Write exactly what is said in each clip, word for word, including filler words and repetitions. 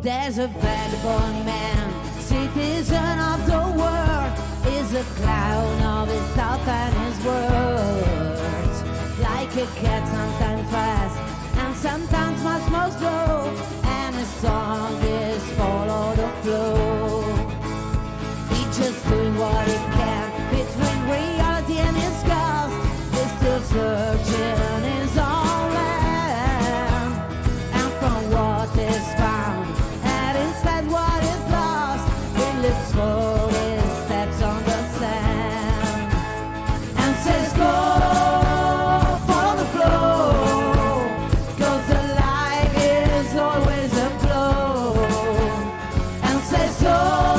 There's a vagabond man, citizen of the world, is a clown of his thoughts and his words. Like a cat, sometimes fast and sometimes much more slow, and his song is follow the flow. He's just doing what he can between reality and his ghost. He's still searching his own land, and from what is found and instead what is lost, he looks for his steps on the sand and says go, follow the flow, 'cause the life is always a flow, and says so,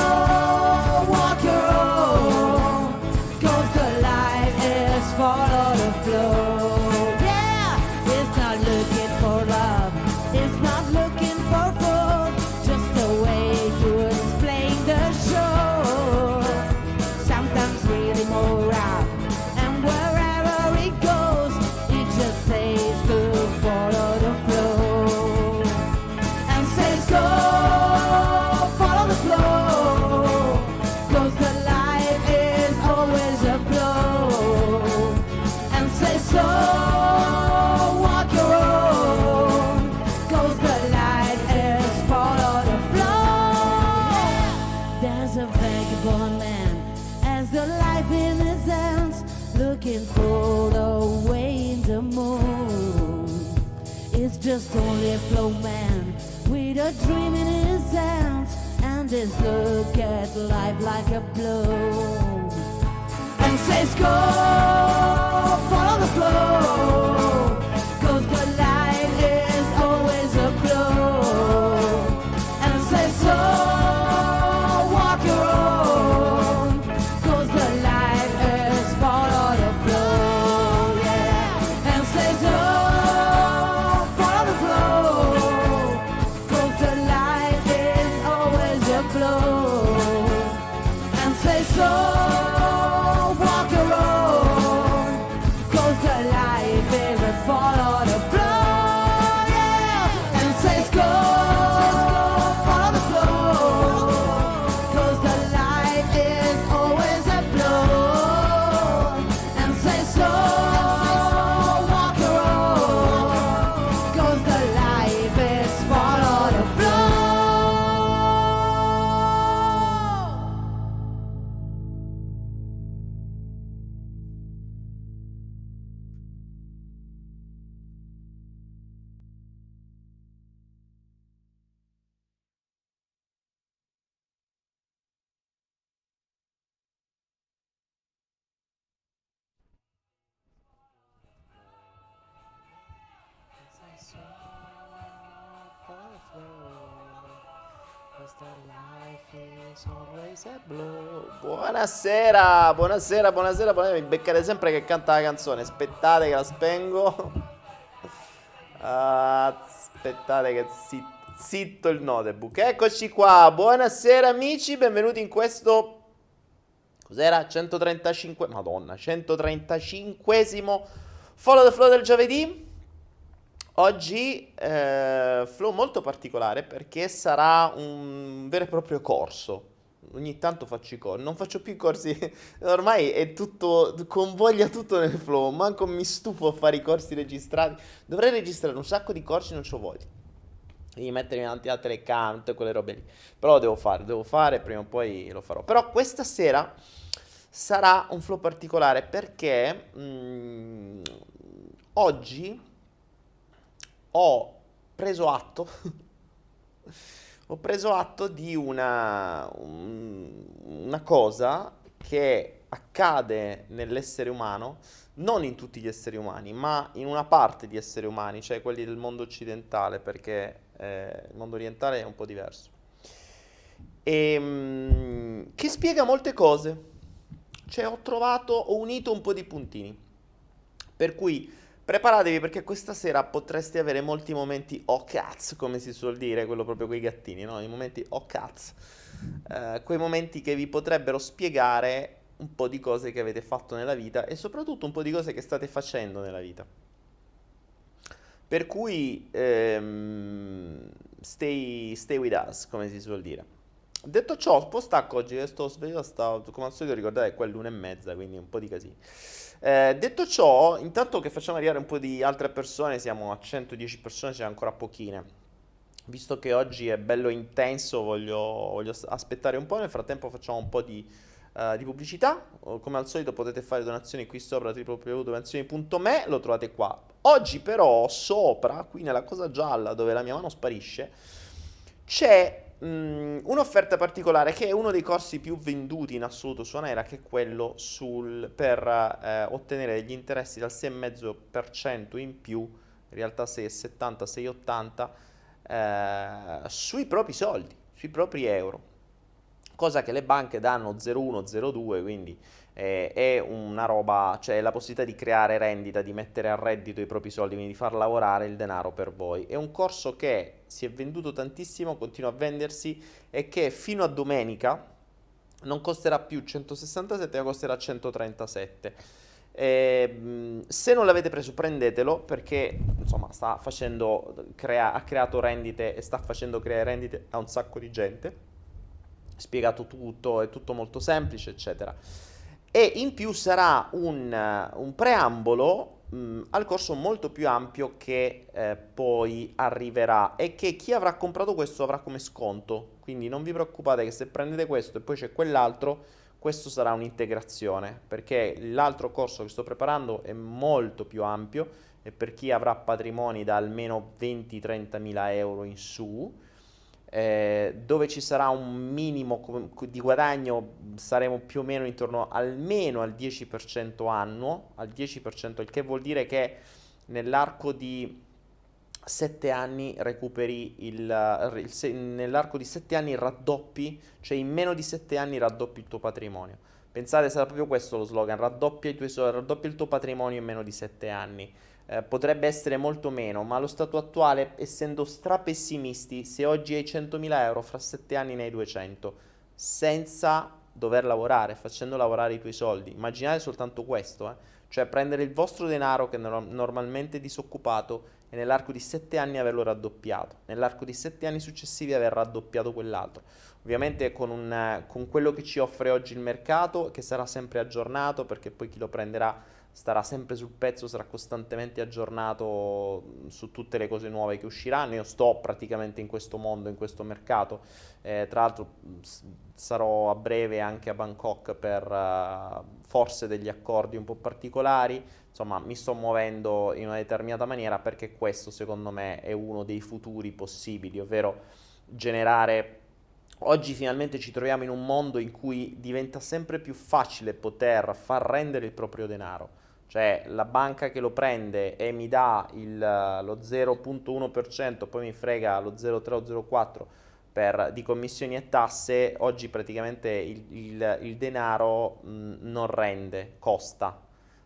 walk your own, 'cause the life is follow the flow. Yeah, it's not looking for love, it's not looking for food, just a way to explain the show. Sometimes really more out, and wherever it goes, it just says to follow the flow, and says go, follow the flow, 'cause the life is always a flow, and says so, walk your own, 'cause the life is follow the flow. There's a vagabond man, has the life in his hands, looking for the way in the moon. It's just only a flow man with a dream in his hands, and this look at life like a blow, and says go, follow the flow, 'cause the life is always a flow, and says so, walk your own, 'cause the life is follow the flow. Yeah, and says oh, follow the flow, 'cause the life is always a flow, and says so, walk your own, 'cause the life is a follow the flow. Yeah, and says go, follow the flow, 'cause the life is always a flow, and says so, walk your own, 'cause the life is follow the flow. Buonasera, buonasera, buonasera, buonasera. Mi beccate sempre che canta la canzone. Aspettate che la spengo. Aspettate che zitto, zitto il notebook. Eccoci qua. Buonasera amici, benvenuti in questo, cos'era? centotrentacinque, Madonna, centotrentacinquesimo Follow the Flow del giovedì. Oggi eh, flow molto particolare perché sarà un vero e proprio corso. Ogni tanto faccio i corsi, non faccio più i corsi, ormai è tutto, convoglia tutto nel flow, manco mi stufo a fare i corsi registrati. Dovrei registrare un sacco di corsi, non c'ho voglia di mettermi davanti alla telecamera, tutte quelle robe lì. Però lo devo fare, devo fare, prima o poi lo farò. Però questa sera sarà un flow particolare perché mh, oggi ho preso atto ho preso atto di una un- una cosa che accade nell'essere umano, non in tutti gli esseri umani, ma in una parte di esseri umani, cioè quelli del mondo occidentale, perché eh, il mondo orientale è un po' diverso. E, mm, che spiega molte cose. Cioè ho trovato, ho unito un po' di puntini. Per cui preparatevi perché questa sera potreste avere molti momenti oh cazzo, come si suol dire, quello proprio con i gattini, no? I momenti oh cazzo. Eh, quei momenti che vi potrebbero spiegare un po' di cose che avete fatto nella vita e soprattutto un po' di cose che state facendo nella vita. Per cui ehm, stay, stay with us, come si suol dire. Detto ciò, un po' stacco oggi, che sto sveglio, sto, come al solito ricordate che qua è l'una e mezza, quindi un po' di casino. Eh, detto ciò, intanto che facciamo arrivare un po' di altre persone, siamo a centodieci persone, c'è ancora pochine. Visto che oggi è bello intenso, voglio, voglio s- aspettare un po', nel frattempo facciamo un po' di, eh, di pubblicità. O, come al solito potete fare donazioni qui sopra, w w w punto donazioni punto me, lo trovate qua. Oggi però sopra, qui nella cosa gialla dove la mia mano sparisce, c'è mm, un'offerta particolare che è uno dei corsi più venduti in assoluto su Anera, che è quello sul, per eh, ottenere degli interessi dal sei virgola cinque per cento in più, in realtà sei virgola settanta, sei virgola ottanta, eh, sui propri soldi, sui propri euro. Cosa che le banche danno zero virgola uno, zero virgola due, quindi eh, è una roba, cioè la possibilità di creare rendita, di mettere a reddito i propri soldi, quindi di far lavorare il denaro per voi. È un corso che si è venduto tantissimo, continua a vendersi e che fino a domenica non costerà più centosessantasette, ma costerà centotrentasette. Eh, mh, se non l'avete preso, prendetelo perché insomma sta facendo, crea- ha creato rendite e sta facendo creare rendite a un sacco di gente. Spiegato tutto, è tutto molto semplice, eccetera. E in più sarà un, eh, un preambolo mh, al corso molto più ampio che eh, poi arriverà e che chi avrà comprato questo avrà come sconto. Quindi non vi preoccupate che se prendete questo e poi c'è quell'altro, questo sarà un'integrazione, perché l'altro corso che sto preparando è molto più ampio e per chi avrà patrimoni da almeno venti-trenta mila euro in su, eh, dove ci sarà un minimo com- di guadagno, saremo più o meno intorno almeno al dieci per cento annuo, al dieci per cento, il che vuol dire che nell'arco di sette anni recuperi il, il se- nell'arco di sette anni raddoppi, cioè in meno di sette anni raddoppi il tuo patrimonio. Pensate, sarà proprio questo lo slogan: raddoppia i tuoi soldi, raddoppia il tuo patrimonio in meno di sette anni. Eh, potrebbe essere molto meno, ma allo stato attuale, essendo strapessimisti, se oggi hai centomila euro, fra sette anni ne hai duecento, senza dover lavorare, facendo lavorare i tuoi soldi. Immaginate soltanto questo, eh? Cioè prendere il vostro denaro che no- normalmente è disoccupato e nell'arco di sette anni averlo raddoppiato, nell'arco di sette anni successivi aver raddoppiato quell'altro. Ovviamente con, un, con quello che ci offre oggi il mercato, che sarà sempre aggiornato, perché poi chi lo prenderà starà sempre sul pezzo, sarà costantemente aggiornato su tutte le cose nuove che usciranno. Io sto praticamente in questo mondo, in questo mercato. Eh, tra l'altro s- sarò a breve anche a Bangkok per eh, forse degli accordi un po' particolari. Insomma, mi sto muovendo in una determinata maniera perché questo secondo me è uno dei futuri possibili, ovvero generare. Oggi finalmente ci troviamo in un mondo in cui diventa sempre più facile poter far rendere il proprio denaro. Cioè la banca che lo prende e mi dà il, lo zero virgola uno per cento, poi mi frega lo zero virgola tre o zero virgola quattro per, di commissioni e tasse, oggi praticamente il, il- il denaro mh, non rende, costa,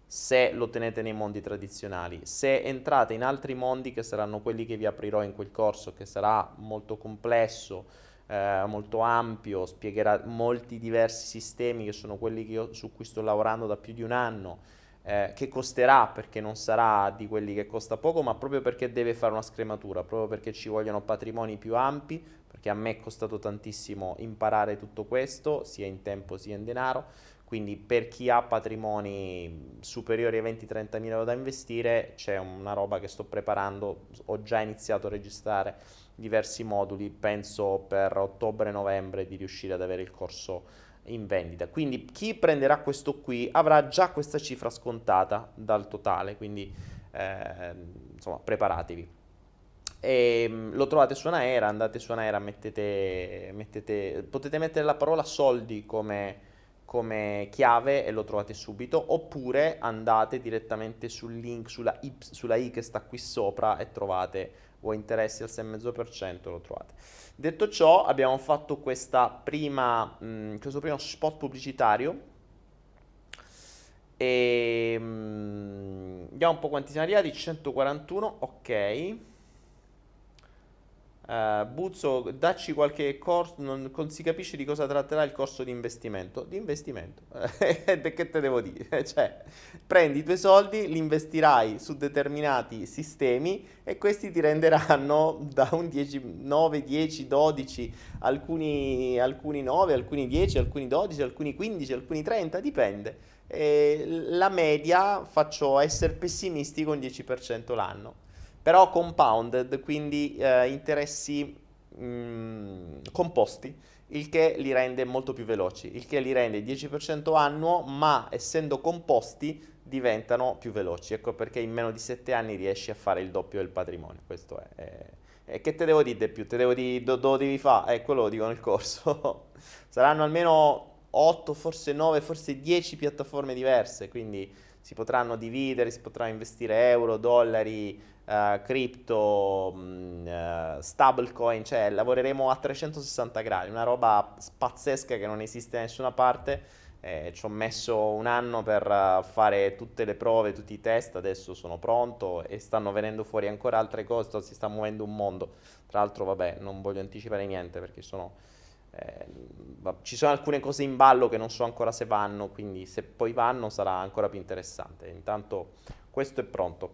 se lo tenete nei mondi tradizionali. Se entrate in altri mondi, che saranno quelli che vi aprirò in quel corso, che sarà molto complesso, eh, molto ampio, spiegherà molti diversi sistemi che sono quelli che io, su cui sto lavorando da più di un anno, eh, che costerà, perché non sarà di quelli che costa poco, ma proprio perché deve fare una scrematura, proprio perché ci vogliono patrimoni più ampi, perché a me è costato tantissimo imparare tutto questo, sia in tempo sia in denaro. Quindi per chi ha patrimoni superiori ai venti-trenta mila euro da investire, c'è una roba che sto preparando, ho già iniziato a registrare diversi moduli, penso per ottobre-novembre di riuscire ad avere il corso in vendita. Quindi chi prenderà questo qui avrà già questa cifra scontata dal totale, quindi eh, insomma preparatevi. E mm, lo trovate su Anaera, andate su Anaera, mettete, mettete, potete mettere la parola soldi come, come chiave e lo trovate subito, oppure andate direttamente sul link, sulla i, sulla i che sta qui sopra e trovate o interessi al sei virgola cinque per cento, lo trovate. Detto ciò, abbiamo fatto questa prima, mh, questo primo spot pubblicitario e mh, vediamo un po' quanti siamo arrivati, centoquarantuno, ok. Uh, Buzzo, dacci qualche corso, non, non si capisce di cosa tratterà il corso di investimento. Di investimento, che te devo dire? Cioè, prendi i tuoi soldi, li investirai su determinati sistemi e questi ti renderanno da un dieci, nove, dieci, dodici, alcuni, alcuni nove, alcuni dieci, alcuni dodici, alcuni quindici, alcuni trenta, dipende. E la media faccio essere pessimistico un dieci per cento l'anno. Però compounded, quindi eh, interessi mh, composti, il che li rende molto più veloci, il che li rende dieci per cento annuo, ma essendo composti diventano più veloci. Ecco perché in meno di sette anni riesci a fare il doppio del patrimonio. Questo è. è e che te devo dire di più? Te devo dire dove do devi fare? Eh, quello lo dico nel corso. Saranno almeno otto, forse nove, forse dieci piattaforme diverse, quindi si potranno dividere, si potrà investire euro, dollari, Uh, cripto, mh, uh, stablecoin, cioè lavoreremo a trecentosessanta gradi, una roba pazzesca che non esiste da nessuna parte. Eh, ci ho messo un anno per uh, fare tutte le prove, tutti i test, adesso sono pronto e stanno venendo fuori ancora altre cose, si sta muovendo un mondo. Tra l'altro, vabbè, non voglio anticipare niente perché sono, eh, ci sono alcune cose in ballo che non so ancora se vanno, quindi se poi vanno sarà ancora più interessante. Intanto questo è pronto.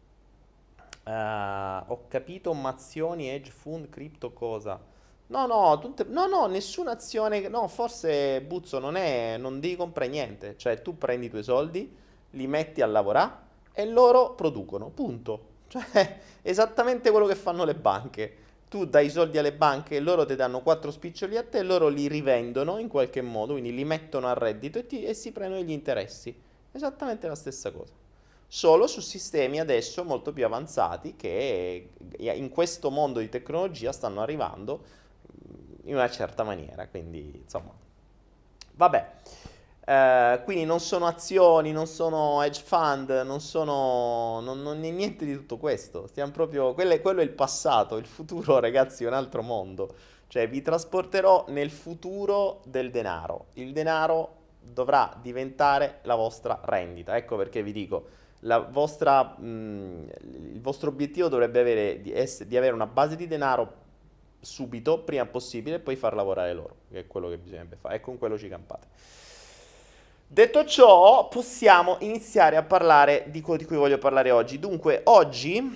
Uh, ho capito, mazioni, hedge fund, cripto, cosa? No, no, tutte, no, no, nessuna azione, no, forse Buzzo non è, non devi comprare niente, cioè tu prendi i tuoi soldi, li metti a lavorare e loro producono, punto. Cioè, esattamente quello che fanno le banche. Tu dai i soldi alle banche e loro ti danno quattro spiccioli a te e loro li rivendono in qualche modo, quindi li mettono a reddito e, ti, e si prendono gli interessi. Esattamente la stessa cosa. Solo su sistemi adesso molto più avanzati che in questo mondo di tecnologia stanno arrivando in una certa maniera, quindi insomma, vabbè, eh, quindi non sono azioni, non sono hedge fund, non sono, non, non è niente di tutto questo, stiamo proprio, quello è, quello è il passato, il futuro ragazzi è un altro mondo, cioè vi trasporterò nel futuro del denaro, il denaro dovrà diventare la vostra rendita, ecco perché vi dico. La vostra, mh, il vostro obiettivo dovrebbe avere di, essere, di avere una base di denaro subito, prima possibile, e poi far lavorare loro, che è quello che bisognerebbe fare, e con quello ci campate. Detto ciò, possiamo iniziare a parlare di quello di cui voglio parlare oggi. Dunque, oggi,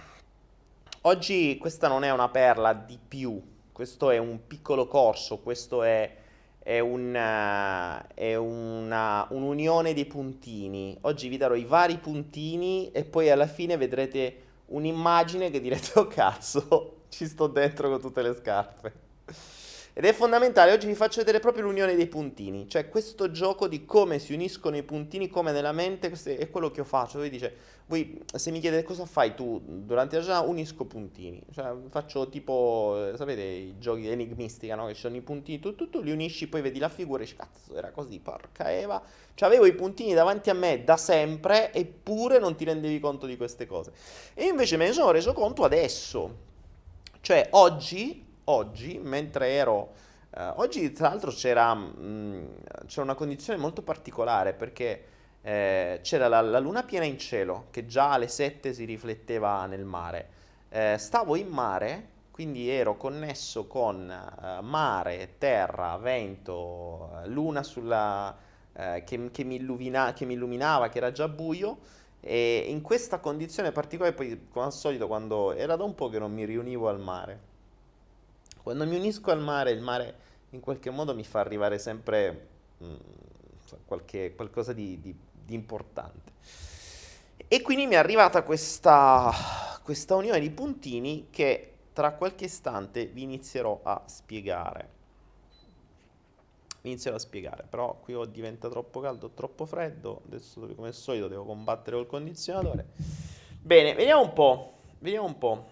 oggi questa non è una perla di più, questo è un piccolo corso, questo è... È, una, è una, un'unione dei puntini. Oggi vi darò i vari puntini e poi alla fine vedrete un'immagine che direte, oh cazzo, ci sto dentro con tutte le scarpe. Ed è fondamentale, oggi vi faccio vedere proprio l'unione dei puntini, cioè questo gioco di come si uniscono i puntini, come nella mente, questo è quello che io faccio. Voi dice, voi se mi chiedete cosa fai tu durante la giornata, unisco puntini, cioè faccio tipo, eh, sapete, i giochi di enigmistica, no? Che ci sono i puntini, tu, tu, tu li unisci, poi vedi la figura e dici, cazzo, era così, porca Eva. Cioè avevo i puntini davanti a me da sempre, eppure non ti rendevi conto di queste cose. E invece me ne sono reso conto adesso, cioè oggi... Oggi, mentre ero... eh, oggi tra l'altro c'era, mh, c'era una condizione molto particolare perché eh, c'era la, la luna piena in cielo che già alle sette si rifletteva nel mare. Eh, stavo in mare, quindi ero connesso con eh, mare, terra, vento, eh, luna sulla, eh, che, che mi illumina- che mi illuminava, che era già buio. E in questa condizione particolare, poi come al solito, quando era da un po' che non mi riunivo al mare. Quando mi unisco al mare, il mare in qualche modo mi fa arrivare sempre mm, qualche, qualcosa di, di, di importante. E quindi mi è arrivata questa, questa unione di puntini che tra qualche istante vi inizierò a spiegare. Vi inizierò a spiegare, però qui o diventa troppo caldo o troppo freddo, adesso come al solito devo combattere col condizionatore. Bene, vediamo un po', vediamo un po'.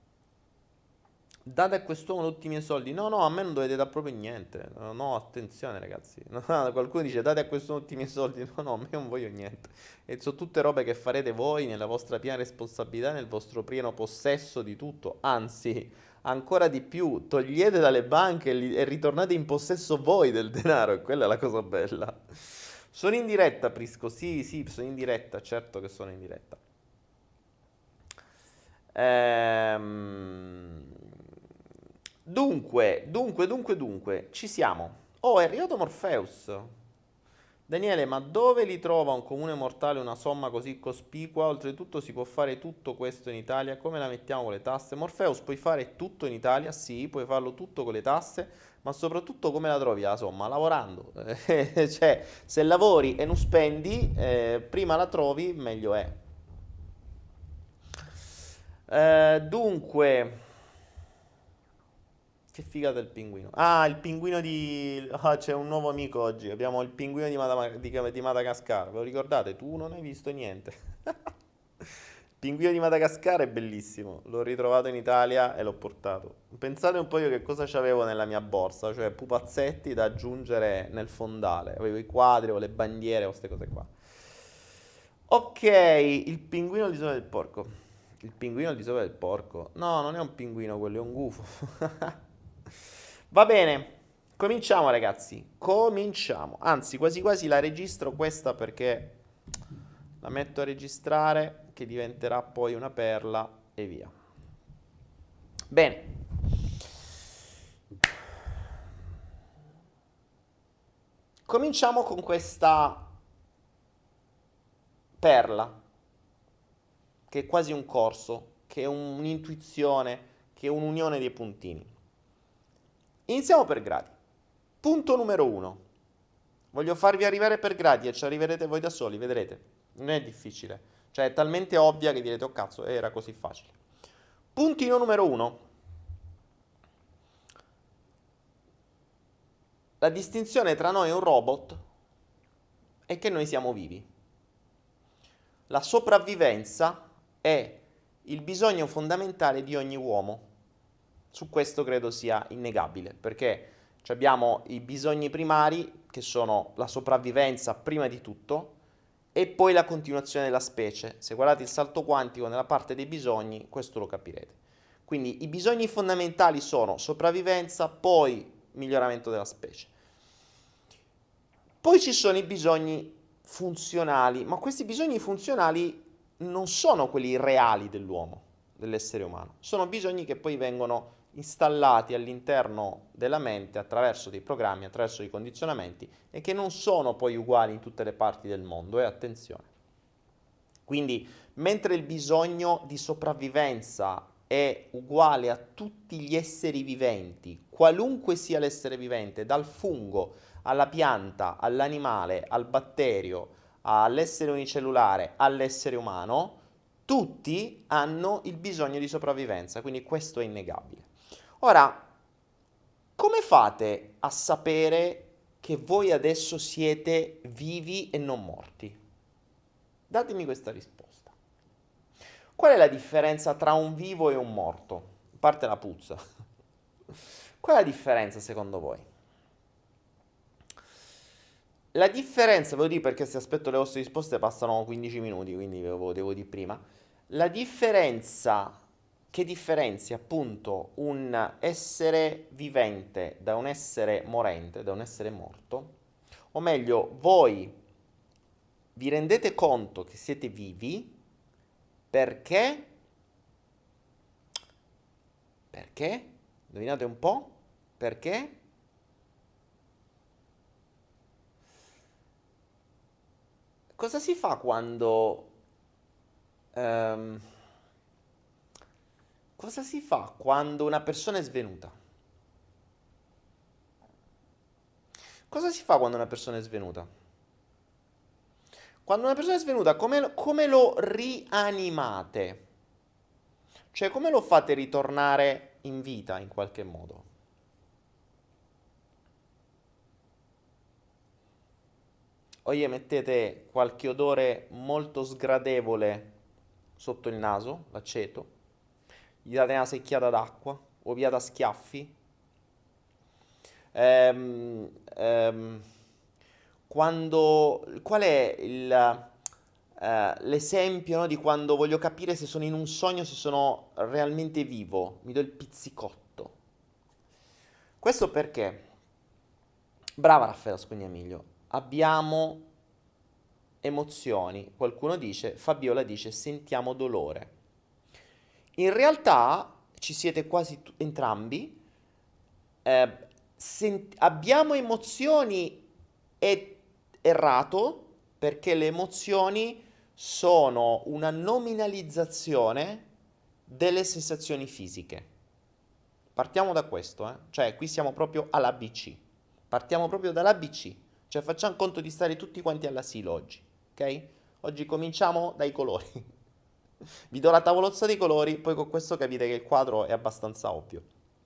Date a quest'uomo tutti i miei soldi. No, no, a me non dovete dare proprio niente. No, no, attenzione ragazzi. No, qualcuno dice date a quest'uomo tutti i miei soldi. No, no, a me non voglio niente. E sono tutte robe che farete voi nella vostra piena responsabilità, nel vostro pieno possesso di tutto. Anzi, ancora di più, togliete dalle banche e, li- e ritornate in possesso voi del denaro. E quella è la cosa bella. Sono in diretta, Prisco. Sì, sì, sono in diretta. Certo che sono in diretta. Ehm... Dunque, dunque, dunque, dunque, ci siamo. Oh, è arrivato Morpheus. Daniele, ma dove li trova un comune mortale una somma così cospicua? Oltretutto si può fare tutto questo in Italia? Come la mettiamo con le tasse? Morpheus, puoi fare tutto in Italia? Sì, puoi farlo tutto con le tasse, ma soprattutto come la trovi la somma? Lavorando. Cioè, se lavori e non spendi, eh, prima la trovi, meglio è. Eh, dunque, che figata il pinguino. Ah, il pinguino di... Ah, c'è un nuovo amico oggi. Abbiamo il pinguino di, Madama- di- di Madagascar. Ve lo ricordate? Tu non hai visto niente. Il pinguino di Madagascar è bellissimo. L'ho ritrovato in Italia e l'ho portato. Pensate un po' io che cosa c'avevo nella mia borsa. Cioè pupazzetti da aggiungere nel fondale. Avevo i quadri, avevo le bandiere, o queste cose qua. Ok, il pinguino al di sopra del porco. Il pinguino al di sopra del porco. No, non è un pinguino quello, è un gufo. Va bene, cominciamo ragazzi. Cominciamo. Anzi, quasi quasi la registro questa perché la metto a registrare, che diventerà poi una perla e via. Bene. Cominciamo con questa perla, che è quasi un corso, che è un'intuizione, che è un'unione dei puntini. Iniziamo per gradi. Punto numero uno. Voglio farvi arrivare per gradi e ci arriverete voi da soli, vedrete. Non è difficile. Cioè è talmente ovvia che direte, oh cazzo, era così facile. Puntino numero uno. La distinzione tra noi e un robot è che noi siamo vivi. La sopravvivenza è il bisogno fondamentale di ogni uomo. Su questo credo sia innegabile, perché abbiamo i bisogni primari, che sono la sopravvivenza prima di tutto, e poi la continuazione della specie. Se guardate il salto quantico nella parte dei bisogni, questo lo capirete. Quindi i bisogni fondamentali sono sopravvivenza, poi miglioramento della specie. Poi ci sono i bisogni funzionali, ma questi bisogni funzionali non sono quelli reali dell'uomo, dell'essere umano. Sono bisogni che poi vengono installati all'interno della mente attraverso dei programmi, attraverso dei condizionamenti e che non sono poi uguali in tutte le parti del mondo, e eh, attenzione. Quindi, mentre il bisogno di sopravvivenza è uguale a tutti gli esseri viventi, qualunque sia l'essere vivente, dal fungo alla pianta, all'animale, al batterio, all'essere unicellulare, all'essere umano, tutti hanno il bisogno di sopravvivenza, quindi questo è innegabile. Ora, come fate a sapere che voi adesso siete vivi e non morti? Datemi questa risposta. Qual è la differenza tra un vivo e un morto? A parte la puzza. Qual è la differenza secondo voi? La differenza, ve lo dico perché se aspetto le vostre risposte passano quindici minuti, quindi ve lo devo dire prima. La differenza che differenzia appunto un essere vivente da un essere morente, da un essere morto, o meglio, voi vi rendete conto che siete vivi perché, perché, indovinate un po', perché? Cosa si fa quando... ehm, cosa si fa quando una persona è svenuta? Cosa si fa quando una persona è svenuta? Quando una persona è svenuta, come, come lo rianimate? Cioè, come lo fate ritornare in vita in qualche modo? O gli mettete qualche odore molto sgradevole sotto il naso, l'aceto, gli date una secchiata d'acqua o vi date a schiaffi. Ehm, ehm, quando, qual è il, eh, l'esempio, no, di quando voglio capire se sono in un sogno, se sono realmente vivo? Mi do il pizzicotto. Questo perché, brava Raffaella Scognamiglio, abbiamo emozioni. Qualcuno dice, Fabiola dice, sentiamo dolore. In realtà ci siete quasi t- entrambi, eh, sent- abbiamo emozioni è errato perché le emozioni sono una nominalizzazione delle sensazioni fisiche. Partiamo da questo, eh? Cioè qui siamo proprio all'A B C. Partiamo proprio dall'A B C. Cioè facciamo conto di stare tutti quanti all'asilo oggi, ok? Oggi cominciamo dai colori. Vi do la tavolozza dei colori, poi con questo capite che il quadro è abbastanza ovvio.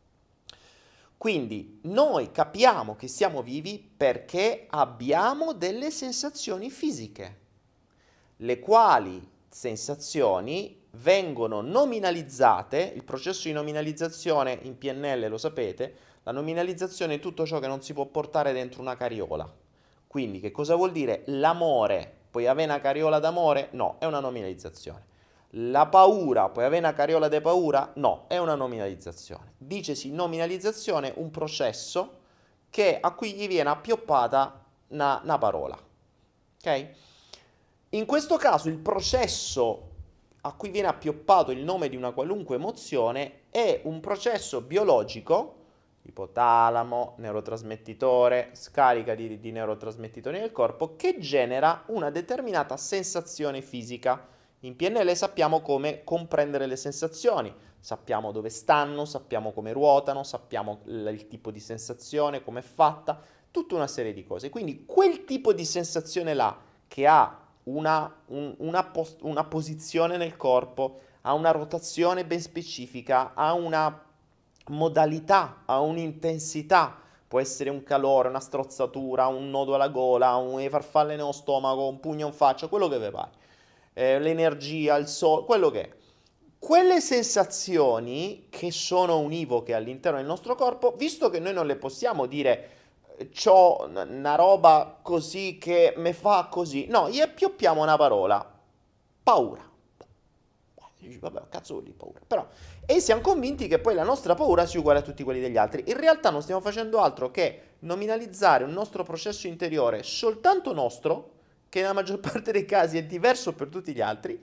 Quindi noi capiamo che siamo vivi perché abbiamo delle sensazioni fisiche, le quali sensazioni vengono nominalizzate. Il processo di nominalizzazione in P N L lo sapete, la nominalizzazione è tutto ciò che non si può portare dentro una carriola. Quindi che cosa vuol dire? L'amore, puoi avere una carriola d'amore? No, è una nominalizzazione. La paura, puoi avere una carriola di paura? No, è una nominalizzazione. Dicesi nominalizzazione un processo che, a cui gli viene appioppata una, una parola. Ok? In questo caso il processo a cui viene appioppato il nome di una qualunque emozione è un processo biologico, ipotalamo, neurotrasmettitore, scarica di, di neurotrasmettitori nel corpo, che genera una determinata sensazione fisica. In P N L sappiamo come comprendere le sensazioni, sappiamo dove stanno, sappiamo come ruotano, sappiamo l- il tipo di sensazione, come è fatta, tutta una serie di cose. Quindi quel tipo di sensazione là che ha una, un- una, pos- una posizione nel corpo, ha una rotazione ben specifica, ha una modalità, ha un'intensità, può essere un calore, una strozzatura, un nodo alla gola, un farfalle nello stomaco, un pugno in faccia, quello che vi pare. Eh, l'energia, il sole, quello che è. Quelle sensazioni che sono univoche all'interno del nostro corpo, visto che noi non le possiamo dire eh, c'ho una roba così che mi fa così, no, gli appioppiamo una parola, paura. Dici, vabbè, cazzo vuol dire paura. Però, e siamo convinti che poi la nostra paura sia uguale a tutti quelli degli altri. In realtà non stiamo facendo altro che nominalizzare un nostro processo interiore soltanto nostro, che nella maggior parte dei casi è diverso per tutti gli altri,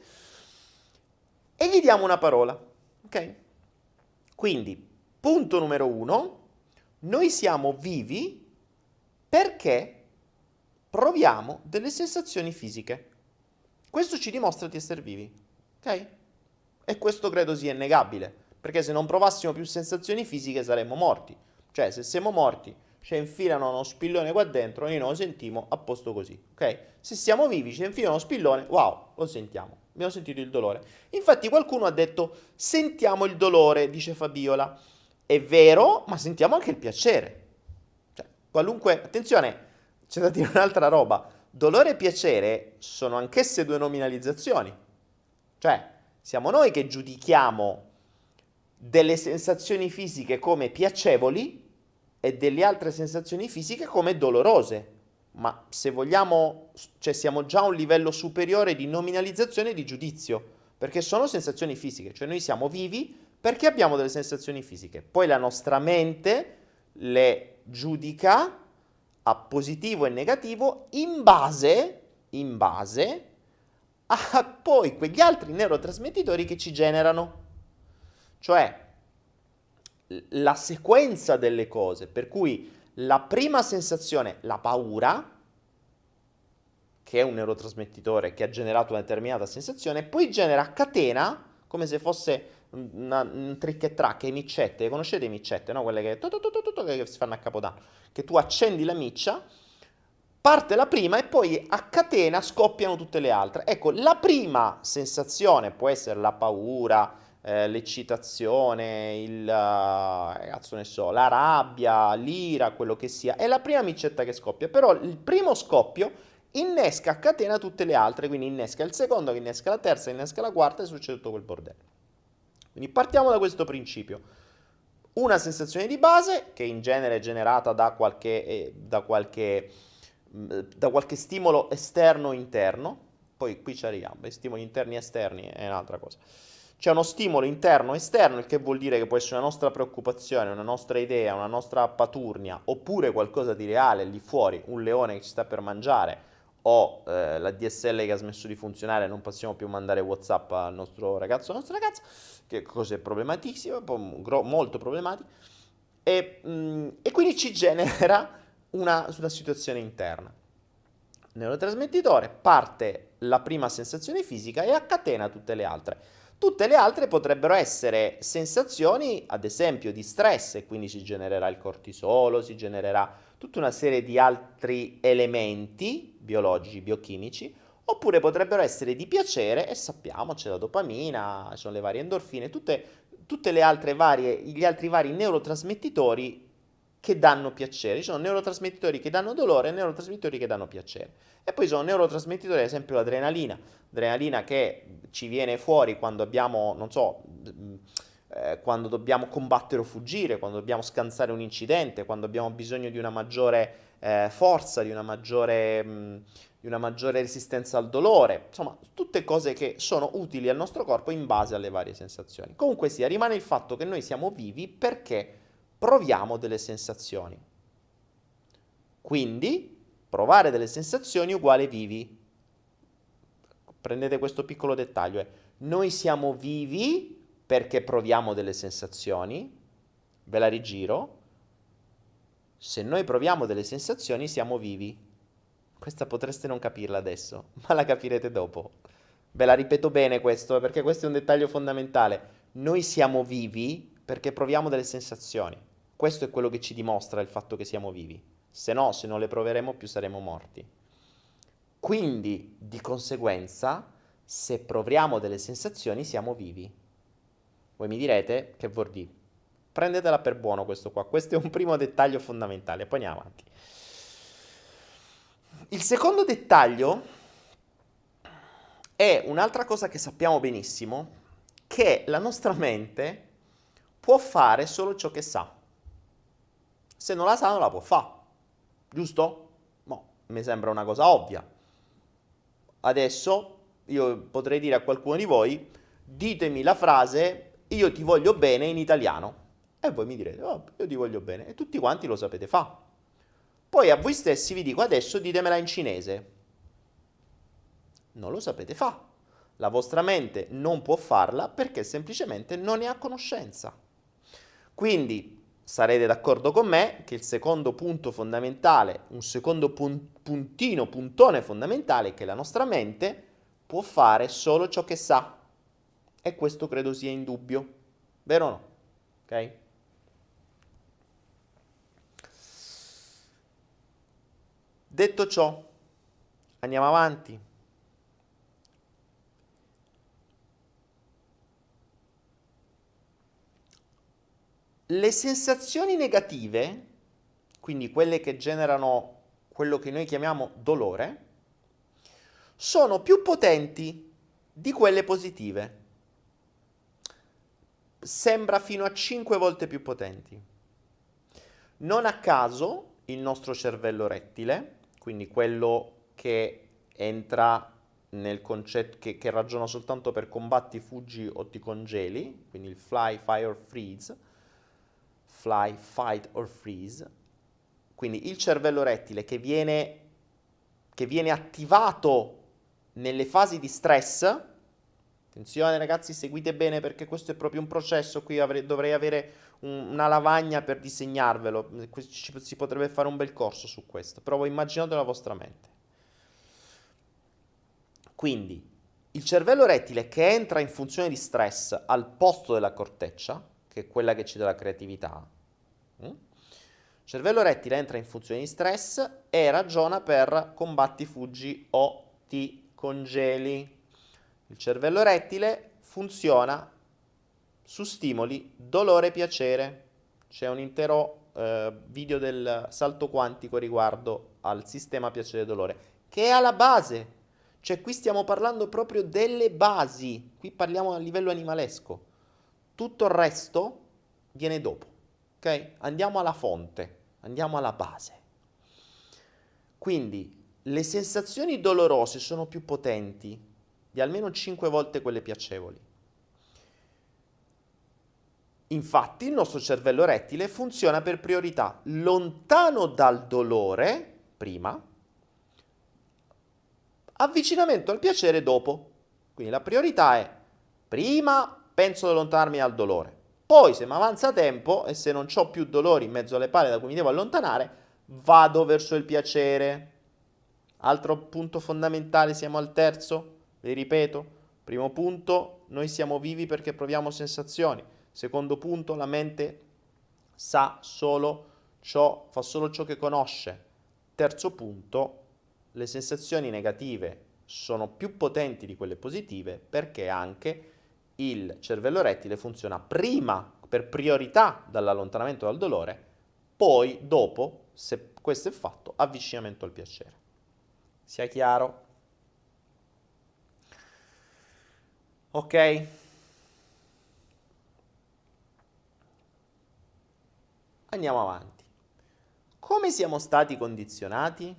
e gli diamo una parola, ok? Quindi, punto numero uno, noi siamo vivi perché proviamo delle sensazioni fisiche. Questo ci dimostra di essere vivi, ok? E questo credo sia innegabile, perché se non provassimo più sensazioni fisiche saremmo morti. Cioè, se siamo morti, ci infilano uno spillone qua dentro, noi non lo sentiamo, a posto così, ok? Se siamo vivi, ci infilano uno spillone, wow, lo sentiamo, abbiamo sentito il dolore. Infatti qualcuno ha detto, sentiamo il dolore, dice Fabiola. È vero, ma sentiamo anche il piacere. Cioè, qualunque, attenzione, c'è da dire un'altra roba, dolore e piacere sono anch'esse due nominalizzazioni. Cioè, siamo noi che giudichiamo delle sensazioni fisiche come piacevoli e delle altre sensazioni fisiche come dolorose. Ma se vogliamo, cioè siamo già a un livello superiore di nominalizzazione e di giudizio, perché sono sensazioni fisiche, cioè noi siamo vivi perché abbiamo delle sensazioni fisiche. Poi la nostra mente le giudica a positivo e negativo in base, in base a poi quegli altri neurotrasmettitori che ci generano. Cioè la sequenza delle cose, per cui la prima sensazione, la paura, che è un neurotrasmettitore che ha generato una determinata sensazione, poi genera a catena, come se fosse una, un trick e track, le micette, conoscete le micette, no? Quelle che, tu, tu, tu, tu, tu, che si fanno a Capodanno, che tu accendi la miccia, parte la prima e poi a catena scoppiano tutte le altre. Ecco, la prima sensazione può essere la paura, eh, l'eccitazione, il, eh, cazzo ne so, la rabbia, l'ira, quello che sia, è la prima micetta che scoppia, però il primo scoppio innesca a catena tutte le altre, quindi innesca il secondo, che innesca la terza, innesca la quarta e succede tutto quel bordello. Quindi partiamo da questo principio. Una sensazione di base, che in genere è generata da qualche, eh, da qualche, mh, da qualche stimolo esterno o interno, poi qui ci arriviamo, gli stimoli interni e esterni è un'altra cosa. C'è uno stimolo interno o esterno, il che vuol dire che può essere una nostra preoccupazione, una nostra idea, una nostra paturnia, oppure qualcosa di reale lì fuori, un leone che ci sta per mangiare, o eh, la D S L che ha smesso di funzionare, non possiamo più mandare WhatsApp al nostro ragazzo o alla nostra ragazza, che cosa è problematissimo, molto problematico. e, mh, e quindi ci genera una, una situazione interna. Neurotrasmettitore, parte la prima sensazione fisica e accatena tutte le altre. Tutte le altre potrebbero essere sensazioni, ad esempio, di stress, e quindi si genererà il cortisolo, si genererà tutta una serie di altri elementi biologici, biochimici, oppure potrebbero essere di piacere, e sappiamo c'è la dopamina, ci sono le varie endorfine, tutte, tutte le altre varie, gli altri vari neurotrasmettitori che danno piacere. Ci sono neurotrasmettitori che danno dolore e neurotrasmettitori che danno piacere. E poi sono neurotrasmettitori, ad esempio l'adrenalina, adrenalina che ci viene fuori quando abbiamo, non so, eh, quando dobbiamo combattere o fuggire, quando dobbiamo scansare un incidente, quando abbiamo bisogno di una maggiore eh, forza, di una maggiore, mh, di una maggiore resistenza al dolore. Insomma, tutte cose che sono utili al nostro corpo in base alle varie sensazioni. Comunque sia, rimane il fatto che noi siamo vivi perché proviamo delle sensazioni. Quindi, provare delle sensazioni uguale vivi. Prendete questo piccolo dettaglio. Eh. Noi siamo vivi perché proviamo delle sensazioni. Ve la rigiro. Se noi proviamo delle sensazioni, siamo vivi. Questa potreste non capirla adesso, ma la capirete dopo. Ve la ripeto bene questo, perché questo è un dettaglio fondamentale. Noi siamo vivi perché proviamo delle sensazioni. Questo è quello che ci dimostra il fatto che siamo vivi. Se no, se non le proveremo più saremo morti. Quindi, di conseguenza, se proviamo delle sensazioni siamo vivi. Voi mi direte che vuol dire? Prendetela per buono questo qua. Questo è un primo dettaglio fondamentale. Poi andiamo avanti. Il secondo dettaglio è un'altra cosa che sappiamo benissimo, che la nostra mente può fare solo ciò che sa. Se non la sa, non la può fare. Giusto? No, mi sembra una cosa ovvia. Adesso io potrei dire a qualcuno di voi, ditemi la frase io ti voglio bene in italiano. E voi mi direte, oh, io ti voglio bene. E tutti quanti lo sapete fare. Poi a voi stessi vi dico adesso ditemela in cinese. Non lo sapete fare. La vostra mente non può farla perché semplicemente non ne ha conoscenza. Quindi sarete d'accordo con me che il secondo punto fondamentale, un secondo pun- puntino, puntone fondamentale è che la nostra mente può fare solo ciò che sa. E questo credo sia indubbio. Vero o no? Ok? Detto ciò, andiamo avanti. Le sensazioni negative, quindi quelle che generano quello che noi chiamiamo dolore, sono più potenti di quelle positive. Sembra fino a cinque volte più potenti. Non a caso il nostro cervello rettile, quindi quello che entra nel concetto che, che ragiona soltanto per combatti, fuggi o ti congeli, quindi il fly, fire or freeze, fly, fight or freeze, quindi il cervello rettile che viene, che viene attivato nelle fasi di stress. Attenzione ragazzi, seguite bene perché questo è proprio un processo, qui avrei, dovrei avere un, una lavagna per disegnarvelo, ci, si potrebbe fare un bel corso su questo, però voi immaginate la vostra mente. Quindi il cervello rettile che entra in funzione di stress al posto della corteccia, che è quella che ci dà la creatività, il cervello rettile entra in funzione di stress e ragiona per combatti, fuggi o ti congeli. Il cervello rettile funziona su stimoli dolore e piacere. C'è un intero eh, video del salto quantico riguardo al sistema piacere-dolore, che è alla base. Cioè qui stiamo parlando proprio delle basi. Qui parliamo a livello animalesco. Tutto il resto viene dopo. Ok? Andiamo alla fonte, andiamo alla base. Quindi le sensazioni dolorose sono più potenti di almeno cinque volte quelle piacevoli. Infatti il nostro cervello rettile funziona per priorità, lontano dal dolore, prima, avvicinamento al piacere dopo. Quindi la priorità è, prima penso ad allontanarmi dal dolore, Poi se mi avanza tempo e se non ho più dolori in mezzo alle palle da cui mi devo allontanare, vado verso il piacere. Altro punto fondamentale, siamo al terzo, vi ripeto. Primo punto, noi siamo vivi perché proviamo sensazioni. Secondo punto, la mente sa solo ciò, fa solo ciò che conosce. Terzo punto, le sensazioni negative sono più potenti di quelle positive perché anche il cervello rettile funziona prima per priorità dall'allontanamento dal dolore, poi dopo, se questo è fatto, avvicinamento al piacere. Sia chiaro? Ok? Andiamo avanti. Come siamo stati condizionati?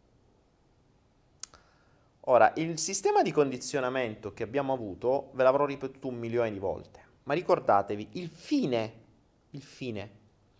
Ora, il sistema di condizionamento che abbiamo avuto, ve l'avrò ripetuto un milione di volte, ma ricordatevi, il fine, il fine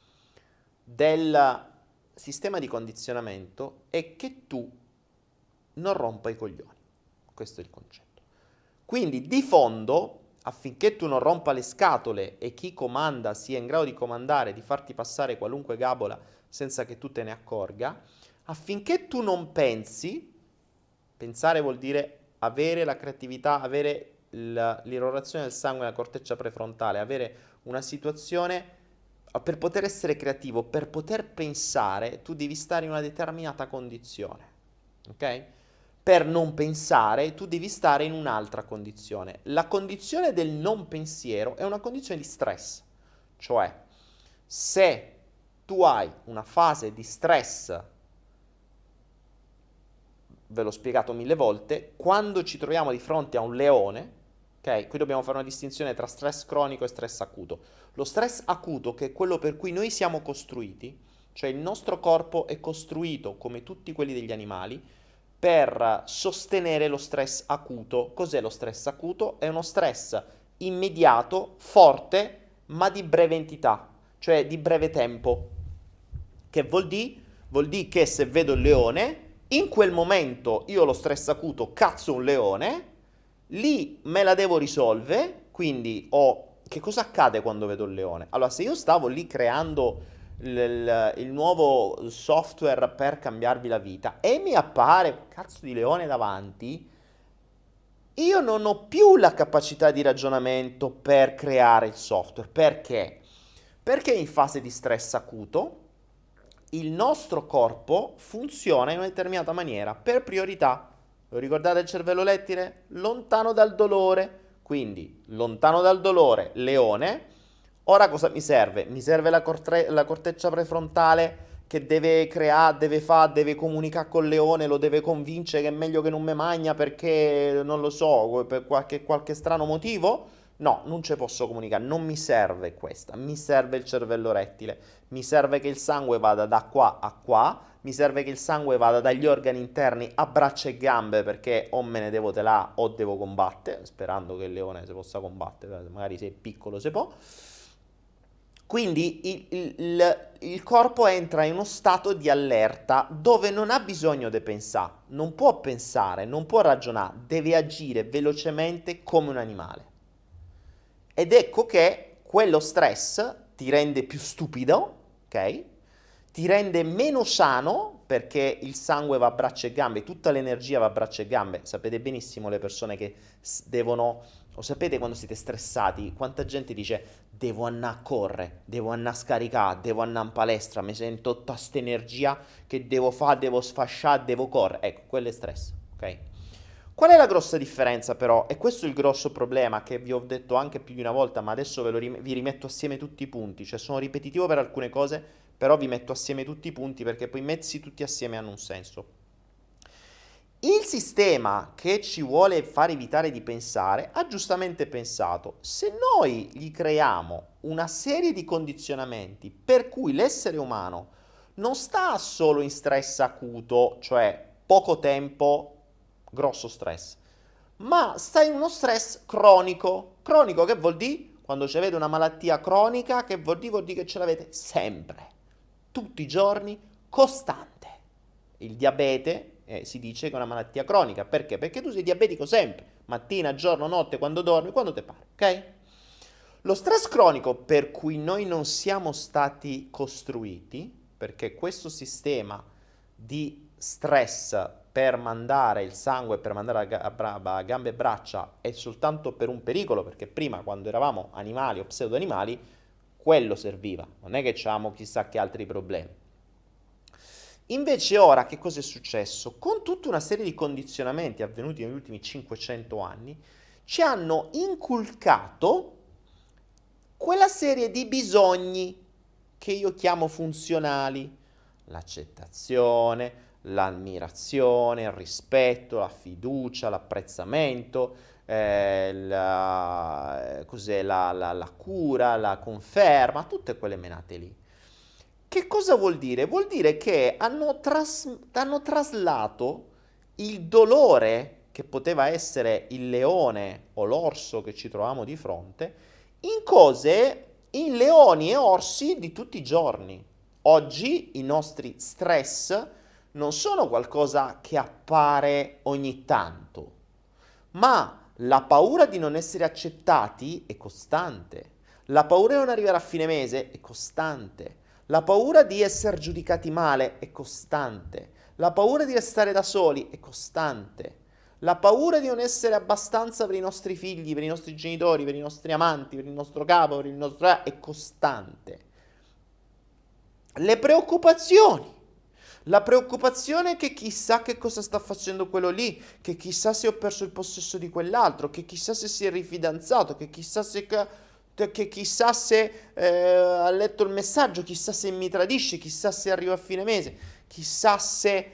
del sistema di condizionamento è che tu non rompa i coglioni. Questo è il concetto. Quindi, di fondo, affinché tu non rompa le scatole e chi comanda sia in grado di comandare, di farti passare qualunque gabola senza che tu te ne accorga, affinché tu non pensi. Pensare vuol dire avere la creatività, avere l'irrorazione del sangue nella corteccia prefrontale, avere una situazione. Per poter essere creativo, per poter pensare, tu devi stare in una determinata condizione, ok? Per non pensare, tu devi stare in un'altra condizione. La condizione del non pensiero è una condizione di stress, cioè se tu hai una fase di stress, ve l'ho spiegato mille volte, quando ci troviamo di fronte a un leone, ok? Qui dobbiamo fare una distinzione tra stress cronico e stress acuto. Lo stress acuto, che è quello per cui noi siamo costruiti, cioè il nostro corpo è costruito, come tutti quelli degli animali, per sostenere lo stress acuto. Cos'è lo stress acuto? È uno stress immediato, forte, ma di breve entità, cioè di breve tempo. Che vuol dire? Vuol dire che se vedo il leone, in quel momento io ho lo stress acuto, cazzo un leone, lì me la devo risolvere, quindi ho. Che cosa accade quando vedo il leone? Allora, se io stavo lì creando il, il, il nuovo software per cambiarvi la vita e mi appare un cazzo di leone davanti, io non ho più la capacità di ragionamento per creare il software. Perché? Perché in fase di stress acuto il nostro corpo funziona in una determinata maniera, per priorità. Lo ricordate il cervello rettile? Lontano dal dolore. Quindi, lontano dal dolore, leone. Ora cosa mi serve? Mi serve la, cortre- la corteccia prefrontale che deve creare, deve fare, deve comunicare col leone, lo deve convincere che è meglio che non me magna perché, non lo so, per qualche, qualche strano motivo. No, non ci posso comunicare, non mi serve questa, mi serve il cervello rettile, mi serve che il sangue vada da qua a qua, mi serve che il sangue vada dagli organi interni a braccia e gambe perché o me ne devo telà o devo combattere, sperando che il leone si possa combattere, magari se è piccolo si può. Quindi il, il, il corpo entra in uno stato di allerta dove non ha bisogno di pensare, non può pensare, non può ragionare, deve agire velocemente come un animale. Ed ecco che quello stress ti rende più stupido, ok? Ti rende meno sano perché il sangue va a braccia e gambe, tutta l'energia va a braccia e gambe. Sapete benissimo le persone che devono, o sapete quando siete stressati, quanta gente dice devo andare a correre, devo andare a scaricare, devo andare in palestra, mi sento tutta sta energia che devo fare, devo sfasciare, devo correre. Ecco, quello è stress, ok? Qual è la grossa differenza però? E questo è il grosso problema che vi ho detto anche più di una volta, ma adesso ve lo rim- vi rimetto assieme tutti i punti, cioè sono ripetitivo per alcune cose, però vi metto assieme tutti i punti perché poi messi tutti assieme hanno un senso. Il sistema che ci vuole far evitare di pensare ha giustamente pensato, se noi gli creiamo una serie di condizionamenti per cui l'essere umano non sta solo in stress acuto, cioè poco tempo, grosso stress, ma sta in uno stress cronico. Cronico che vuol dire? Quando ci avete una malattia cronica, che vuol dire? Vuol dire che ce l'avete sempre, tutti i giorni, costante. Il diabete eh, si dice che è una malattia cronica. Perché? Perché tu sei diabetico sempre, mattina, giorno, notte, quando dormi, quando ti pare, ok? Lo stress cronico per cui noi non siamo stati costruiti, perché questo sistema di stress per mandare il sangue, per mandare a, ga- a bra- a gambe e braccia è soltanto per un pericolo, perché prima quando eravamo animali o pseudo-animali, quello serviva, non è che avevamo chissà che altri problemi. Invece ora che cosa è successo? Con tutta una serie di condizionamenti avvenuti negli ultimi cinquecento anni, ci hanno inculcato quella serie di bisogni che io chiamo funzionali: l'accettazione, l'ammirazione, il rispetto, la fiducia, l'apprezzamento, eh, la, cos'è, la, la, la cura, la conferma, tutte quelle menate lì. Che cosa vuol dire? Vuol dire che hanno, tras- hanno traslato il dolore, che poteva essere il leone o l'orso che ci troviamo di fronte, in cose, in leoni e orsi di tutti i giorni. Oggi i nostri stress non sono qualcosa che appare ogni tanto, ma la paura di non essere accettati è costante, la paura di non arrivare a fine mese è costante, la paura di essere giudicati male è costante, la paura di restare da soli è costante. La paura di non essere abbastanza per i nostri figli, per i nostri genitori, per i nostri amanti, per il nostro capo, per il nostro... è costante. Le preoccupazioni. La preoccupazione che chissà che cosa sta facendo quello lì, che chissà se ho perso il possesso di quell'altro, che chissà se si è rifidanzato, che chissà se... che chissà se eh, ha letto il messaggio, chissà se mi tradisce, chissà se arriva a fine mese, chissà se...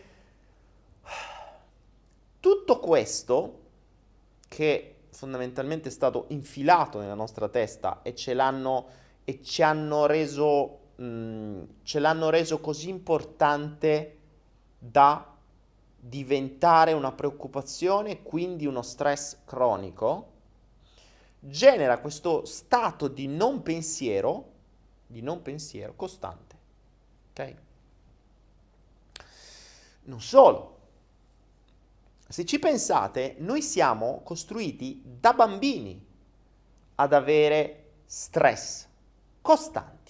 Tutto questo, che fondamentalmente è stato infilato nella nostra testa e ce l'hanno e ci hanno reso, mh, ce l'hanno reso così importante da diventare una preoccupazione e quindi uno stress cronico, genera questo stato di non pensiero, di non pensiero costante. Ok? Non solo. Se ci pensate, noi siamo costruiti da bambini ad avere stress costanti.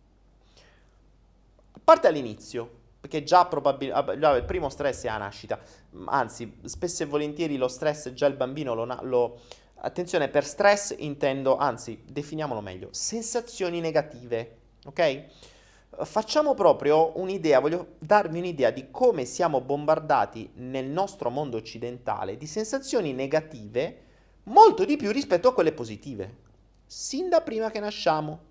A parte all'inizio, perché già probabilmente il primo stress è la nascita, anzi, spesso e volentieri lo stress già il bambino lo, lo attenzione, per stress intendo, anzi, definiamolo meglio, sensazioni negative, ok? Facciamo proprio un'idea, voglio darvi un'idea di come siamo bombardati nel nostro mondo occidentale di sensazioni negative molto di più rispetto a quelle positive, sin da prima che nasciamo.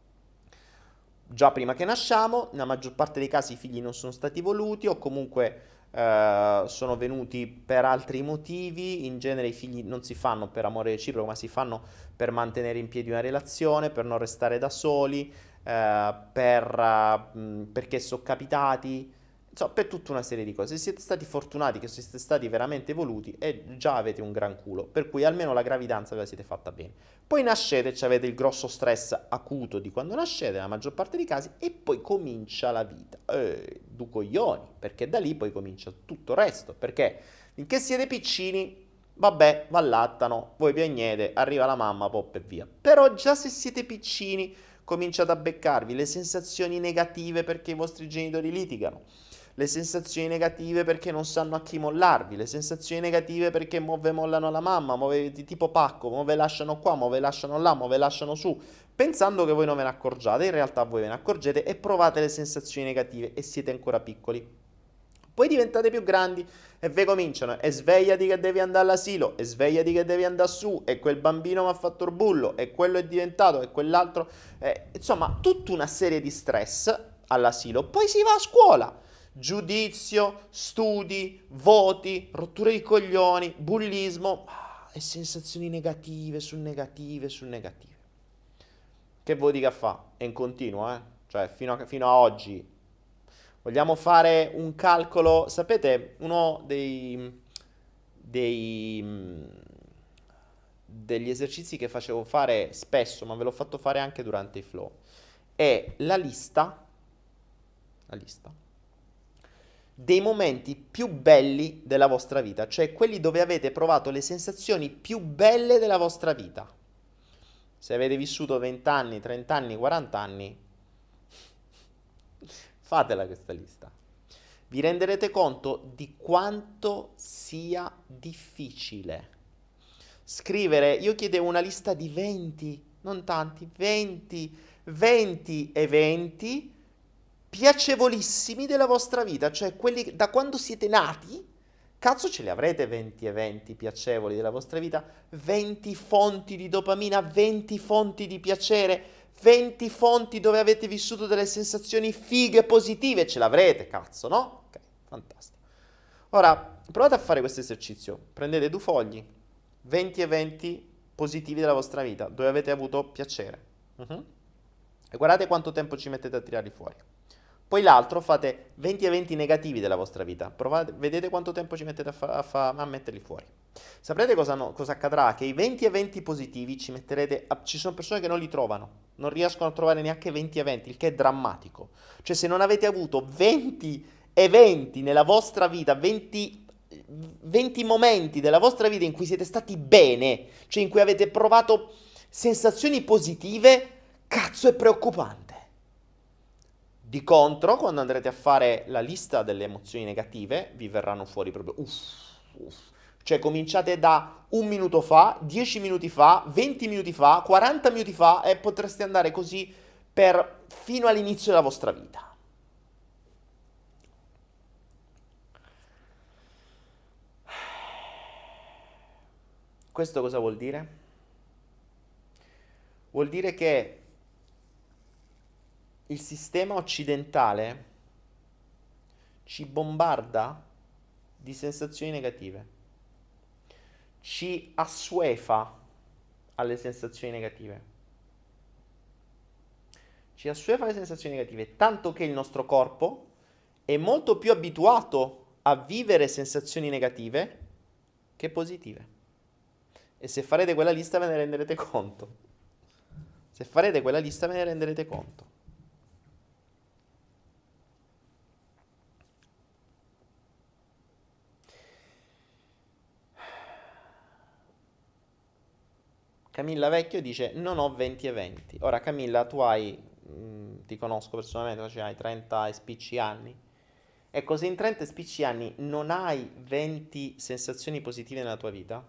Già prima che nasciamo, nella maggior parte dei casi i figli non sono stati voluti o comunque eh, sono venuti per altri motivi. In genere i figli non si fanno per amore reciproco, ma si fanno per mantenere in piedi una relazione, per non restare da soli, eh, per, uh, perché sono capitati, insomma, per tutta una serie di cose. Se siete stati fortunati, che siete stati veramente voluti, e già avete un gran culo, per cui almeno la gravidanza ve la siete fatta bene. Poi nascete e avete il grosso stress acuto di quando nascete, nella maggior parte dei casi, e poi comincia la vita. Eh, du coglioni, perché da lì poi comincia tutto il resto, perché finché siete piccini, vabbè, vallattano, voi piagnete, arriva la mamma, pop e via. Però già se siete piccini, cominciate a beccarvi le sensazioni negative perché i vostri genitori litigano, le sensazioni negative perché non sanno a chi mollarvi, le sensazioni negative perché mo ve mollano la mamma, mo ve, tipo pacco, mo ve lasciano qua, mo ve lasciano là, mo ve lasciano su, pensando che voi non ve ne accorgiate, in realtà voi ve ne accorgete e provate le sensazioni negative e siete ancora piccoli. Poi diventate più grandi e ve cominciano, e svegliati che devi andare all'asilo, e svegliati che devi andare su, e quel bambino mi ha fatto il bullo, e quello è diventato, e quell'altro, eh, insomma, tutta una serie di stress all'asilo. Poi si va a scuola. Giudizio, studi, voti, rotture di coglioni, bullismo ah, e sensazioni negative su negative su negative. Che vuoi dica fa? È in continuo, eh? Cioè, fino a, fino a oggi. Vogliamo fare un calcolo? Sapete, uno dei, dei degli esercizi che facevo fare spesso, ma ve l'ho fatto fare anche durante i flow, è la lista, la lista dei momenti più belli della vostra vita, cioè quelli dove avete provato le sensazioni più belle della vostra vita. Se avete vissuto venti anni, trenta anni, quaranta anni, fatela questa lista. Vi renderete conto di quanto sia difficile scrivere. Io chiedevo una lista di venti, non tanti, venti, venti eventi piacevolissimi della vostra vita, cioè quelli da quando siete nati. Cazzo, ce li avrete venti eventi piacevoli della vostra vita, venti fonti di dopamina, venti fonti di piacere, venti fonti dove avete vissuto delle sensazioni fighe, positive, ce l'avrete, cazzo, no? Ok, fantastico. Ora, provate a fare questo esercizio. Prendete due fogli, venti eventi positivi della vostra vita, dove avete avuto piacere. Uh-huh. E guardate quanto tempo ci mettete a tirarli fuori. Poi l'altro fate venti eventi negativi della vostra vita. Provate, vedete quanto tempo ci mettete a, fa, a, fa, a metterli fuori. Saprete cosa, no, cosa accadrà? Che i venti eventi positivi ci metterete... A, ci sono persone che non li trovano. Non riescono a trovare neanche venti eventi, il che è drammatico. Cioè se non avete avuto venti eventi nella vostra vita, venti, venti momenti della vostra vita in cui siete stati bene, cioè in cui avete provato sensazioni positive, cazzo è preoccupante. Di contro, quando andrete a fare la lista delle emozioni negative, vi verranno fuori proprio uff, uff. Cioè cominciate da un minuto fa, dieci minuti fa, venti minuti fa, quaranta minuti fa e potreste andare così per fino all'inizio della vostra vita. Questo cosa vuol dire? Vuol dire che il sistema occidentale ci bombarda di sensazioni negative, ci assuefa alle sensazioni negative, ci assuefa alle sensazioni negative, tanto che il nostro corpo è molto più abituato a vivere sensazioni negative che positive. E se farete quella lista ve ne renderete conto. Se farete quella lista ve ne renderete conto. Camilla Vecchio dice non ho venti eventi. Ora Camilla, tu hai, mh, ti conosco personalmente, cioè hai trenta e spicci anni. Ecco, se in trenta e spicci anni non hai venti sensazioni positive nella tua vita,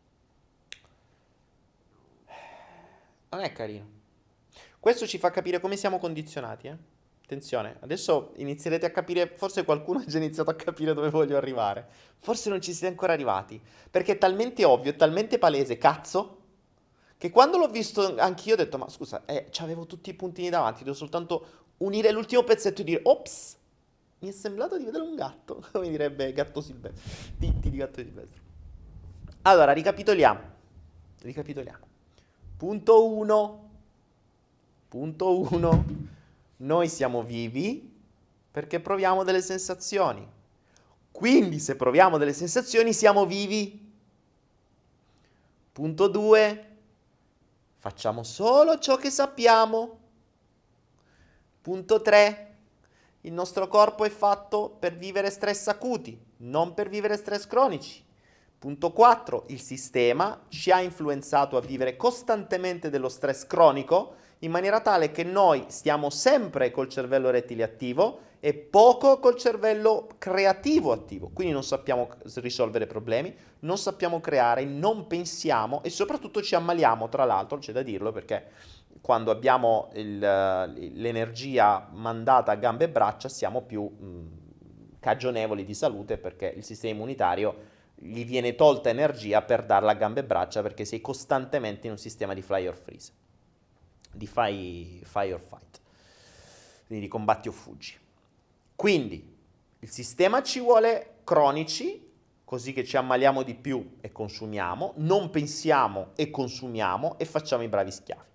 non è carino. Questo ci fa capire come siamo condizionati, eh? Attenzione, adesso inizierete a capire, forse qualcuno ha già iniziato a capire dove voglio arrivare. Forse non ci siete ancora arrivati, perché è talmente ovvio, è talmente palese, cazzo, che quando l'ho visto anch'io ho detto, ma scusa, eh, c'avevo tutti i puntini davanti, devo soltanto unire l'ultimo pezzetto e dire, ops, mi è sembrato di vedere un gatto, come direbbe Gatto Silvestro, Titti di Gatto Silvestro. Allora, ricapitoliamo, ricapitoliamo. Punto uno, punto uno, noi siamo vivi perché proviamo delle sensazioni, quindi se proviamo delle sensazioni siamo vivi. Punto due, facciamo solo ciò che sappiamo. Punto tre, il nostro corpo è fatto per vivere stress acuti, non per vivere stress cronici. Punto quattro, il sistema ci ha influenzato a vivere costantemente dello stress cronico in maniera tale che noi stiamo sempre col cervello rettile attivo e poco col cervello creativo attivo. Quindi non sappiamo risolvere problemi, non sappiamo creare, non pensiamo e soprattutto ci ammaliamo, tra l'altro, c'è da dirlo perché quando abbiamo il, l'energia mandata a gambe e braccia siamo più mh, cagionevoli di salute perché il sistema immunitario gli viene tolta energia per darla a gambe e braccia perché sei costantemente in un sistema di fly or freeze, di fly, fly or fight, quindi di combatti o fuggi. Quindi il sistema ci vuole cronici, così che ci ammaliamo di più e consumiamo, non pensiamo e consumiamo e facciamo i bravi schiavi.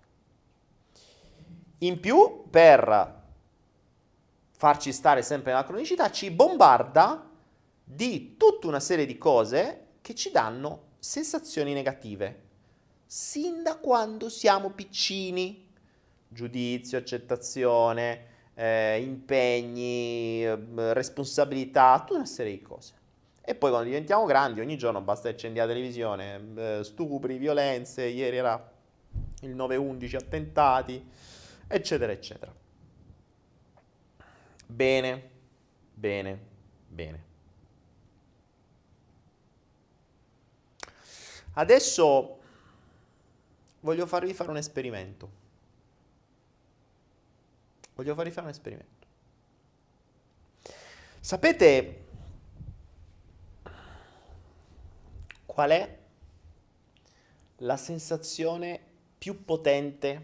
In più, per farci stare sempre nella cronicità, ci bombarda di tutta una serie di cose che ci danno sensazioni negative, sin da quando siamo piccini. Giudizio, accettazione, eh, impegni, eh, responsabilità, tutta una serie di cose. E poi quando diventiamo grandi, ogni giorno basta accendi la televisione, eh, stupri, violenze, ieri era il nove undici, attentati, eccetera, eccetera. Bene, bene, bene. Adesso voglio farvi fare un esperimento. Voglio farvi fare un esperimento. Sapete qual è la sensazione più potente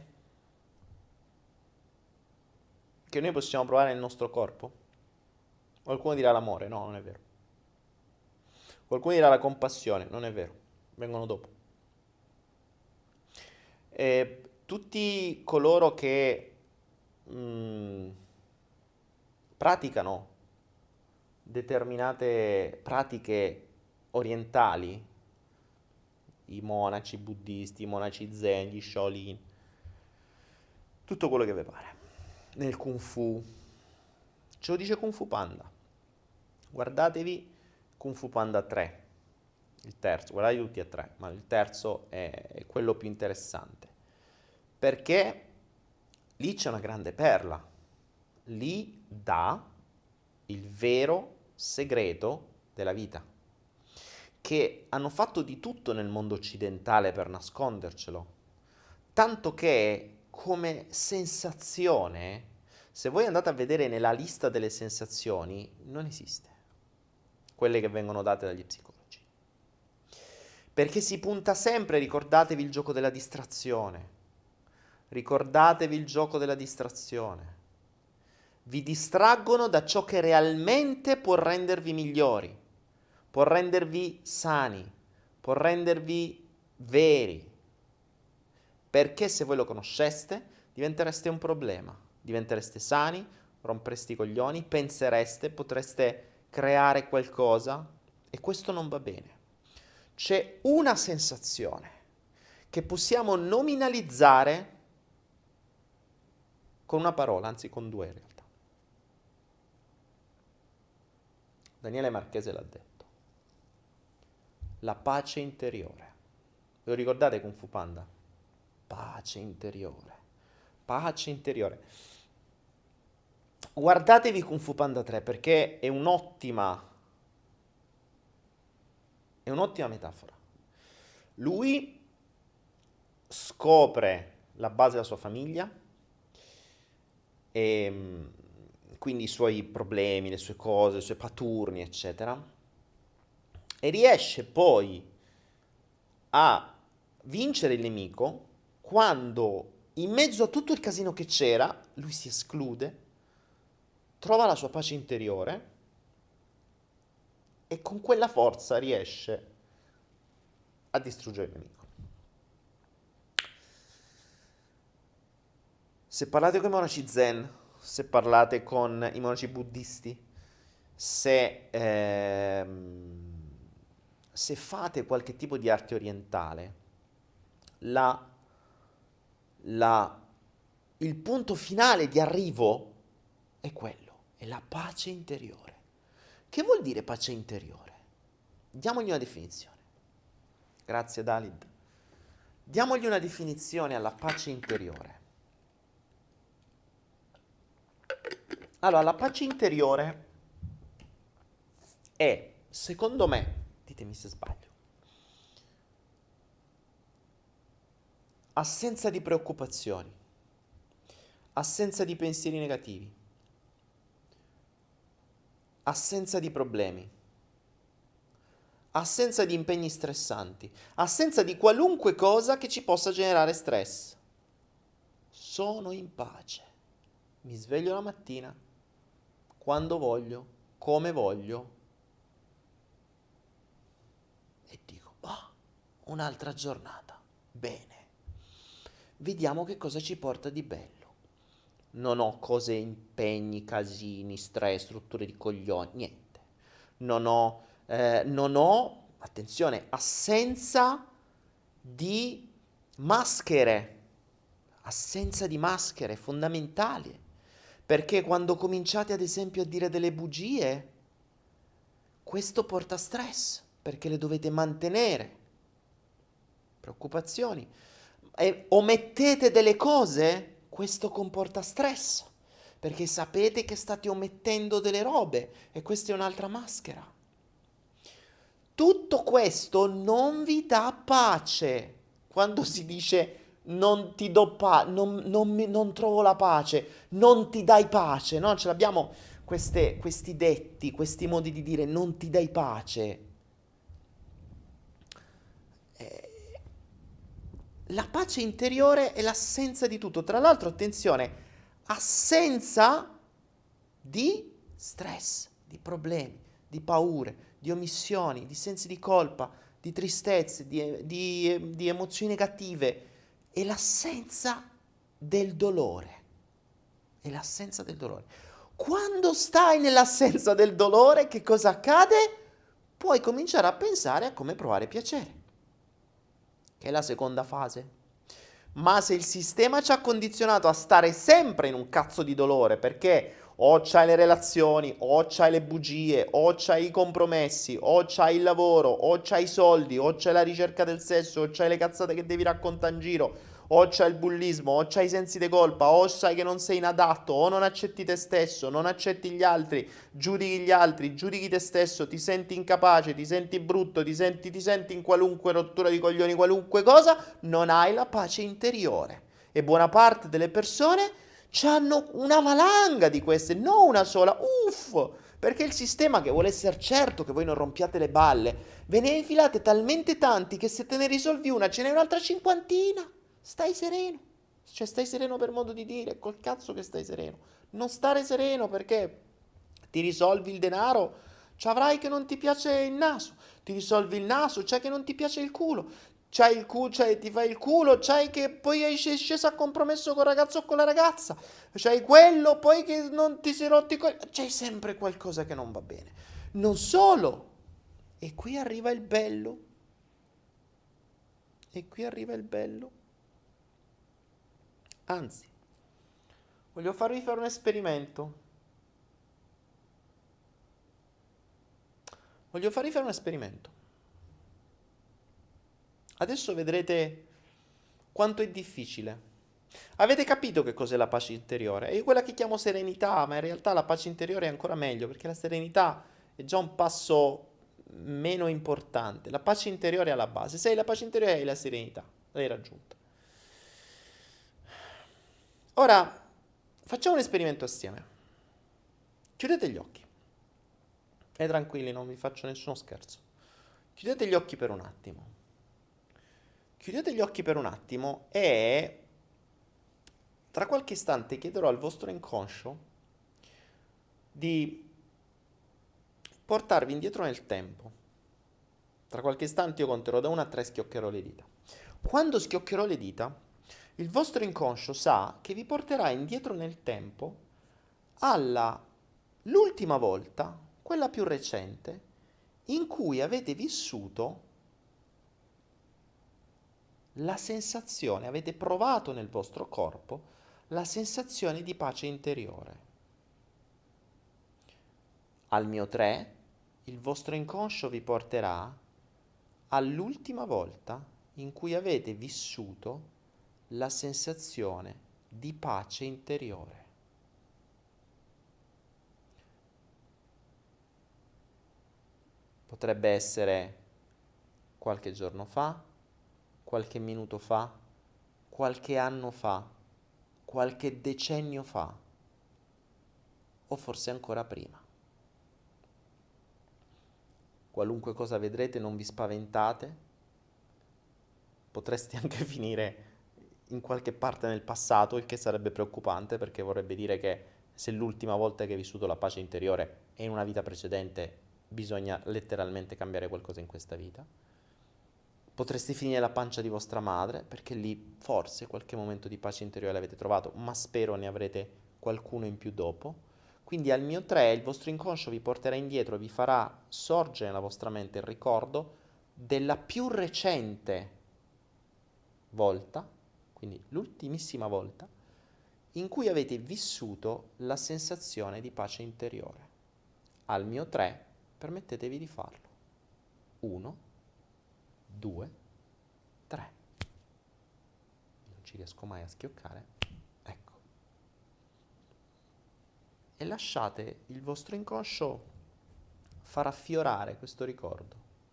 che noi possiamo provare nel nostro corpo? Qualcuno dirà l'amore, no, non è vero. Qualcuno dirà la compassione, non è vero, vengono dopo. E tutti coloro che mh, praticano determinate pratiche orientali, i monaci buddisti, i monaci zen, gli shaolin, tutto quello che vi pare, nel Kung Fu, ce lo dice Kung Fu Panda. Guardatevi Kung Fu Panda tre, il terzo, guardate tutti e tre, ma il terzo è, è quello più interessante, perché lì c'è una grande perla, lì dà il vero segreto della vita, che hanno fatto di tutto nel mondo occidentale per nascondercelo, tanto che come sensazione, se voi andate a vedere nella lista delle sensazioni, non esiste, quelle che vengono date dagli psicologi, perché si punta sempre, ricordatevi il gioco della distrazione, ricordatevi il gioco della distrazione, vi distraggono da ciò che realmente può rendervi migliori, può rendervi sani, può rendervi veri, perché se voi lo conosceste diventereste un problema, diventereste sani, rompereste i coglioni, pensereste, potreste creare qualcosa e questo non va bene. C'è una sensazione che possiamo nominalizzare con una parola, anzi con due in realtà. Daniele Marchese l'ha detto. La pace interiore. Ve lo ricordate Kung Fu Panda? Pace interiore. Pace interiore. Guardatevi Kung Fu Panda tre perché è un'ottima è un'ottima metafora. Lui scopre la base della sua famiglia e quindi i suoi problemi, le sue cose, i suoi paturni, eccetera, e riesce poi a vincere il nemico quando in mezzo a tutto il casino che c'era lui si esclude, trova la sua pace interiore e con quella forza riesce a distruggere il nemico. Se parlate con i monaci zen, se parlate con i monaci buddisti, se, ehm, se fate qualche tipo di arte orientale, la, la, il punto finale di arrivo è quello, è la pace interiore. Che vuol dire pace interiore? Diamogli una definizione. Grazie Dalid. Diamogli una definizione alla pace interiore. Allora, la pace interiore è, secondo me, ditemi se sbaglio, assenza di preoccupazioni, assenza di pensieri negativi, assenza di problemi, assenza di impegni stressanti, assenza di qualunque cosa che ci possa generare stress. Sono in pace. Mi sveglio la mattina, quando voglio, come voglio, e dico, oh, un'altra giornata. Bene. Vediamo che cosa ci porta di bello. Non ho cose, impegni, casini, stress, strutture di coglioni, niente. Non ho, eh, non ho, attenzione, assenza di maschere. Assenza di maschere, fondamentale. Perché quando cominciate ad esempio a dire delle bugie, questo porta stress, perché le dovete mantenere. Preoccupazioni. e omettete delle cose, questo comporta stress, perché sapete che state omettendo delle robe e questa è un'altra maschera. Tutto questo non vi dà pace. Quando si dice non ti do pace, non, non, mi- non trovo la pace, non ti dai pace, no? Ce l'abbiamo queste- questi detti, questi modi di dire non ti dai pace. Eh, La pace interiore è l'assenza di tutto. Tra l'altro, attenzione, assenza di stress, di problemi, di paure, di omissioni, di sensi di colpa, di tristezze, di, di- di emozioni negative. È l'assenza del dolore. È l'assenza del dolore. Quando stai nell'assenza del dolore, che cosa accade? Puoi cominciare a pensare a come provare piacere, che è la seconda fase. Ma se il sistema ci ha condizionato a stare sempre in un cazzo di dolore, perché o c'hai le relazioni, o c'hai le bugie, o c'hai i compromessi, o c'hai il lavoro, o c'hai i soldi, o c'hai la ricerca del sesso, o c'hai le cazzate che devi raccontare in giro, o c'hai il bullismo, o c'hai i sensi di colpa, o sai che non sei inadatto, o non accetti te stesso, non accetti gli altri, giudichi gli altri, giudichi te stesso, ti senti incapace, ti senti brutto, ti senti, ti senti in qualunque rottura di coglioni, qualunque cosa, non hai la pace interiore. E buona parte delle persone hanno una valanga di queste, non una sola, uff, perché il sistema che vuole essere certo che voi non rompiate le balle, ve ne infilate talmente tanti che se te ne risolvi una ce n'è un'altra cinquantina. Stai sereno, cioè stai sereno per modo di dire, col cazzo che stai sereno. Non stare sereno perché ti risolvi il denaro, ci avrai che non ti piace il naso, ti risolvi il naso, c'è che non ti piace il culo, c'hai il culo, c'hai, ti fai il culo, c'hai che poi hai sc- sceso a compromesso con il ragazzo o con la ragazza, c'hai quello, poi che non ti sei rotti, co- c'hai sempre qualcosa che non va bene. Non solo, e qui arriva il bello, e qui arriva il bello. Anzi, voglio farvi fare un esperimento. Voglio farvi fare un esperimento. Adesso vedrete quanto è difficile. Avete capito che cos'è la pace interiore? È quella che chiamo serenità, ma in realtà la pace interiore è ancora meglio, perché la serenità è già un passo meno importante. La pace interiore è alla base. Se hai la pace interiore hai la serenità, l'hai raggiunta. Ora, facciamo un esperimento assieme. Chiudete gli occhi. E tranquilli, non vi faccio nessuno scherzo. Chiudete gli occhi per un attimo. Chiudete gli occhi per un attimo e tra qualche istante chiederò al vostro inconscio di portarvi indietro nel tempo. Tra qualche istante io conterò da uno a tre e schioccherò le dita. Quando schioccherò le dita, il vostro inconscio sa che vi porterà indietro nel tempo alla l'ultima volta, quella più recente, in cui avete vissuto la sensazione, avete provato nel vostro corpo la sensazione di pace interiore. Al mio tre, il vostro inconscio vi porterà all'ultima volta in cui avete vissuto la sensazione di pace interiore. Potrebbe essere qualche giorno fa, qualche minuto fa, qualche anno fa, qualche decennio fa, o forse ancora prima. Qualunque cosa vedrete, non vi spaventate, potreste anche finire in qualche parte nel passato, il che sarebbe preoccupante perché vorrebbe dire che se l'ultima volta che hai vissuto la pace interiore è in una vita precedente, bisogna letteralmente cambiare qualcosa in questa vita. Potreste finire alla pancia di vostra madre, perché lì forse qualche momento di pace interiore l'avete trovato, ma spero ne avrete qualcuno in più dopo. Quindi al mio tre il vostro inconscio vi porterà indietro e vi farà sorgere nella vostra mente il ricordo della più recente volta, quindi l'ultimissima volta, in cui avete vissuto la sensazione di pace interiore. Al mio tre permettetevi di farlo. uno, due, tre. ci riesco mai a schioccare, ecco. E lasciate il vostro inconscio far affiorare questo ricordo.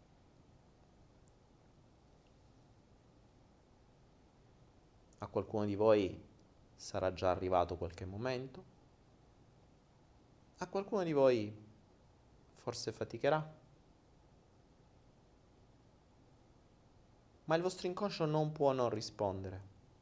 A qualcuno di voi sarà già arrivato qualche momento, a qualcuno di voi forse faticherà, ma il vostro inconscio non può non rispondere.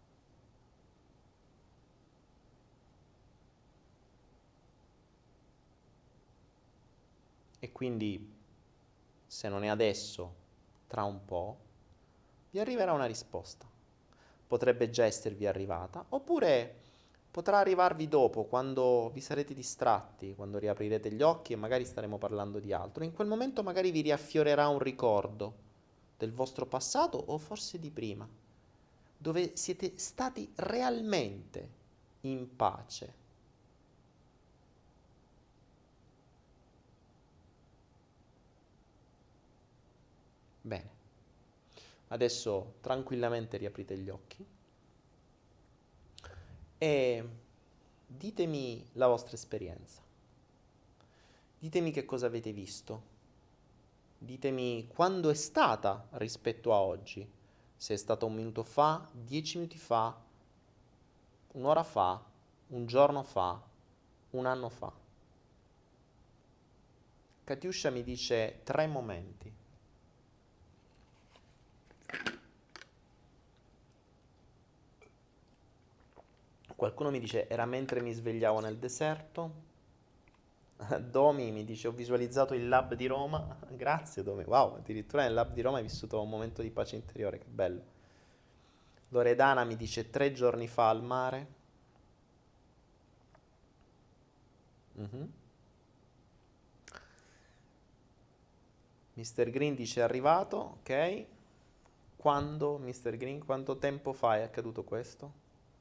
E quindi, se non è adesso, tra un po', vi arriverà una risposta. Potrebbe già esservi arrivata, oppure potrà arrivarvi dopo, quando vi sarete distratti, quando riaprirete gli occhi e magari staremo parlando di altro. In quel momento magari vi riaffiorerà un ricordo del vostro passato o forse di prima, dove siete stati realmente in pace. Bene, adesso tranquillamente riaprite gli occhi e ditemi la vostra esperienza. Ditemi che cosa avete visto. Ditemi quando è stata rispetto a oggi. Se è stato un minuto fa, dieci minuti fa, un'ora fa, un giorno fa, un anno fa. Katiuscia mi dice tre momenti. Qualcuno mi dice era mentre mi svegliavo nel deserto. Domi mi dice ho visualizzato il lab di Roma. Grazie Domi, wow, addirittura nel lab di Roma hai vissuto un momento di pace interiore, che bello. Loredana mi dice tre giorni fa al mare. Mhm. mister Green dice è arrivato, ok. Quando, mister Green, quanto tempo fa è accaduto questo?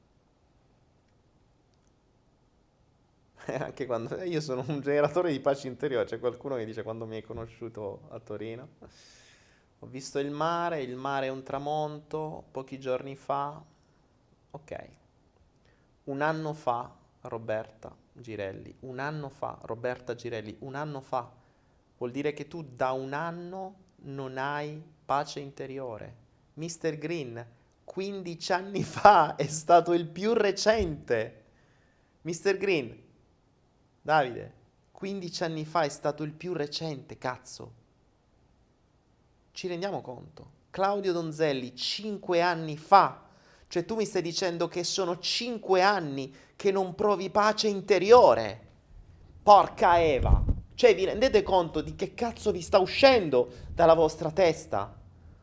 Anche quando io sono un generatore di pace interiore, c'è qualcuno che dice quando mi hai conosciuto a Torino. Ho visto il mare, il mare è un tramonto, pochi giorni fa. Ok. Un anno fa, Roberta Girelli, un anno fa, Roberta Girelli, un anno fa. Vuol dire che tu da un anno non hai pace interiore. mister Green, quindici anni fa è stato il più recente. mister Green, Davide, quindici anni fa è stato il più recente, cazzo. Ci rendiamo conto? Claudio Donzelli, cinque anni fa. Cioè tu mi stai dicendo che sono cinque anni che non provi pace interiore. Porca Eva. Cioè vi rendete conto di che cazzo vi sta uscendo dalla vostra testa?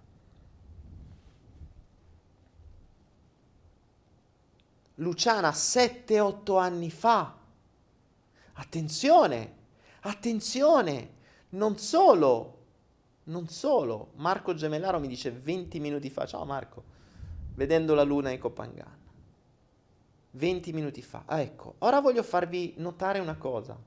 Luciana, sette otto anni fa. Attenzione, attenzione, non solo, non solo, Marco Gemellaro mi dice venti minuti fa, ciao Marco, vedendo la luna in Copangan, venti minuti fa, ah, ecco, ora voglio farvi notare una cosa,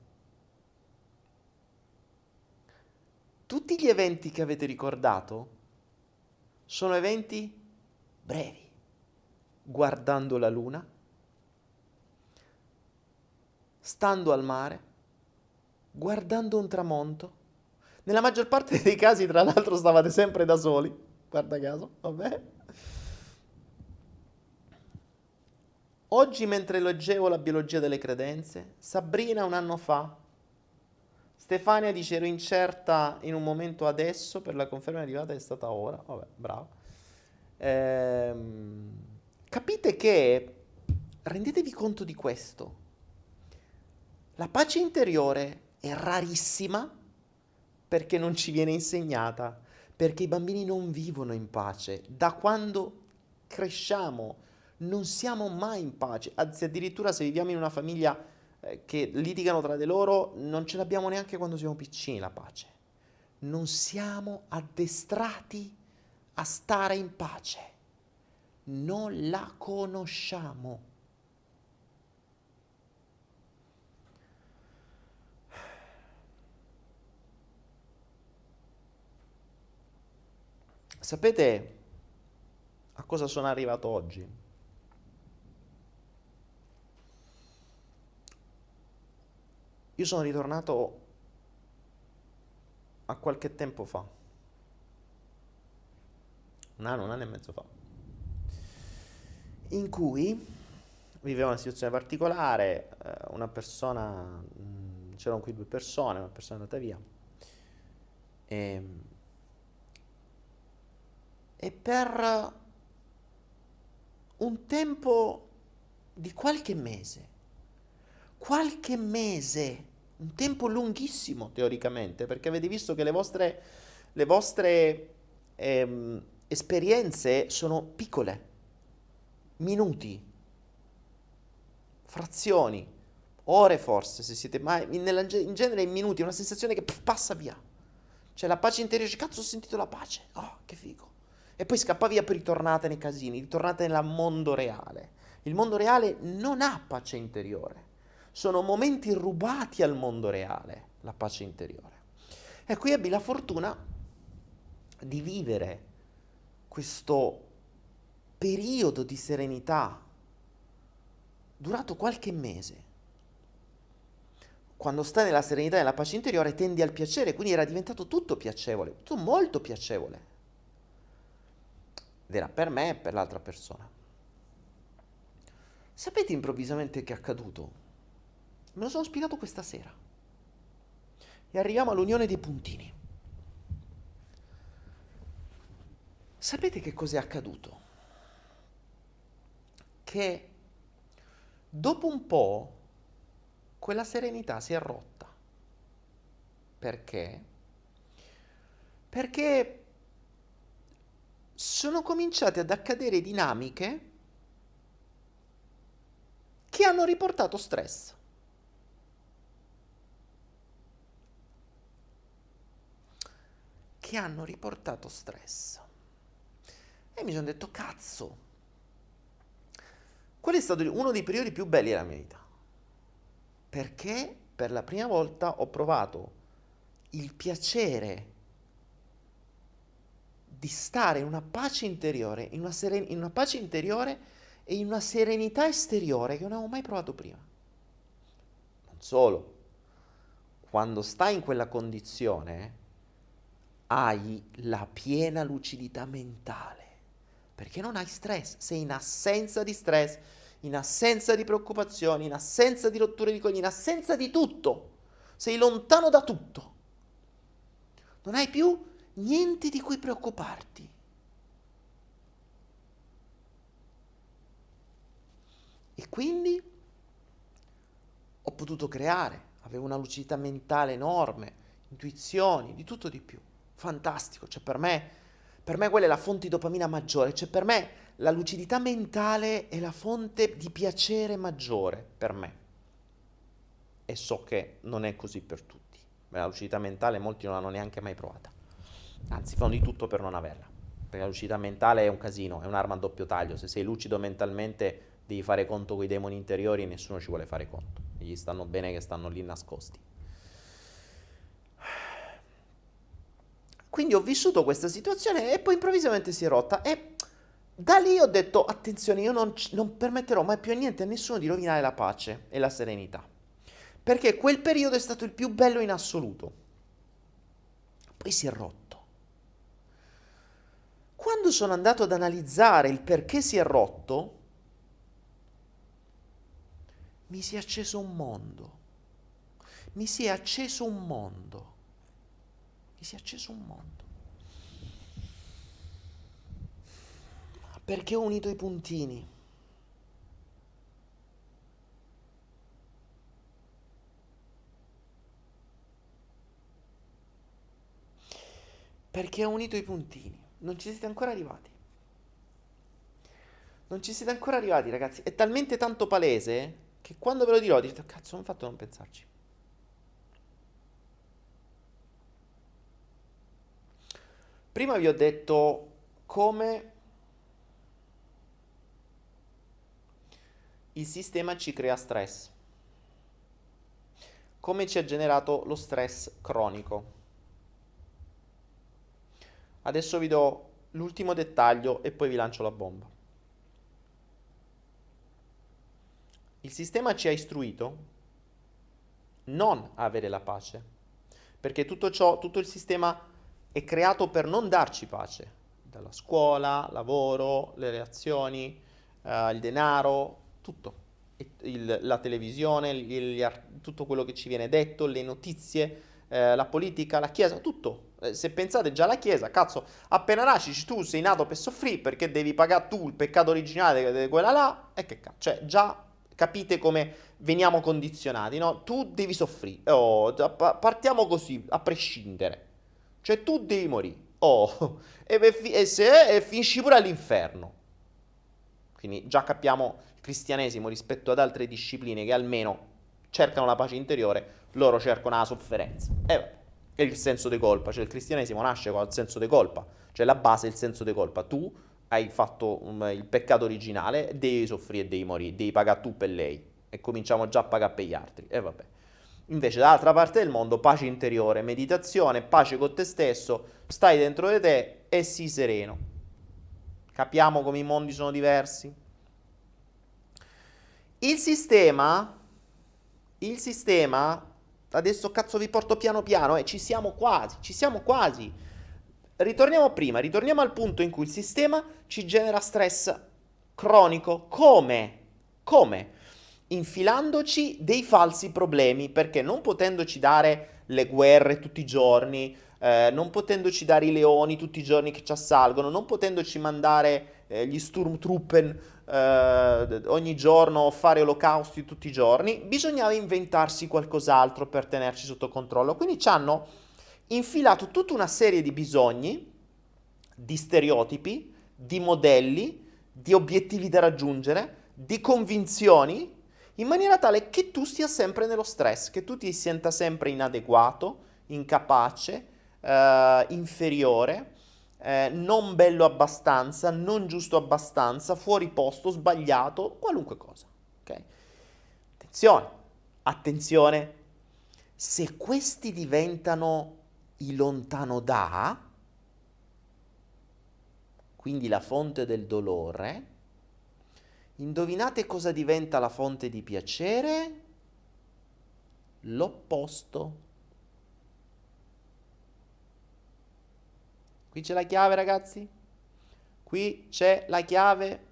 tutti gli eventi che avete ricordato sono eventi brevi, guardando la luna, stando al mare, guardando un tramonto. Nella maggior parte dei casi, tra l'altro, stavate sempre da soli. Guarda caso, vabbè. Oggi, mentre leggevo la biologia delle credenze, Sabrina un anno fa, Stefania dice ero incerta in un momento adesso, per la conferma è arrivata è stata ora. Vabbè, bravo. Ehm, capite che, rendetevi conto di questo, la pace interiore è rarissima perché non ci viene insegnata, perché i bambini non vivono in pace. Da quando cresciamo non siamo mai in pace, anzi addirittura se viviamo in una famiglia eh, che litigano tra di loro, non ce l'abbiamo neanche quando siamo piccini la pace. Non siamo addestrati a stare in pace, non la conosciamo. Sapete a cosa sono arrivato oggi? Io sono ritornato a qualche tempo fa, un anno, un anno e mezzo fa, in cui vivevo una situazione particolare, eh, una persona, mh, c'erano qui due persone, una persona è andata via, e, e per un tempo di qualche mese, qualche mese, un tempo lunghissimo teoricamente, perché avete visto che le vostre, le vostre ehm, esperienze sono piccole, minuti, frazioni, ore forse, se siete mai, in, nella- in genere in minuti, è una sensazione che pff, passa via. Cioè la pace interiore, dice, cazzo ho sentito la pace, oh che figo. E poi scappa via, poi ritornate nei casini, ritornate nel mondo reale. Il mondo reale non ha pace interiore. Sono momenti rubati al mondo reale, la pace interiore. E qui ebbi la fortuna di vivere questo periodo di serenità durato qualche mese. Quando stai nella serenità e nella pace interiore tendi al piacere, quindi era diventato tutto piacevole, tutto molto piacevole. Ed era per me e per l'altra persona. Sapete improvvisamente che è accaduto? Me lo sono spiegato questa sera. E arriviamo all'unione dei puntini. Sapete che cos'è accaduto? Che dopo un po' quella serenità si è rotta. Perché? Perché sono cominciate ad accadere dinamiche che hanno riportato stress. Che hanno riportato stress. E mi sono detto, cazzo, quello è stato uno dei periodi più belli della mia vita. Perché per la prima volta ho provato il piacere di stare in una pace interiore, in una, seren- in una pace interiore e in una serenità esteriore che non avevo mai provato prima. Non solo, quando stai in quella condizione hai la piena lucidità mentale, perché non hai stress, sei in assenza di stress, in assenza di preoccupazioni, in assenza di rotture di coglioni, in assenza di tutto. Sei lontano da tutto. Non hai più niente di cui preoccuparti. E quindi ho potuto creare, avevo una lucidità mentale enorme, intuizioni, di tutto di più. Fantastico, cioè per me, per me quella è la fonte di dopamina maggiore, cioè per me la lucidità mentale è la fonte di piacere maggiore per me. E so che non è così per tutti. La lucidità mentale molti non l'hanno neanche mai provata. Anzi, fanno di tutto per non averla. Perché la lucidità mentale è un casino, è un'arma a doppio taglio. Se sei lucido mentalmente devi fare conto con i demoni interiori e nessuno ci vuole fare conto. E gli stanno bene che stanno lì nascosti. Quindi ho vissuto questa situazione e poi improvvisamente si è rotta e da lì ho detto attenzione, io non, non permetterò mai più a niente, a nessuno di rovinare la pace e la serenità, perché quel periodo è stato il più bello in assoluto. Poi si è rotto. Quando sono andato ad analizzare il perché si è rotto, mi si è acceso un mondo, mi si è acceso un mondo. Mi si è acceso un mondo. Perché ho unito i puntini. Perché ho unito i puntini. Non ci siete ancora arrivati. Non ci siete ancora arrivati, ragazzi. È talmente tanto palese che quando ve lo dirò dite, cazzo, non ho fatto a non pensarci. Prima vi ho detto come il sistema ci crea stress, come ci ha generato lo stress cronico. Adesso vi do l'ultimo dettaglio e poi vi lancio la bomba. Il sistema ci ha istruito non avere la pace, perché tutto ciò, tutto il sistema è creato per non darci pace, dalla scuola, lavoro, le relazioni, eh, il denaro, tutto. Il- la televisione, il- gli ar- tutto quello che ci viene detto, le notizie, eh, la politica, la chiesa, tutto. Eh, se pensate già alla chiesa, cazzo, appena nasci tu sei nato per soffrire perché devi pagare tu il peccato originale di quella là, e che cazzo, cioè già capite come veniamo condizionati, no? Tu devi soffrire, oh, pa- partiamo così, a prescindere, cioè tu devi morire, oh, e, e fi- e se e finisci pure all'inferno. Quindi già capiamo il cristianesimo rispetto ad altre discipline che almeno cercano la pace interiore, loro cercano la sofferenza. E vabbè, è il senso di colpa, cioè il cristianesimo nasce con il senso di colpa, cioè la base è il senso di colpa. Tu hai fatto um, il peccato originale, devi soffrire e devi morire, devi pagare tu per lei. E cominciamo già a pagare per gli altri. E vabbè. Invece dall'altra parte del mondo, pace interiore, meditazione, pace con te stesso, stai dentro di te e sii sereno. Capiamo come i mondi sono diversi. Il sistema, il sistema, adesso cazzo vi porto piano piano, e eh, ci siamo quasi, ci siamo quasi. Ritorniamo prima, ritorniamo al punto in cui il sistema ci genera stress cronico. Come? Come? Infilandoci dei falsi problemi, perché non potendoci dare le guerre tutti i giorni, eh, non potendoci dare i leoni tutti i giorni che ci assalgono, non potendoci mandare eh, gli Sturmtruppen eh, ogni giorno, fare olocausti tutti i giorni, bisognava inventarsi qualcos'altro per tenerci sotto controllo. Quindi ci hanno infilato tutta una serie di bisogni, di stereotipi, di modelli, di obiettivi da raggiungere, di convinzioni, in maniera tale che tu stia sempre nello stress, che tu ti senta sempre inadeguato, incapace, eh, inferiore, eh, non bello abbastanza, non giusto abbastanza, fuori posto, sbagliato, qualunque cosa. Ok? Attenzione, attenzione, se questi diventano i lontano da, quindi la fonte del dolore, indovinate cosa diventa la fonte di piacere? L'opposto. Qui c'è la chiave, ragazzi. Qui c'è la chiave.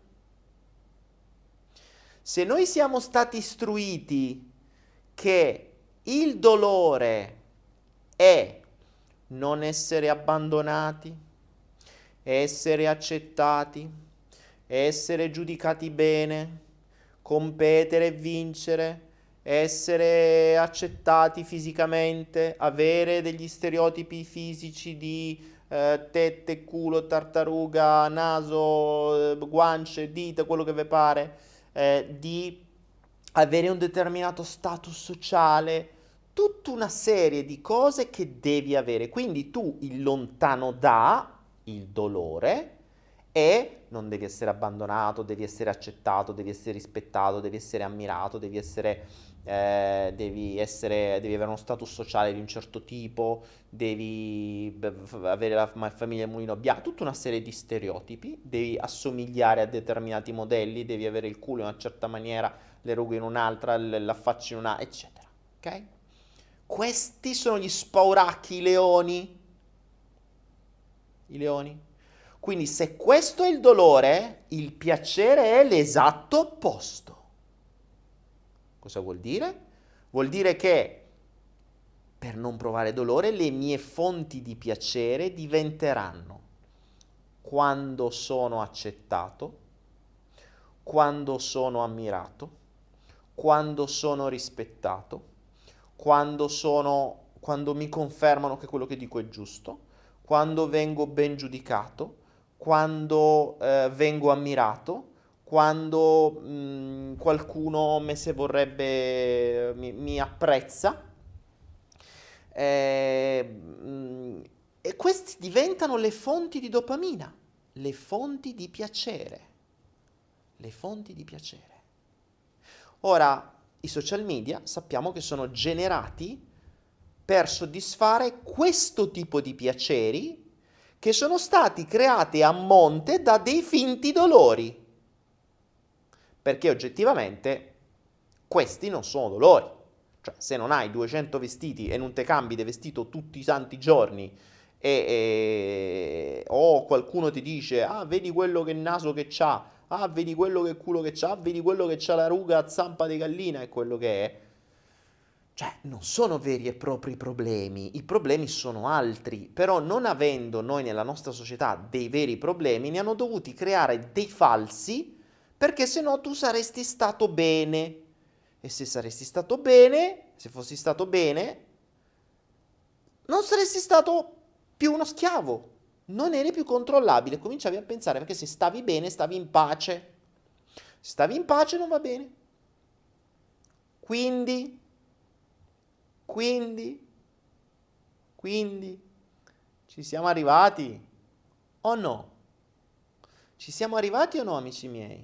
Se noi siamo stati istruiti che il dolore è non essere abbandonati, essere accettati, essere giudicati bene, competere e vincere, essere accettati fisicamente, avere degli stereotipi fisici di eh, tette, culo, tartaruga, naso, eh, guance, dita, quello che vi pare, eh, di avere un determinato status sociale, tutta una serie di cose che devi avere. Quindi tu il lontano da, il dolore, e non devi essere abbandonato, devi essere accettato, devi essere rispettato, devi essere ammirato, devi essere, eh, devi essere, devi avere uno status sociale di un certo tipo, devi beh, f- avere la f- famiglia del mulino bianco, tutta una serie di stereotipi, devi assomigliare a determinati modelli, devi avere il culo in una certa maniera, le rughe in un'altra, l- la faccia in un'altra, eccetera. Ok? Questi sono gli spauracchi, i leoni. I leoni. Quindi se questo è il dolore, il piacere è l'esatto opposto. Cosa vuol dire? Vuol dire che per non provare dolore le mie fonti di piacere diventeranno quando sono accettato, quando sono ammirato, quando sono rispettato, quando sono, quando mi confermano che quello che dico è giusto, quando vengo ben giudicato, quando eh, vengo ammirato, quando mh, qualcuno me se vorrebbe mi, mi apprezza. Eh, mh, e questi diventano le fonti di dopamina, le fonti di piacere, le fonti di piacere. Ora, i social media sappiamo che sono generati per soddisfare questo tipo di piaceri che sono stati creati a monte da dei finti dolori, perché oggettivamente questi non sono dolori, Cioè, se non hai duecento vestiti e non te cambi di vestito tutti i santi giorni e, e- o qualcuno ti dice, ah, vedi quello che naso che c'ha, ah, vedi quello che culo che c'ha, vedi quello che c'ha la ruga a zampa di gallina e quello che è. Cioè, non sono veri e propri problemi, i problemi sono altri, però non avendo noi nella nostra società dei veri problemi, ne hanno dovuti creare dei falsi, perché se no tu saresti stato bene. E se saresti stato bene, se fossi stato bene, non saresti stato più uno schiavo, non eri più controllabile, cominciavi a pensare, perché se stavi bene, stavi in pace. Se stavi in pace non va bene. Quindi... Quindi, quindi, ci siamo arrivati o no? Ci siamo arrivati o no, amici miei?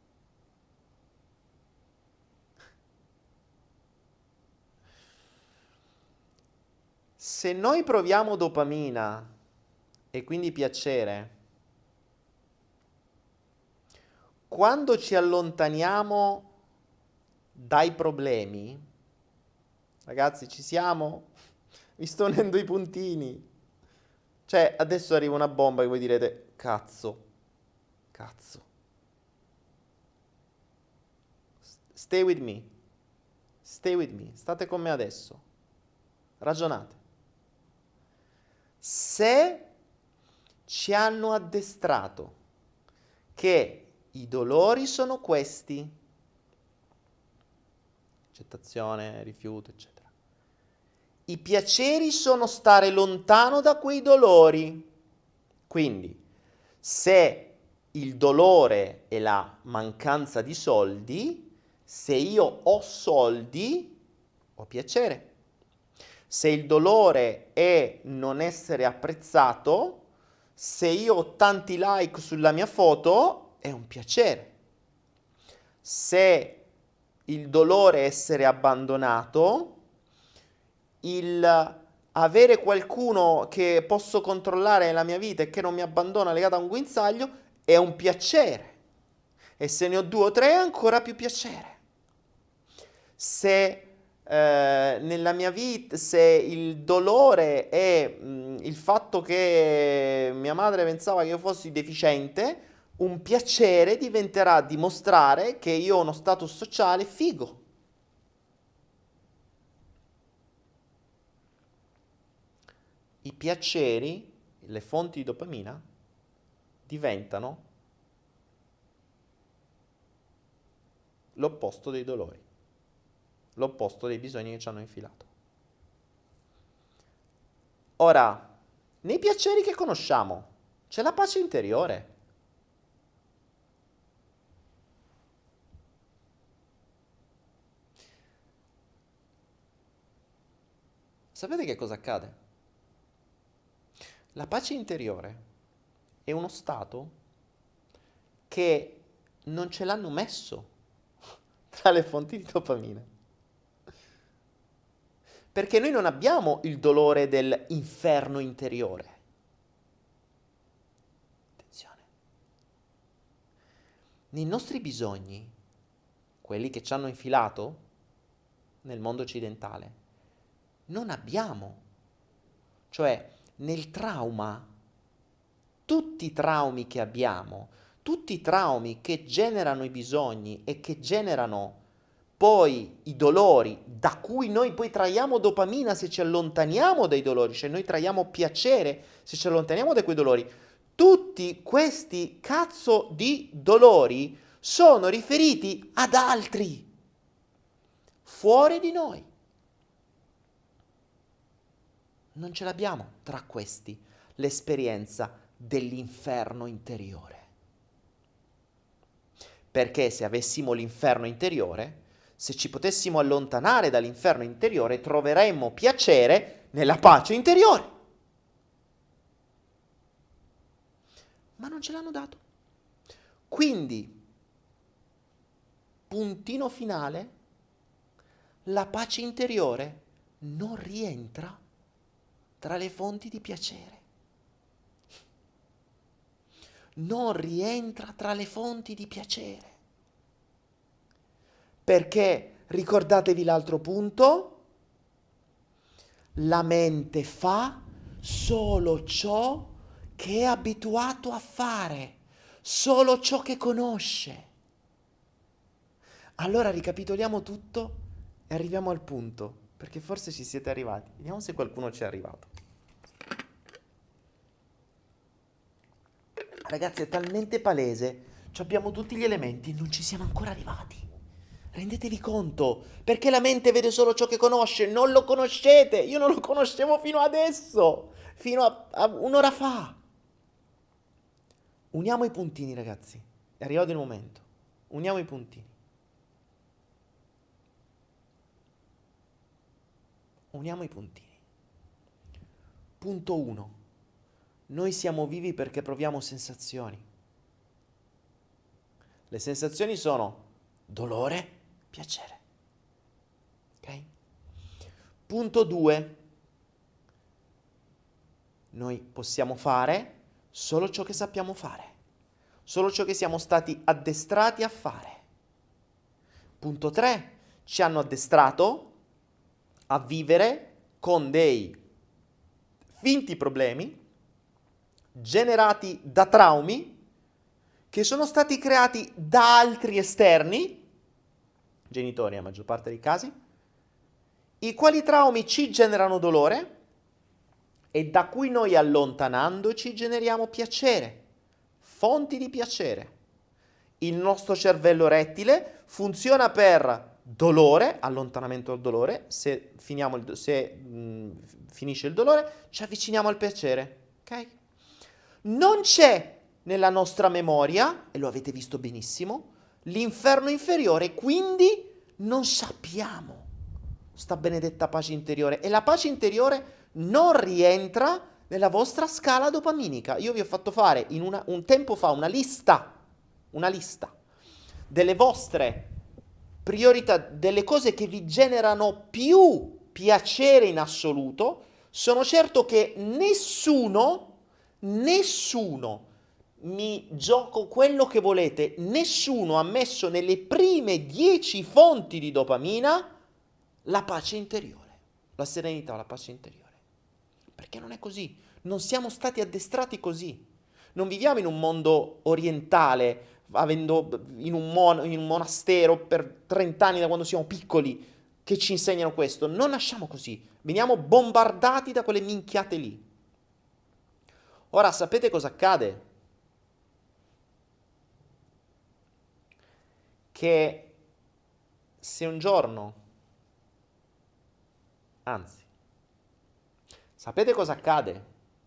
Se noi proviamo dopamina e quindi piacere, quando ci allontaniamo dai problemi, ragazzi, ci siamo? Mi sto unendo i puntini. Cioè, adesso arriva una bomba che voi direte, cazzo, cazzo. Stay with me. Stay with me. State con me adesso. Ragionate. Se ci hanno addestrato che i dolori sono questi, accettazione, rifiuto, eccetera. I piaceri sono stare lontano da quei dolori. Quindi, se il dolore è la mancanza di soldi, se io ho soldi, ho piacere. Se il dolore è non essere apprezzato, se io ho tanti like sulla mia foto, è un piacere. Se il dolore è essere abbandonato, il avere qualcuno che posso controllare nella mia vita e che non mi abbandona legato a un guinzaglio è un piacere. E se ne ho due o tre è ancora più piacere. Se eh, nella mia vita, se il dolore è mh, il fatto che mia madre pensava che io fossi deficiente, un piacere diventerà dimostrare che io ho uno status sociale figo. I piaceri, le fonti di dopamina, diventano l'opposto dei dolori, l'opposto dei bisogni che ci hanno infilato. Ora, nei piaceri che conosciamo, c'è la pace interiore. Sapete che cosa accade? La pace interiore è uno stato che non ce l'hanno messo tra le fonti di dopamina. Perché noi non abbiamo il dolore dell'inferno interiore. Attenzione. Nei nostri bisogni, quelli che ci hanno infilato nel mondo occidentale, non abbiamo. Cioè, nel trauma, tutti i traumi che abbiamo, tutti i traumi che generano i bisogni e che generano poi i dolori, da cui noi poi traiamo dopamina se ci allontaniamo dai dolori, cioè noi traiamo piacere se ci allontaniamo da quei dolori, tutti questi cazzo di dolori sono riferiti ad altri, fuori di noi. Non ce l'abbiamo tra questi l'esperienza dell'inferno interiore. Perché se avessimo l'inferno interiore, se ci potessimo allontanare dall'inferno interiore, troveremmo piacere nella pace interiore. Ma non ce l'hanno dato. Quindi, puntino finale, la pace interiore non rientra tra le fonti di piacere. Non rientra tra le fonti di piacere. Perché Ricordatevi l'altro punto. La mente fa solo ciò che è abituato a fare, solo ciò che conosce. Allora ricapitoliamo tutto e arriviamo al punto, perché forse ci siete arrivati. Vediamo se qualcuno ci è arrivato. Ragazzi, è talmente palese, abbiamo tutti gli elementi e non ci siamo ancora arrivati. Rendetevi conto, perché la mente vede solo ciò che conosce, non lo conoscete, io non lo conoscevo fino adesso, fino a, a un'ora fa. Uniamo i puntini, ragazzi, è arrivato il momento, uniamo i puntini. Uniamo i puntini. Punto uno. Noi siamo vivi perché proviamo sensazioni. Le sensazioni sono dolore, piacere. Ok? Punto due. Noi possiamo fare solo ciò che sappiamo fare. Solo ciò che siamo stati addestrati a fare. Punto tre. Ci hanno addestrato a vivere con dei finti problemi generati da traumi che sono stati creati da altri esterni, genitori nella maggior parte dei casi, i quali traumi ci generano dolore e da cui noi allontanandoci generiamo piacere, fonti di piacere. Il nostro cervello rettile funziona per dolore, allontanamento del dolore, se, finiamo il, se mh, finisce il dolore ci avviciniamo al piacere, ok? Non c'è nella nostra memoria, e lo avete visto benissimo, l'inferno inferiore, quindi non sappiamo sta benedetta pace interiore, e la pace interiore non rientra nella vostra scala dopaminica. Io vi ho fatto fare in una, un tempo fa una lista, una lista delle vostre priorità, delle cose che vi generano più piacere in assoluto. Sono certo che nessuno, nessuno, mi gioco quello che volete, nessuno ha messo nelle prime dieci fonti di dopamina la pace interiore, la serenità, la pace interiore. Perché non è così, non siamo stati addestrati così. Non viviamo in un mondo orientale, avendo in un, mon- in un monastero per trent'anni da quando siamo piccoli, che ci insegnano questo. Non nasciamo così, veniamo bombardati da quelle minchiate lì. Ora sapete cosa accade? Che se un giorno, anzi, sapete cosa accade?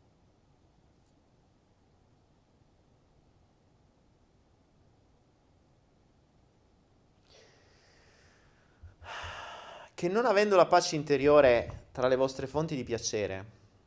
Che non avendo la pace interiore tra le vostre fonti di piacere,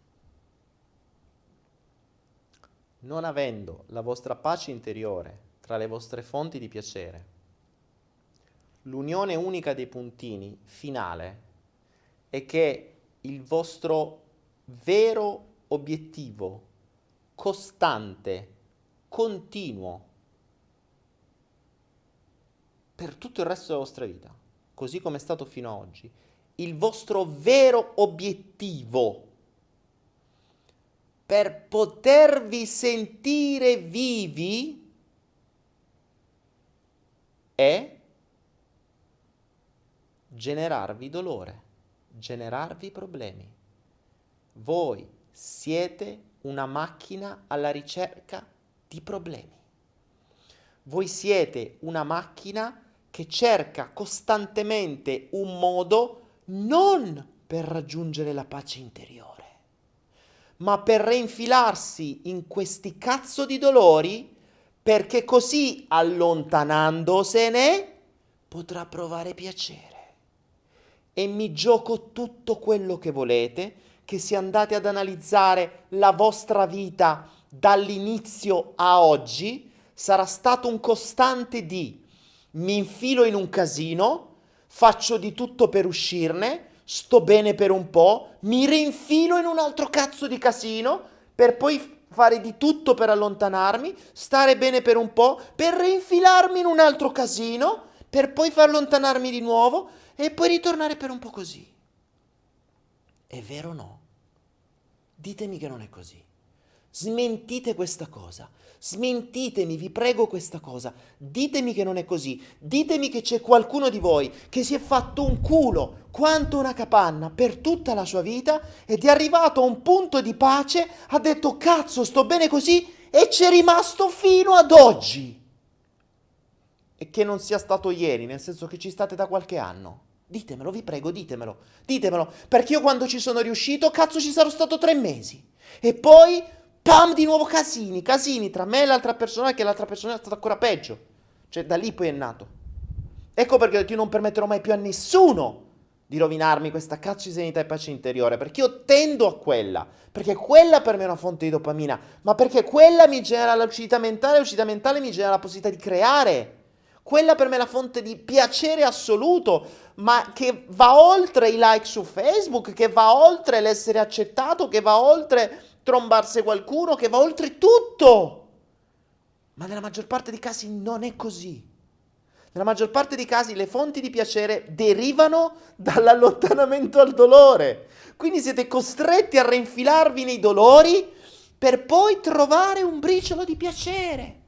non avendo la vostra pace interiore tra le vostre fonti di piacere, l'unione unica dei puntini finale è che il vostro vero obiettivo, costante, continuo, per tutto il resto della vostra vita, così come è stato fino ad oggi, il vostro vero obiettivo per potervi sentire vivi è generarvi dolore, generarvi problemi. Voi siete una macchina alla ricerca di problemi. Voi siete una macchina che cerca costantemente un modo non per raggiungere la pace interiore, ma per reinfilarsi in questi cazzo di dolori, perché così, allontanandosene, potrà provare piacere. E mi gioco tutto quello che volete, che se andate ad analizzare la vostra vita dall'inizio a oggi, sarà stato un costante di mi infilo in un casino, faccio di tutto per uscirne, sto bene per un po', mi rinfilo in un altro cazzo di casino, per poi fare di tutto per allontanarmi, stare bene per un po', per rinfilarmi in un altro casino, per poi far allontanarmi di nuovo e poi ritornare per un po' così. È vero o no? Ditemi che non è così. Smentite questa cosa. Smentitemi, vi prego questa cosa. Ditemi che non è così. Ditemi che c'è qualcuno di voi che si è fatto un culo quanto una capanna per tutta la sua vita ed è arrivato a un punto di pace, ha detto cazzo sto bene così e c'è rimasto fino ad oggi. E che non sia stato ieri, nel senso che ci state da qualche anno. Ditemelo, vi prego, ditemelo. Ditemelo, perché io quando ci sono riuscito, cazzo ci sarò stato tre mesi. E poi, pam, di nuovo casini, casini tra me e l'altra persona, che l'altra persona è stata ancora peggio. Cioè, da lì poi è nato. Ecco perché ho detto, io non permetterò mai più a nessuno di rovinarmi questa cazzo di serenità e pace interiore, perché io tendo a quella, perché quella per me è una fonte di dopamina, ma perché quella mi genera la lucidità mentale, la lucidità mentale mi genera la possibilità di creare. Quella per me è la fonte di piacere assoluto, ma che va oltre i like su Facebook, che va oltre l'essere accettato, che va oltre trombarsi qualcuno, che va oltre tutto. Ma nella maggior parte dei casi non è così. Nella maggior parte dei casi le fonti di piacere derivano dall'allontanamento al dolore. Quindi siete costretti a reinfilarvi nei dolori per poi trovare un briciolo di piacere.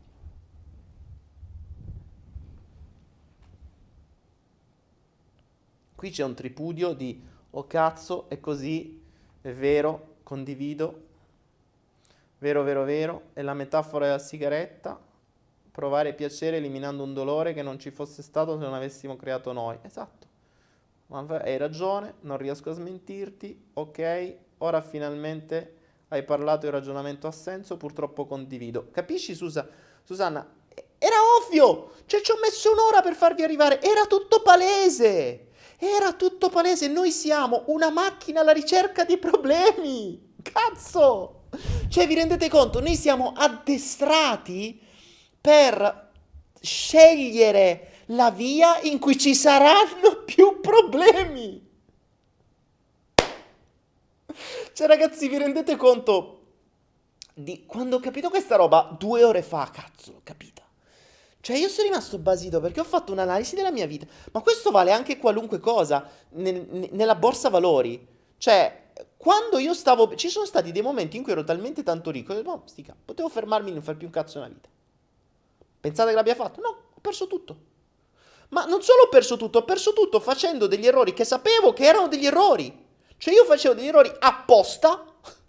Qui c'è un tripudio di oh cazzo, è così, è vero, condivido, vero, vero, vero, è la metafora della sigaretta, provare piacere eliminando un dolore che non ci fosse stato se non avessimo creato noi. Esatto, ma hai ragione, non riesco a smentirti, ok, ora finalmente hai parlato e il ragionamento ha senso, purtroppo condivido. Capisci Susa? Susanna? Era ovvio, cioè ci ho messo un'ora per farvi arrivare, era tutto palese. Era tutto palese, noi siamo una macchina alla ricerca di problemi. Cazzo! Cioè, vi rendete conto? Noi siamo addestrati per scegliere la via in cui ci saranno più problemi. Cioè, ragazzi, vi rendete conto di quando ho capito questa roba due ore fa, cazzo, l'ho capita. Cioè io sono rimasto basito perché ho fatto un'analisi della mia vita, ma questo vale anche qualunque cosa nel, ne- nella borsa valori. Cioè, quando io stavo, ci sono stati dei momenti in cui ero talmente tanto ricco, ho detto, no, stica, potevo fermarmi e non fare più un cazzo nella vita. Pensate che l'abbia fatto? No, ho perso tutto. Ma non solo ho perso tutto, ho perso tutto facendo degli errori che sapevo che erano degli errori. Cioè io facevo degli errori apposta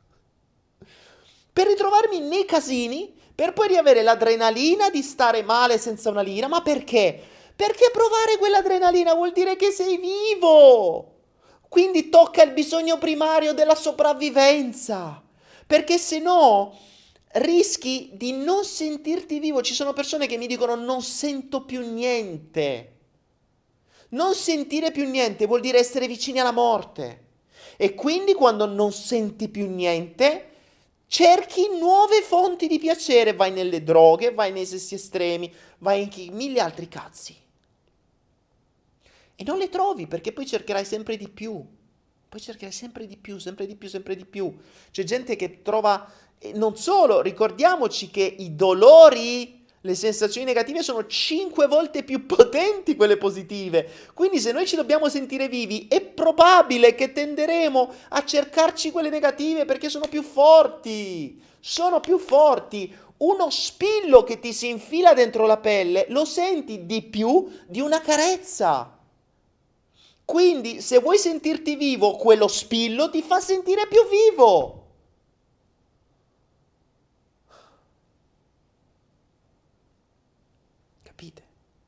per ritrovarmi nei casini, per poi riavere l'adrenalina di stare male senza una lira. Ma perché? Perché provare quell'adrenalina vuol dire che sei vivo. Quindi tocca il bisogno primario della sopravvivenza. Perché se no rischi di non sentirti vivo. Ci sono persone che mi dicono non sento più niente. Non sentire più niente vuol dire essere vicini alla morte. E quindi quando non senti più niente, cerchi nuove fonti di piacere, vai nelle droghe, vai nei sessi estremi, vai in chi, mille altri cazzi. E non le trovi perché poi cercherai sempre di più. Poi cercherai sempre di più, sempre di più, sempre di più. C'è gente che trova, e non solo, ricordiamoci che i dolori, le sensazioni negative sono cinque volte più potenti quelle positive. Quindi se noi ci dobbiamo sentire vivi, è probabile che tenderemo a cercarci quelle negative perché sono più forti. Sono più forti. Uno spillo che ti si infila dentro la pelle lo senti di più di una carezza. Quindi se vuoi sentirti vivo, quello spillo ti fa sentire più vivo. Capite?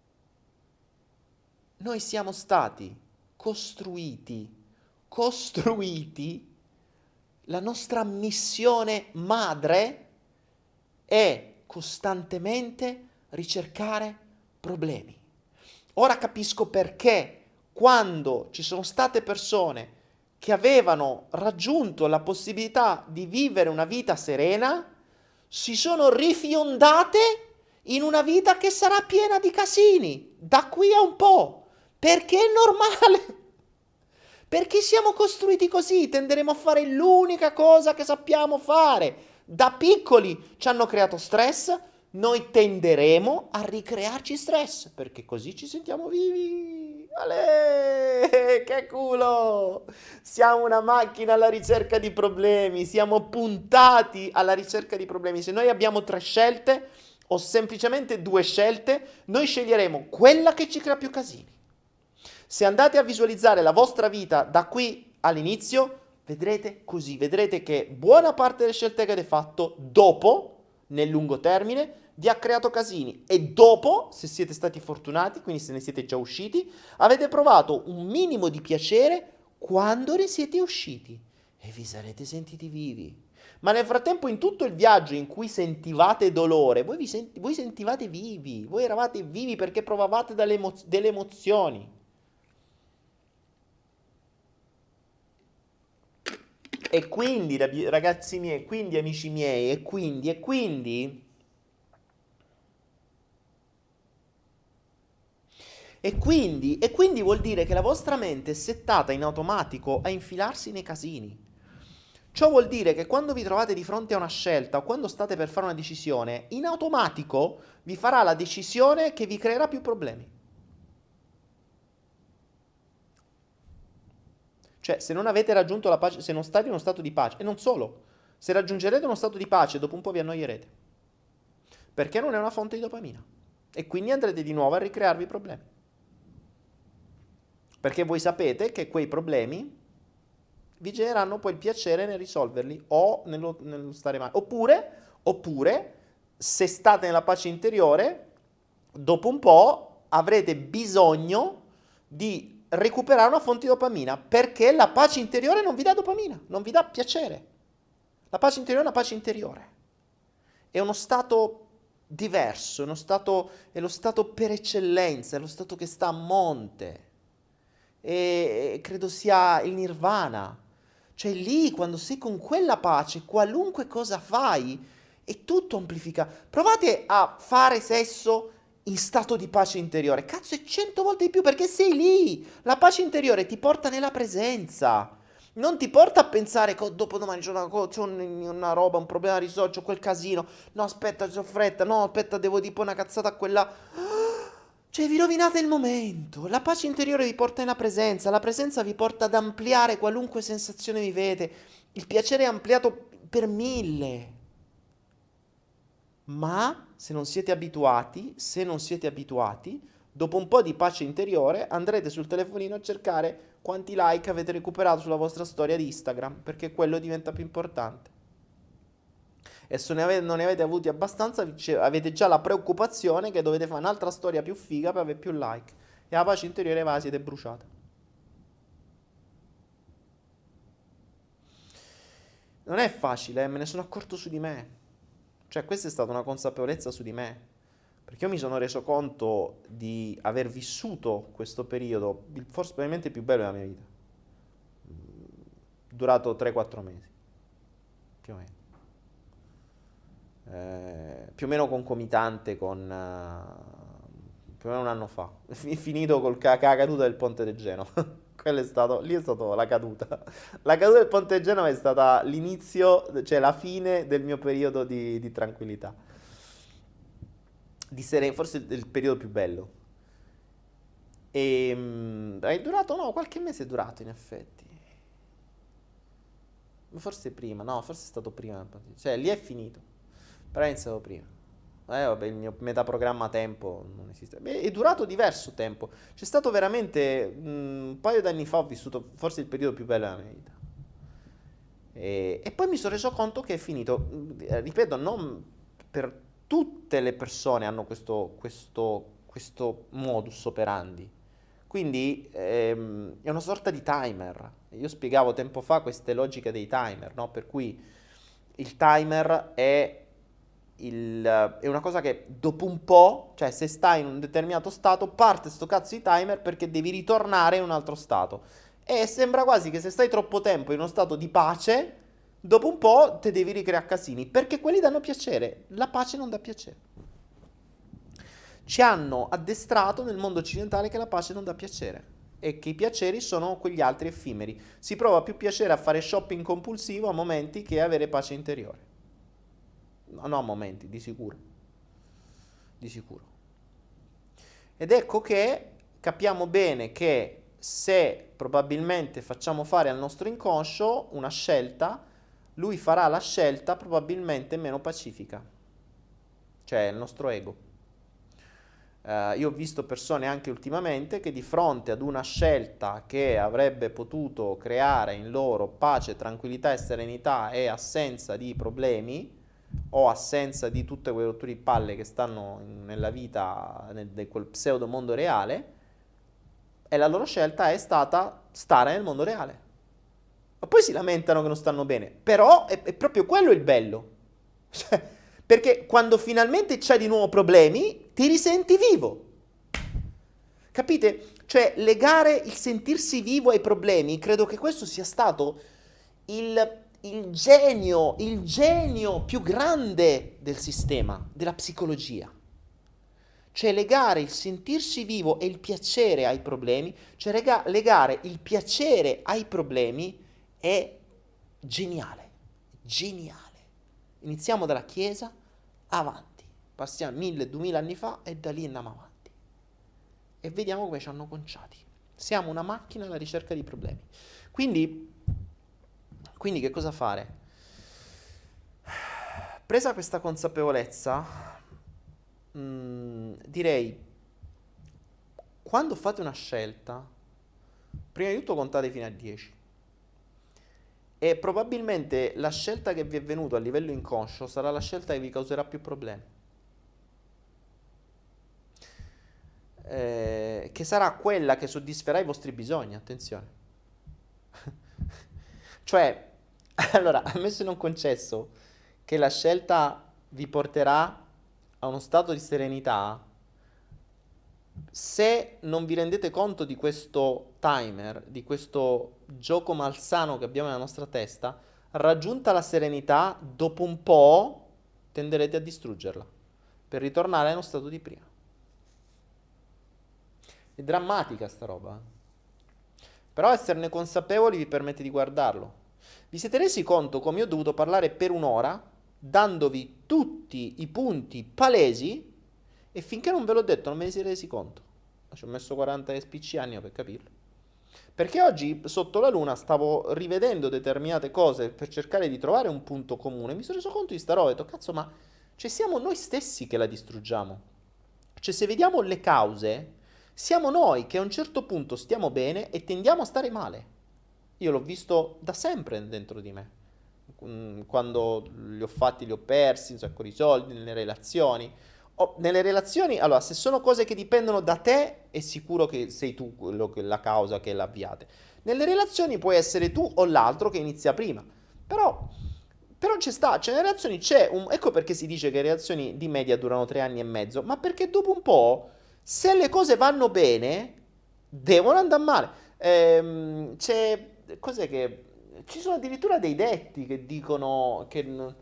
Noi siamo stati costruiti, costruiti, la nostra missione madre è costantemente ricercare problemi. Ora capisco perché quando ci sono state persone che avevano raggiunto la possibilità di vivere una vita serena, si sono rifiondate in una vita che sarà piena di casini, da qui a un po', perché è normale, perché siamo costruiti così, tenderemo a fare l'unica cosa che sappiamo fare. Da piccoli ci hanno creato stress, noi tenderemo a ricrearci stress, perché così ci sentiamo vivi. Ale, che culo! Siamo una macchina alla ricerca di problemi, siamo puntati alla ricerca di problemi. Se noi abbiamo tre scelte o semplicemente due scelte, noi sceglieremo quella che ci crea più casini. Se andate a visualizzare la vostra vita da qui all'inizio, vedrete così, vedrete che buona parte delle scelte che avete fatto dopo, nel lungo termine, vi ha creato casini, e dopo, se siete stati fortunati, quindi se ne siete già usciti, avete provato un minimo di piacere quando ne siete usciti e vi sarete sentiti vivi. Ma nel frattempo, in tutto il viaggio in cui sentivate dolore, voi, vi senti- voi sentivate vivi, voi eravate vivi perché provavate delle, emo- delle emozioni. E quindi, ragazzi miei, quindi amici miei, e quindi, e quindi... E quindi, e quindi vuol dire che la vostra mente è settata in automatico a infilarsi nei casini. Ciò vuol dire che quando vi trovate di fronte a una scelta o quando state per fare una decisione, in automatico vi farà la decisione che vi creerà più problemi. Cioè, se non avete raggiunto la pace, se non state in uno stato di pace, e non solo, se raggiungerete uno stato di pace, dopo un po' vi annoierete. Perché non è una fonte di dopamina. E quindi andrete di nuovo a ricrearvi problemi. Perché voi sapete che quei problemi vi genereranno poi il piacere nel risolverli o nello, nello stare male. Oppure, oppure, se state nella pace interiore, dopo un po' avrete bisogno di recuperare una fonte di dopamina, perché la pace interiore non vi dà dopamina, non vi dà piacere. La pace interiore è una pace interiore. È uno stato diverso, è uno stato, è lo stato per eccellenza, è lo stato che sta a monte. E credo sia il nirvana. Cioè lì, quando sei con quella pace, qualunque cosa fai, è tutto amplifica. Provate a fare sesso in stato di pace interiore. Cazzo, è cento volte di più, perché sei lì. La pace interiore ti porta nella presenza. Non ti porta a pensare che oh, dopo domani c'è una, c'è un, una roba, un problema da risolvere, c'ho quel casino. No, aspetta, c'ho fretta. No, aspetta, devo dire una cazzata a quella... Cioè, vi rovinate il momento. La pace interiore vi porta nella presenza. La presenza vi porta ad ampliare qualunque sensazione vivete. Il piacere è ampliato per mille. Ma se non siete abituati, se non siete abituati, dopo un po' di pace interiore andrete sul telefonino a cercare quanti like avete recuperato sulla vostra storia di Instagram, perché quello diventa più importante. E se ne avete, non ne avete avuti abbastanza, avete già la preoccupazione che dovete fare un'altra storia più figa per avere più like. E la pace interiore va, siete bruciate. Non è facile, eh, me ne sono accorto su di me. Cioè, questa è stata una consapevolezza su di me. Perché io mi sono reso conto di aver vissuto questo periodo, forse probabilmente il più bello della mia vita. Durato tre quattro mesi. Più o meno. Eh, più o meno concomitante con uh, più o meno un anno fa, finito col ca- ca- caduta del ponte di Genova. Quello è stato, lì è stato la caduta. La caduta del ponte di Genova è stata l'inizio, cioè la fine del mio periodo di, di tranquillità, di seren- forse il periodo più bello. E mh, è durato, no, qualche mese è durato in effetti. Forse prima, no, forse è stato prima, cioè lì è finito. Però è iniziato prima. Eh, vabbè, il mio metaprogramma tempo non esiste. Beh, è durato diverso tempo. C'è stato veramente mh, un paio d'anni fa ho vissuto forse il periodo più bello della mia vita. E, e poi mi sono reso conto che è finito. Ripeto, non per tutte le persone hanno questo, questo, questo modus operandi. Quindi ehm, è una sorta di timer. Io spiegavo tempo fa queste logiche dei timer, no? Per cui il timer è Il, è una cosa che dopo un po', cioè se stai in un determinato stato, parte sto cazzo di timer perché devi ritornare in un altro stato. E sembra quasi che se stai troppo tempo in uno stato di pace, dopo un po' te devi ricreare casini, perché quelli danno piacere. La pace non dà piacere. Ci hanno addestrato nel mondo occidentale che la pace non dà piacere e che i piaceri sono quegli altri effimeri. Si prova più piacere a fare shopping compulsivo a momenti che avere pace interiore. No, no, a momenti, di sicuro. di sicuro. Ed ecco che capiamo bene che se probabilmente facciamo fare al nostro inconscio una scelta, lui farà la scelta probabilmente meno pacifica, cioè il nostro ego. Uh, io ho visto persone anche ultimamente che di fronte ad una scelta che avrebbe potuto creare in loro pace, tranquillità e serenità e assenza di problemi o assenza di tutte quelle rotture di palle che stanno in, nella vita, nel, in quel pseudo mondo reale, e la loro scelta è stata stare nel mondo reale. Ma poi si lamentano che non stanno bene, però è, è proprio quello il bello. Cioè, perché quando finalmente c'hai di nuovo problemi, ti risenti vivo. Capite? Cioè, legare il sentirsi vivo ai problemi, credo che questo sia stato il, il genio, il genio più grande del sistema, della psicologia. Cioè, legare il sentirsi vivo e il piacere ai problemi, cioè rega- legare il piacere ai problemi è geniale, geniale. Iniziamo dalla Chiesa, avanti, passiamo mille, duemila anni fa e da lì andiamo avanti e vediamo come ci hanno conciati. Siamo una macchina alla ricerca di problemi. Quindi, quindi che cosa fare? Presa questa consapevolezza, mh, direi, quando fate una scelta, prima di tutto contate fino a dieci. E probabilmente la scelta che vi è venuta a livello inconscio sarà la scelta che vi causerà più problemi. Eh, che sarà quella che soddisferà i vostri bisogni, attenzione. Cioè, allora, ammesso e non concesso che la scelta vi porterà a uno stato di serenità, se non vi rendete conto di questo timer, di questo gioco malsano che abbiamo nella nostra testa, raggiunta la serenità, dopo un po' tenderete a distruggerla per ritornare allo stato di prima. È drammatica sta roba. Però esserne consapevoli vi permette di guardarlo. Vi siete resi conto come io ho dovuto parlare per un'ora, dandovi tutti i punti palesi, e finché non ve l'ho detto non me ne siete resi conto. Ci ho messo quaranta S P C anni per capirlo. Perché oggi sotto la luna stavo rivedendo determinate cose per cercare di trovare un punto comune. Mi sono reso conto di sta roba e ho detto, cazzo, ma cioè siamo noi stessi che la distruggiamo. Cioè se vediamo le cause, siamo noi che a un certo punto stiamo bene e tendiamo a stare male. Io l'ho visto da sempre dentro di me. Quando li ho fatti, li ho persi, un sacco di soldi, nelle relazioni. Oh, nelle relazioni, allora, se sono cose che dipendono da te, è sicuro che sei tu quello che, la causa che l'avviate. Nelle relazioni puoi essere tu o l'altro che inizia prima. Però, però c'è sta, cioè nelle relazioni c'è un... Ecco perché si dice che le relazioni di media durano tre anni e mezzo, ma perché dopo un po', se le cose vanno bene, devono andare male. Ehm, c'è... Cos'è che... Ci sono addirittura dei detti che dicono che...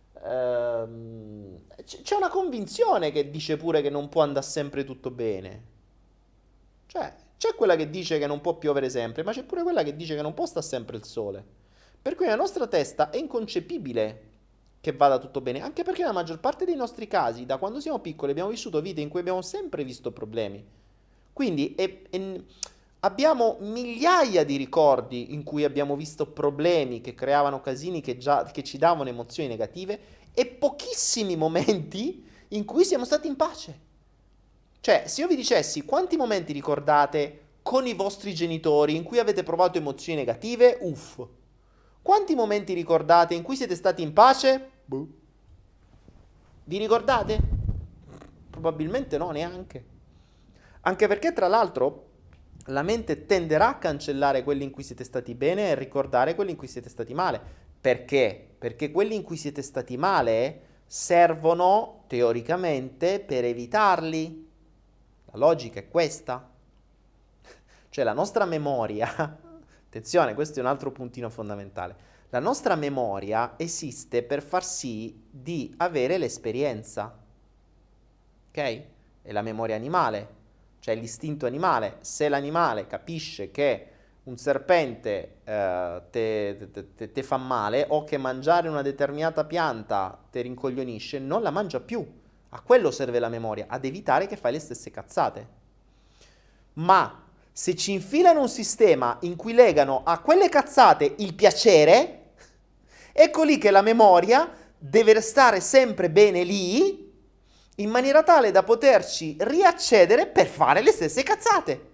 Ehm, c'è una convinzione che dice pure che non può andare sempre tutto bene. Cioè, c'è quella che dice che non può piovere sempre, ma c'è pure quella che dice che non può stare sempre il sole. Per cui nella nostra testa è inconcepibile che vada tutto bene, anche perché nella maggior parte dei nostri casi, da quando siamo piccoli, abbiamo vissuto vite in cui abbiamo sempre visto problemi. Quindi è, è, abbiamo migliaia di ricordi in cui abbiamo visto problemi che creavano casini, che, già, che ci davano emozioni negative, e pochissimi momenti in cui siamo stati in pace. Cioè, se io vi dicessi quanti momenti ricordate con i vostri genitori in cui avete provato emozioni negative, uff. Quanti momenti ricordate in cui siete stati in pace? Boh. Vi ricordate? Probabilmente no, neanche. Anche perché, tra l'altro, la mente tenderà a cancellare quelli in cui siete stati bene e ricordare quelli in cui siete stati male. Perché? Perché quelli in cui siete stati male servono, teoricamente, per evitarli. La logica è questa. Cioè la nostra memoria, attenzione, questo è un altro puntino fondamentale, la nostra memoria esiste per far sì di avere l'esperienza. Ok? È la memoria animale, cioè l'istinto animale. Se l'animale capisce che un serpente eh, te, te, te, te fa male o che mangiare una determinata pianta te rincoglionisce, non la mangia più, A quello serve la memoria, ad evitare che fai le stesse cazzate. Ma se ci infilano un sistema in cui legano a quelle cazzate il piacere, ecco lì che la memoria deve restare sempre bene lì, in maniera tale da poterci riaccedere per fare le stesse cazzate.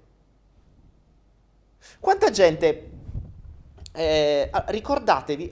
Quanta gente, eh, ricordatevi,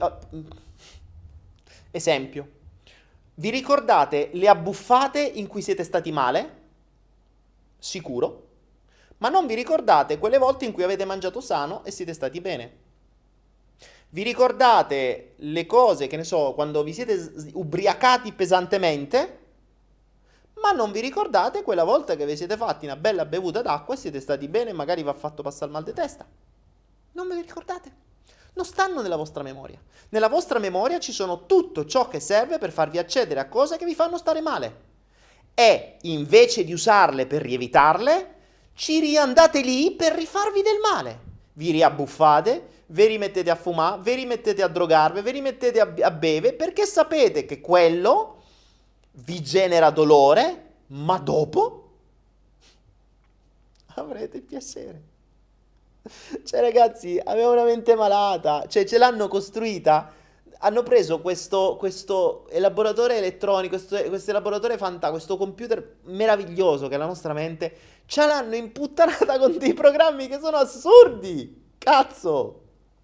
esempio, vi ricordate le abbuffate in cui siete stati male? Sicuro. Ma non vi ricordate quelle volte in cui avete mangiato sano e siete stati bene. Vi ricordate le cose, che ne so, quando vi siete ubriacati pesantemente, ma non vi ricordate quella volta che vi siete fatti una bella bevuta d'acqua e siete stati bene e magari vi ha fatto passare il mal di testa. Non ve li ricordate. Non stanno nella vostra memoria. Nella vostra memoria ci sono tutto ciò che serve per farvi accedere a cose che vi fanno stare male. E invece di usarle per rievitarle, ci riandate lì per rifarvi del male. Vi riabbuffate, vi rimettete a fumare, vi rimettete a drogarvi, vi rimettete a, a bere, perché sapete che quello vi genera dolore, ma dopo avrete il piacere. Cioè ragazzi, aveva una mente malata, cioè ce l'hanno costruita, hanno preso questo, questo elaboratore elettronico, questo, questo elaboratore fantastico, questo computer meraviglioso che è la nostra mente, ce l'hanno imputtanata con dei programmi che sono assurdi, cazzo!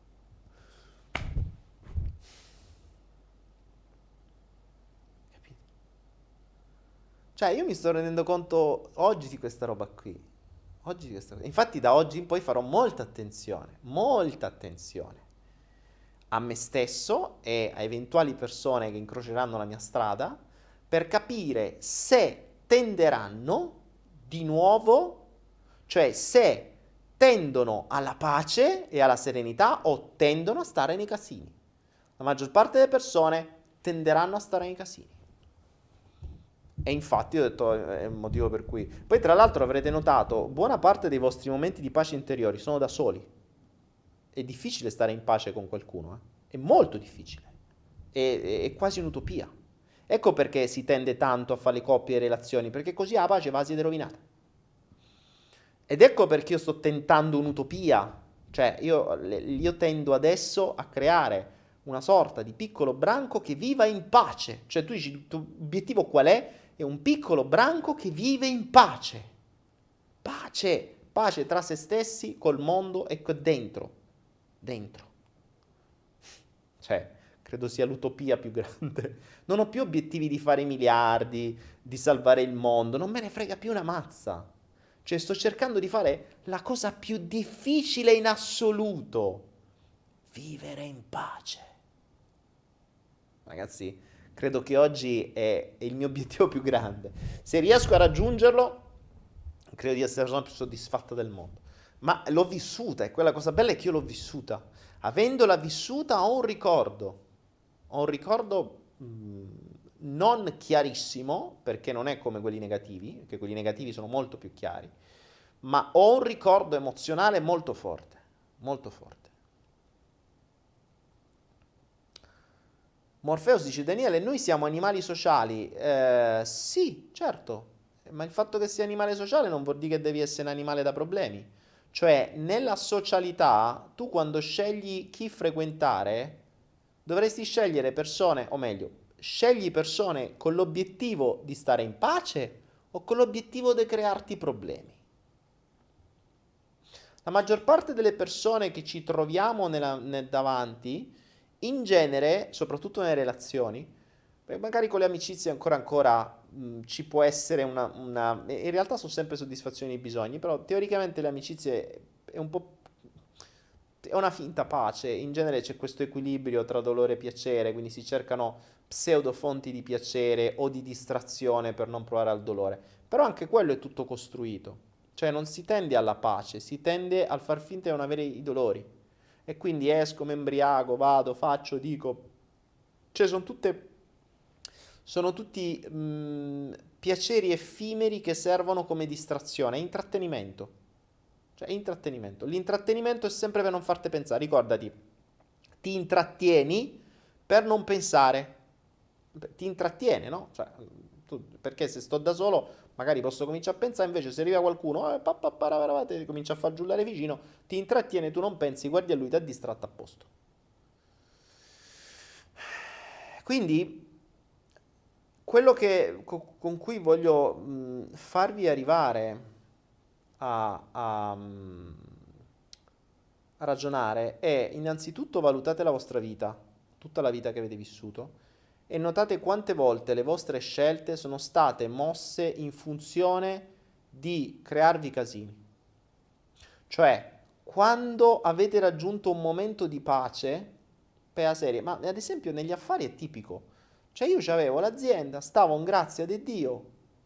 Capito? Cioè io mi sto rendendo conto oggi di questa roba qui. Oggi di questa... Infatti da oggi in poi farò molta attenzione, molta attenzione a me stesso e a eventuali persone che incroceranno la mia strada per capire se tenderanno di nuovo, cioè se tendono alla pace e alla serenità o tendono a stare nei casini. La maggior parte delle persone tenderanno a stare nei casini. E infatti ho detto è il motivo per cui. Poi tra l'altro avrete notato, buona parte dei vostri momenti di pace interiori sono da soli. È difficile stare in pace con qualcuno, eh? È molto difficile. È, è, è quasi un'utopia. Ecco perché si tende tanto a fare le coppie e relazioni, perché così la pace va a essere rovinata. Ed ecco perché io sto tentando un'utopia. Cioè io, io tendo adesso a creare una sorta di piccolo branco che viva in pace. Cioè tu dici, il tuo obiettivo qual è? È un piccolo branco che vive in pace. Pace. Pace tra se stessi, col mondo e dentro. Dentro. Cioè, credo sia l'utopia più grande. Non ho più obiettivi di fare miliardi, di salvare il mondo. Non me ne frega più una mazza. Cioè, sto cercando di fare la cosa più difficile in assoluto. Vivere in pace. Ragazzi, credo che oggi è, è il mio obiettivo più grande. Se riesco a raggiungerlo, credo di essere la persona più soddisfatta del mondo. Ma l'ho vissuta, e quella cosa bella è che io l'ho vissuta. Avendola vissuta ho un ricordo. Ho un ricordo mh, non chiarissimo, perché non è come quelli negativi, perché quelli negativi sono molto più chiari, ma ho un ricordo emozionale molto forte, molto forte. Morpheus dice, Daniele, noi siamo animali sociali. Eh, sì, certo, ma il fatto che sia animale sociale non vuol dire che devi essere un animale da problemi. Cioè, nella socialità, tu quando scegli chi frequentare, dovresti scegliere persone, o meglio, scegli persone con l'obiettivo di stare in pace o con l'obiettivo di crearti problemi. La maggior parte delle persone che ci troviamo nella, nel davanti, in genere, soprattutto nelle relazioni, magari con le amicizie ancora ancora mh, ci può essere una, una... In realtà sono sempre soddisfazioni e bisogni, però teoricamente le amicizie è un po'... è una finta pace. In genere c'è questo equilibrio tra dolore e piacere, quindi si cercano pseudo fonti di piacere o di distrazione per non provare al dolore. Però anche quello è tutto costruito. Cioè non si tende alla pace, si tende al far finta di non avere i dolori. E quindi esco, mi embriago, vado, faccio, dico... Cioè sono tutte... Sono tutti mh, piaceri effimeri che servono come distrazione, è intrattenimento. Cioè è intrattenimento. L'intrattenimento è sempre per non farti pensare. Ricordati, ti intrattieni per non pensare. ti intrattiene, no? Cioè, tu- perché se sto da solo magari posso cominciare a pensare, invece se arriva qualcuno, eh, pa, pa, pa, ra, ra, ra, ti comincia a far giullare vicino, ti intrattiene, tu non pensi, guardi a lui, ti ha distratto a posto. Quindi, quello che, co- con cui voglio mh, farvi arrivare a, a, mh, a ragionare è innanzitutto valutate la vostra vita, tutta la vita che avete vissuto, e notate quante volte le vostre scelte sono state mosse in funzione di crearvi casini. Cioè, quando avete raggiunto un momento di pace, per la serie, ma ad esempio negli affari è tipico. Cioè io avevo l'azienda, stavo un grazie a Dio,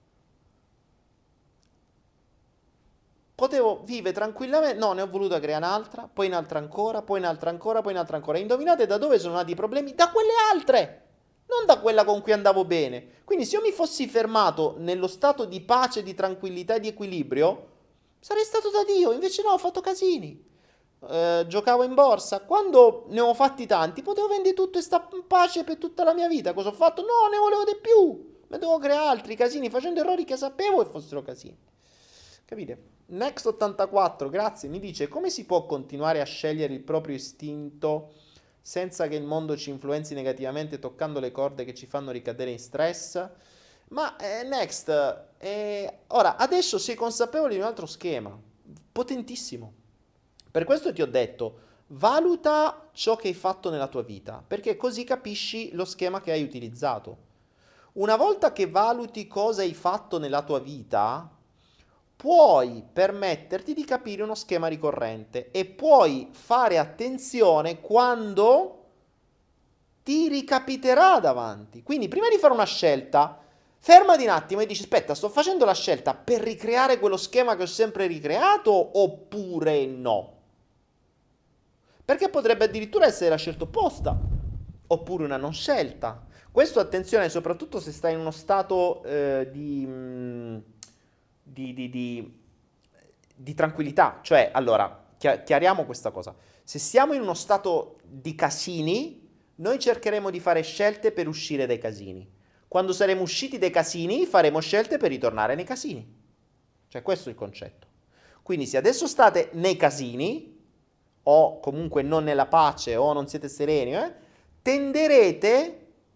potevo vivere tranquillamente, no, ne ho voluta creare un'altra, poi un'altra ancora, poi un'altra ancora, poi un'altra ancora. E indovinate da dove sono nati i problemi? Da quelle altre, non da quella con cui andavo bene. Quindi se io mi fossi fermato nello stato di pace, di tranquillità e di equilibrio, sarei stato da Dio, invece no, ho fatto casini. Eh, giocavo in borsa, quando ne ho fatti tanti, potevo vendere tutto e stare in pace per tutta la mia vita. Cosa ho fatto? No, ne volevo di più. Ma dovevo creare altri casini facendo errori che sapevo che fossero casini. Capite? Next ottantaquattro, grazie, mi dice come si può continuare a scegliere il proprio istinto senza che il mondo ci influenzi negativamente toccando le corde che ci fanno ricadere in stress? Ma eh, Next, eh, ora adesso sei consapevole di un altro schema, potentissimo. Per questo ti ho detto, valuta ciò che hai fatto nella tua vita, perché così capisci lo schema che hai utilizzato. Una volta che valuti cosa hai fatto nella tua vita, puoi permetterti di capire uno schema ricorrente e puoi fare attenzione quando ti ricapiterà davanti. Quindi prima di fare una scelta, fermati un attimo e dici, aspetta, sto facendo la scelta per ricreare quello schema che ho sempre ricreato oppure no? Perché potrebbe addirittura essere la scelta opposta, oppure una non scelta. Questo attenzione soprattutto se stai in uno stato eh, di, mh, di, di, di, di tranquillità. Cioè, allora, chia- chiariamo questa cosa. Se siamo in uno stato di casini, noi cercheremo di fare scelte per uscire dai casini. Quando saremo usciti dai casini, faremo scelte per ritornare nei casini. Cioè, questo è il concetto. Quindi, se adesso state nei casini, o comunque non nella pace, o non siete sereni, eh, tenderete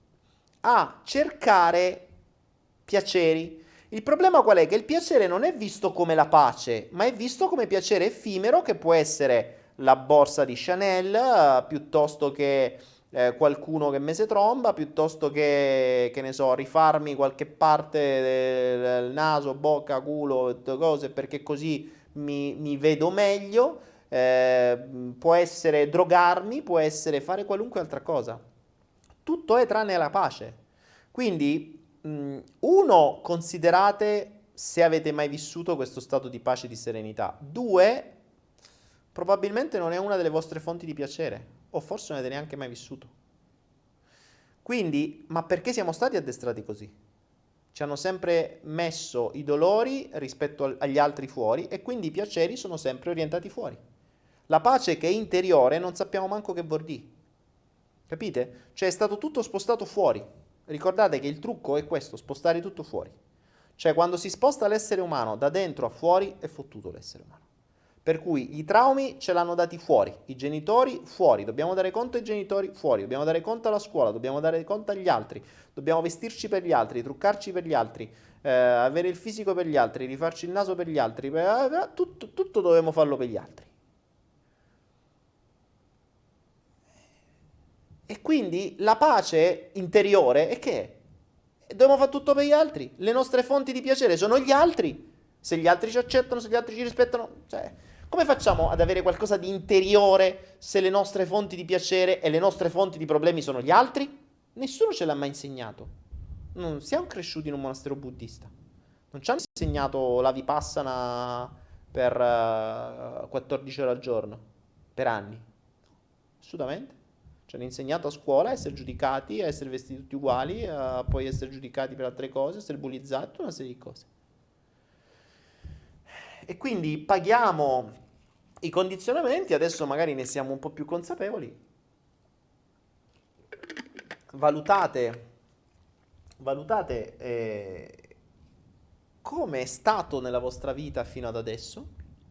a cercare piaceri. Il problema qual è? Che il piacere non è visto come la pace, ma è visto come piacere effimero che può essere la borsa di Chanel, eh, piuttosto che eh, qualcuno che me se tromba, piuttosto che, che ne so, rifarmi qualche parte del, del naso, bocca, culo, cose, perché così mi, mi vedo meglio. Eh, può essere drogarmi, può essere fare qualunque altra cosa. Tutto è tranne la pace. Quindi, mh, uno, considerate se avete mai vissuto questo stato di pace e di serenità. Due, probabilmente non è una delle vostre fonti di piacere, o forse non avete neanche mai vissuto. Quindi, ma perché siamo stati addestrati così? Ci hanno sempre messo i dolori rispetto agli altri fuori e quindi i piaceri sono sempre orientati fuori. La pace che è interiore non sappiamo manco che vuol dire. Capite? Cioè è stato tutto spostato fuori. Ricordate che il trucco è questo, spostare tutto fuori. Cioè quando si sposta l'essere umano da dentro a fuori è fottuto l'essere umano. Per cui i traumi ce l'hanno dati fuori, i genitori fuori, dobbiamo dare conto ai genitori fuori, dobbiamo dare conto alla scuola, dobbiamo dare conto agli altri, dobbiamo vestirci per gli altri, truccarci per gli altri, eh, avere il fisico per gli altri, rifarci il naso per gli altri, per, tutto, tutto dobbiamo farlo per gli altri. E quindi la pace interiore è che dobbiamo fare tutto per gli altri. Le nostre fonti di piacere sono gli altri. Se gli altri ci accettano, se gli altri ci rispettano, cioè, come facciamo ad avere qualcosa di interiore se le nostre fonti di piacere e le nostre fonti di problemi sono gli altri? Nessuno ce l'ha mai insegnato. Non siamo cresciuti in un monastero buddista. Non ci hanno insegnato la Vipassana per uh, quattordici ore al giorno, per anni. Assolutamente. Ci hanno insegnato a scuola a essere giudicati, a essere vestiti tutti uguali, a poi essere giudicati per altre cose, a essere bullizzati, una serie di cose. E quindi paghiamo i condizionamenti, adesso magari ne siamo un po' più consapevoli. Valutate valutate eh, come è stato nella vostra vita fino ad adesso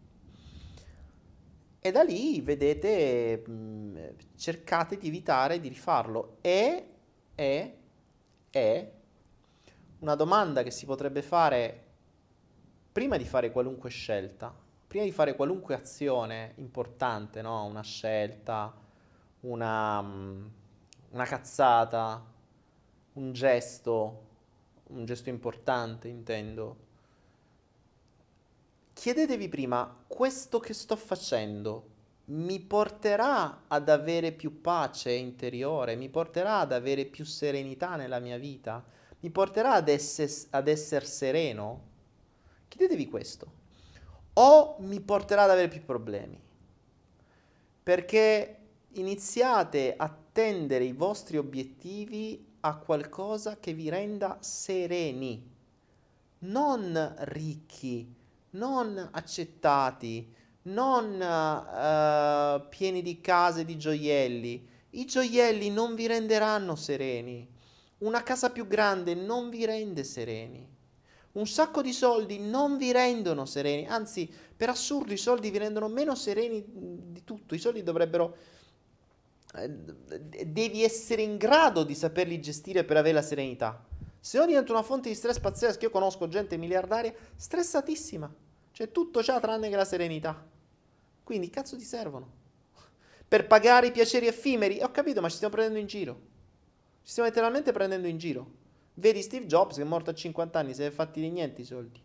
e da lì vedete, mh, cercate di evitare di rifarlo. E, è, è una domanda che si potrebbe fare prima di fare qualunque scelta, prima di fare qualunque azione importante, no? Una scelta, una, mm, una cazzata, un gesto, un gesto importante, intendo. Chiedetevi prima, questo che sto facendo mi porterà ad avere più pace interiore, mi porterà ad avere più serenità nella mia vita, mi porterà ad essere, ad essere sereno? Chiedetevi questo. O mi porterà ad avere più problemi? Perché iniziate a tendere i vostri obiettivi a qualcosa che vi renda sereni, non ricchi, non accettati, non eh, pieni di case di gioielli. I gioielli non vi renderanno sereni. Una casa più grande non vi rende sereni. Un sacco di soldi non vi rendono sereni. Anzi, per assurdo, i soldi vi rendono meno sereni di tutto. I soldi dovrebbero... eh, devi essere in grado di saperli gestire per avere la serenità. Se no diventa una fonte di stress pazzesca. Io conosco gente miliardaria stressatissima. Cioè tutto c'ha tranne che la serenità. Quindi cazzo ti servono? Per pagare i piaceri effimeri? Ho capito, ma ci stiamo prendendo in giro. Ci stiamo letteralmente prendendo in giro. Vedi Steve Jobs che è morto a cinquanta anni, se ne è fatti di niente i soldi.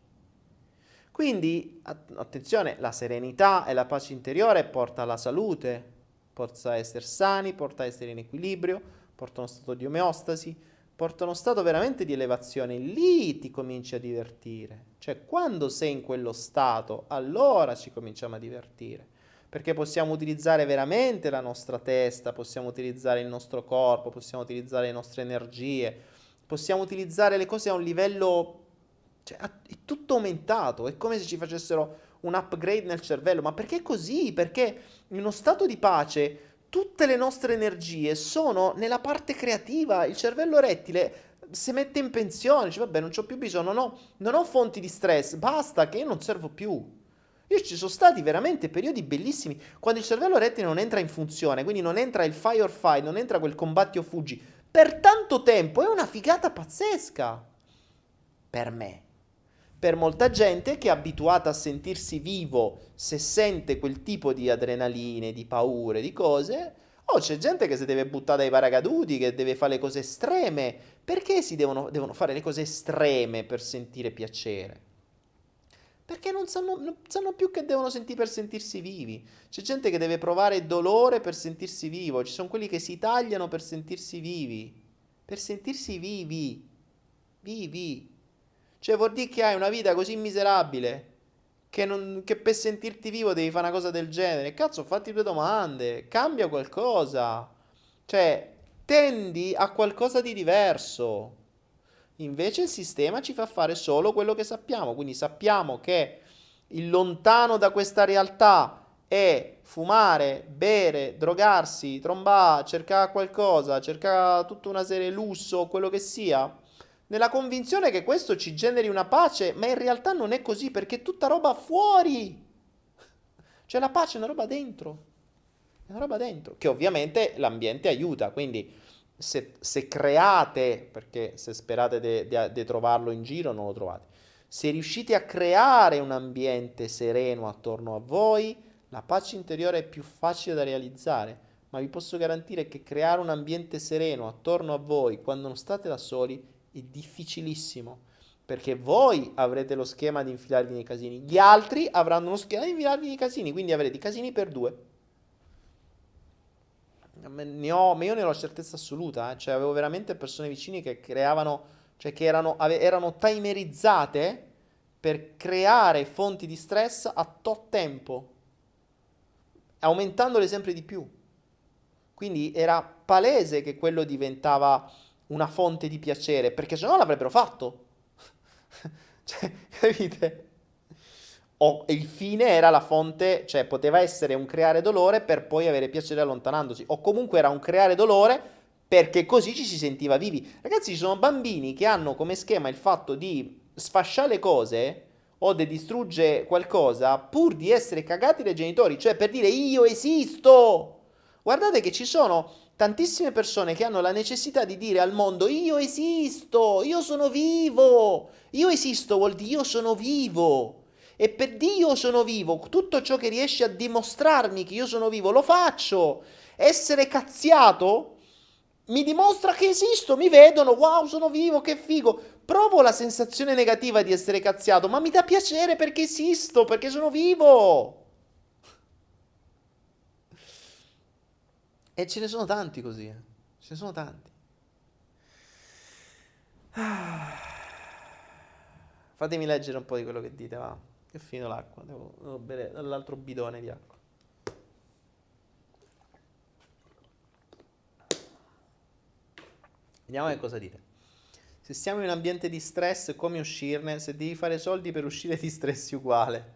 Quindi, attenzione, la serenità e la pace interiore porta alla salute, porta a essere sani, porta a essere in equilibrio, porta a uno stato di omeostasi, porta a uno stato veramente di elevazione. Lì ti cominci a divertire. Cioè, quando sei in quello stato, allora ci cominciamo a divertire. Perché possiamo utilizzare veramente la nostra testa, possiamo utilizzare il nostro corpo, possiamo utilizzare le nostre energie, possiamo utilizzare le cose a un livello, cioè, è tutto aumentato, è come se ci facessero un upgrade nel cervello. Ma perché così? Perché in uno stato di pace tutte le nostre energie sono nella parte creativa. Il cervello rettile si mette in pensione, dice vabbè non c'ho più bisogno, non ho, non ho fonti di stress, basta che io non servo più. Io ci sono stati veramente periodi bellissimi quando il cervello rettile non entra in funzione, quindi non entra il fight or fight, non entra quel combatti o fuggi per tanto tempo. È una figata pazzesca per me. Per molta gente che è abituata a sentirsi vivo se sente quel tipo di adrenaline, di paure, di cose, o oh, c'è gente che si deve buttare dai paracaduti, che deve fare le cose estreme. Perché si devono, devono fare le cose estreme per sentire piacere? Perché non sanno, non sanno più che devono sentire per sentirsi vivi. C'è gente che deve provare dolore per sentirsi vivo. Ci sono quelli che si tagliano per sentirsi vivi. Per sentirsi vivi. Vivi. Cioè vuol dire che hai una vita così miserabile che, non, che per sentirti vivo devi fare una cosa del genere. Cazzo, fatti due domande. Cambia qualcosa. Cioè, tendi a qualcosa di diverso. Invece il sistema ci fa fare solo quello che sappiamo, quindi sappiamo che il lontano da questa realtà è fumare, bere, drogarsi, trombare, cercare qualcosa, cercare tutta una serie di lusso, quello che sia, nella convinzione che questo ci generi una pace, ma in realtà non è così perché è tutta roba fuori. Cioè la pace è una roba dentro, è una roba dentro, che ovviamente l'ambiente aiuta, quindi... Se, se create, perché se sperate di trovarlo in giro non lo trovate, se riuscite a creare un ambiente sereno attorno a voi, la pace interiore è più facile da realizzare, ma vi posso garantire che creare un ambiente sereno attorno a voi quando non state da soli è difficilissimo, perché voi avrete lo schema di infilarvi nei casini, gli altri avranno lo schema di infilarvi nei casini, quindi avrete i casini per due. Ne ho, ma io ne ho la certezza assoluta, eh. Cioè avevo veramente persone vicine che creavano, cioè che erano, ave, erano timerizzate per creare fonti di stress a tot tempo, aumentandole sempre di più. Quindi era palese che quello diventava una fonte di piacere, perché se no l'avrebbero fatto. Cioè, capite? O il fine era la fonte, cioè poteva essere un creare dolore per poi avere piacere allontanandosi, o comunque era un creare dolore perché così ci si sentiva vivi. Ragazzi, ci sono bambini che hanno come schema il fatto di sfasciare le cose o di distruggere qualcosa pur di essere cagati dai genitori, cioè per dire io esisto. Guardate che ci sono tantissime persone che hanno la necessità di dire al mondo io esisto, io sono vivo. Io esisto vuol dire io sono vivo. E per dire io sono vivo, tutto ciò che riesce a dimostrarmi che io sono vivo lo faccio. Essere cazziato mi dimostra che esisto, mi vedono, wow, sono vivo, che figo. Provo la sensazione negativa di essere cazziato, ma mi dà piacere perché esisto, perché sono vivo. E ce ne sono tanti così, eh. Ce ne sono tanti. Ah. Fatemi leggere un po' di quello che dite, va. Che è finito l'acqua, devo, devo bere dall'altro bidone di acqua. Vediamo che cosa dite. Se siamo in un ambiente di stress, come uscirne? Se devi fare soldi per uscire ti stressi uguale.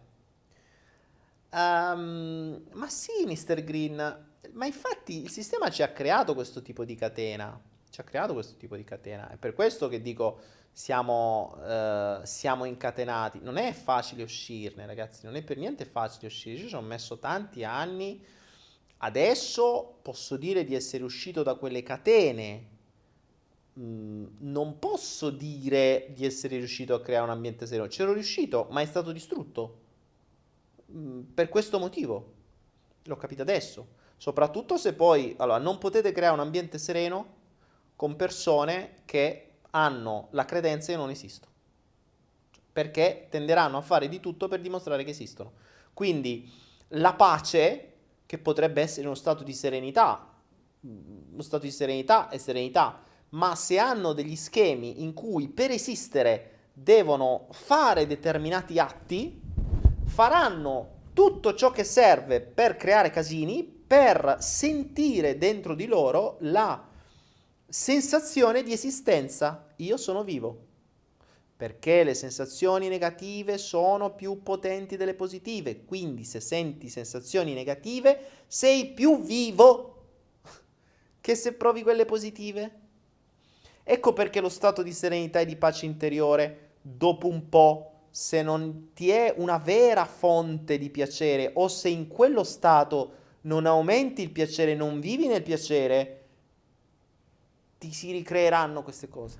Um, ma sì, mister Green, ma infatti il sistema ci ha creato questo tipo di catena. Ci ha creato questo tipo di catena. È per questo che dico siamo, uh, siamo incatenati. Non è facile uscirne, ragazzi. Non è per niente facile uscire. Io ci ho messo tanti anni. Adesso posso dire di essere uscito da quelle catene. Mm, non posso dire di essere riuscito a creare un ambiente sereno. C'ero riuscito, ma è stato distrutto. Mm, per questo motivo. L'ho capito adesso. Soprattutto se poi, allora, non potete creare un ambiente sereno con persone che hanno la credenza che non esisto. Perché tenderanno a fare di tutto per dimostrare che esistono. Quindi la pace, che potrebbe essere uno stato di serenità, uno stato di serenità e serenità, ma se hanno degli schemi in cui per esistere devono fare determinati atti, faranno tutto ciò che serve per creare casini, per sentire dentro di loro la sensazione di esistenza. Io sono vivo. Perché le sensazioni negative sono più potenti delle positive. Quindi se senti sensazioni negative, sei più vivo che se provi quelle positive. Ecco perché lo stato di serenità e di pace interiore, dopo un po', se non ti è una vera fonte di piacere, o se in quello stato non aumenti il piacere, non vivi nel piacere, ti si ricreeranno queste cose.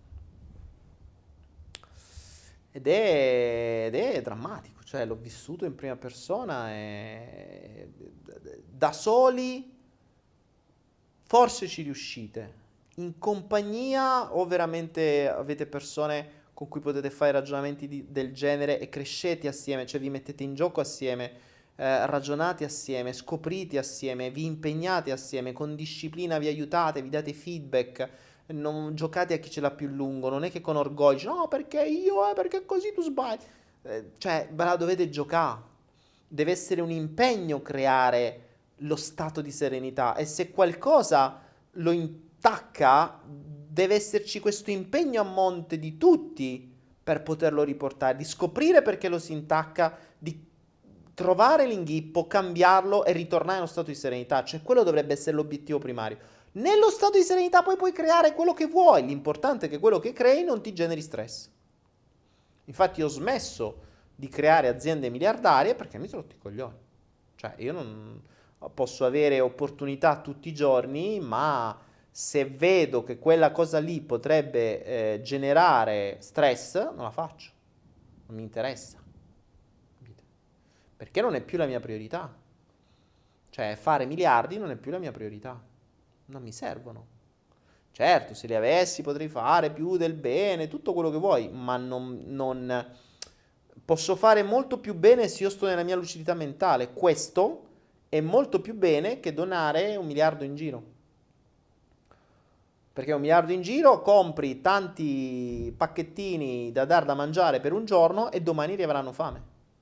Ed è, ed è drammatico, cioè l'ho vissuto in prima persona e da soli forse ci riuscite. In compagnia o veramente avete persone con cui potete fare ragionamenti di, del genere e crescete assieme, cioè vi mettete in gioco assieme, eh, ragionate assieme, scoprite assieme, vi impegnate assieme, con disciplina vi aiutate, vi date feedback, non giocate a chi ce l'ha più lungo, non è che con orgoglio, no perché io, eh, perché così tu sbagli, eh, cioè ve la dovete giocare, deve essere un impegno creare lo stato di serenità e se qualcosa lo impegna Tacca, deve esserci questo impegno a monte di tutti per poterlo riportare, di scoprire perché lo si intacca, di trovare l'inghippo, cambiarlo e ritornare allo stato di serenità, cioè quello dovrebbe essere l'obiettivo primario. Nello stato di serenità poi puoi creare quello che vuoi, l'importante è che quello che crei non ti generi stress. Infatti ho smesso di creare aziende miliardarie perché mi sono rotti i coglioni, cioè io non posso avere opportunità tutti i giorni, ma se vedo che quella cosa lì potrebbe eh, generare stress, non la faccio, non mi interessa, perché non è più la mia priorità. Cioè fare miliardi non è più la mia priorità, non mi servono. Certo, se li avessi potrei fare più del bene, tutto quello che vuoi, ma non, non posso fare molto più bene se io sto nella mia lucidità mentale. Questo è molto più bene che donare un miliardo in giro. Perché un miliardo in giro compri tanti pacchettini da dar da mangiare per un giorno e domani avranno fame.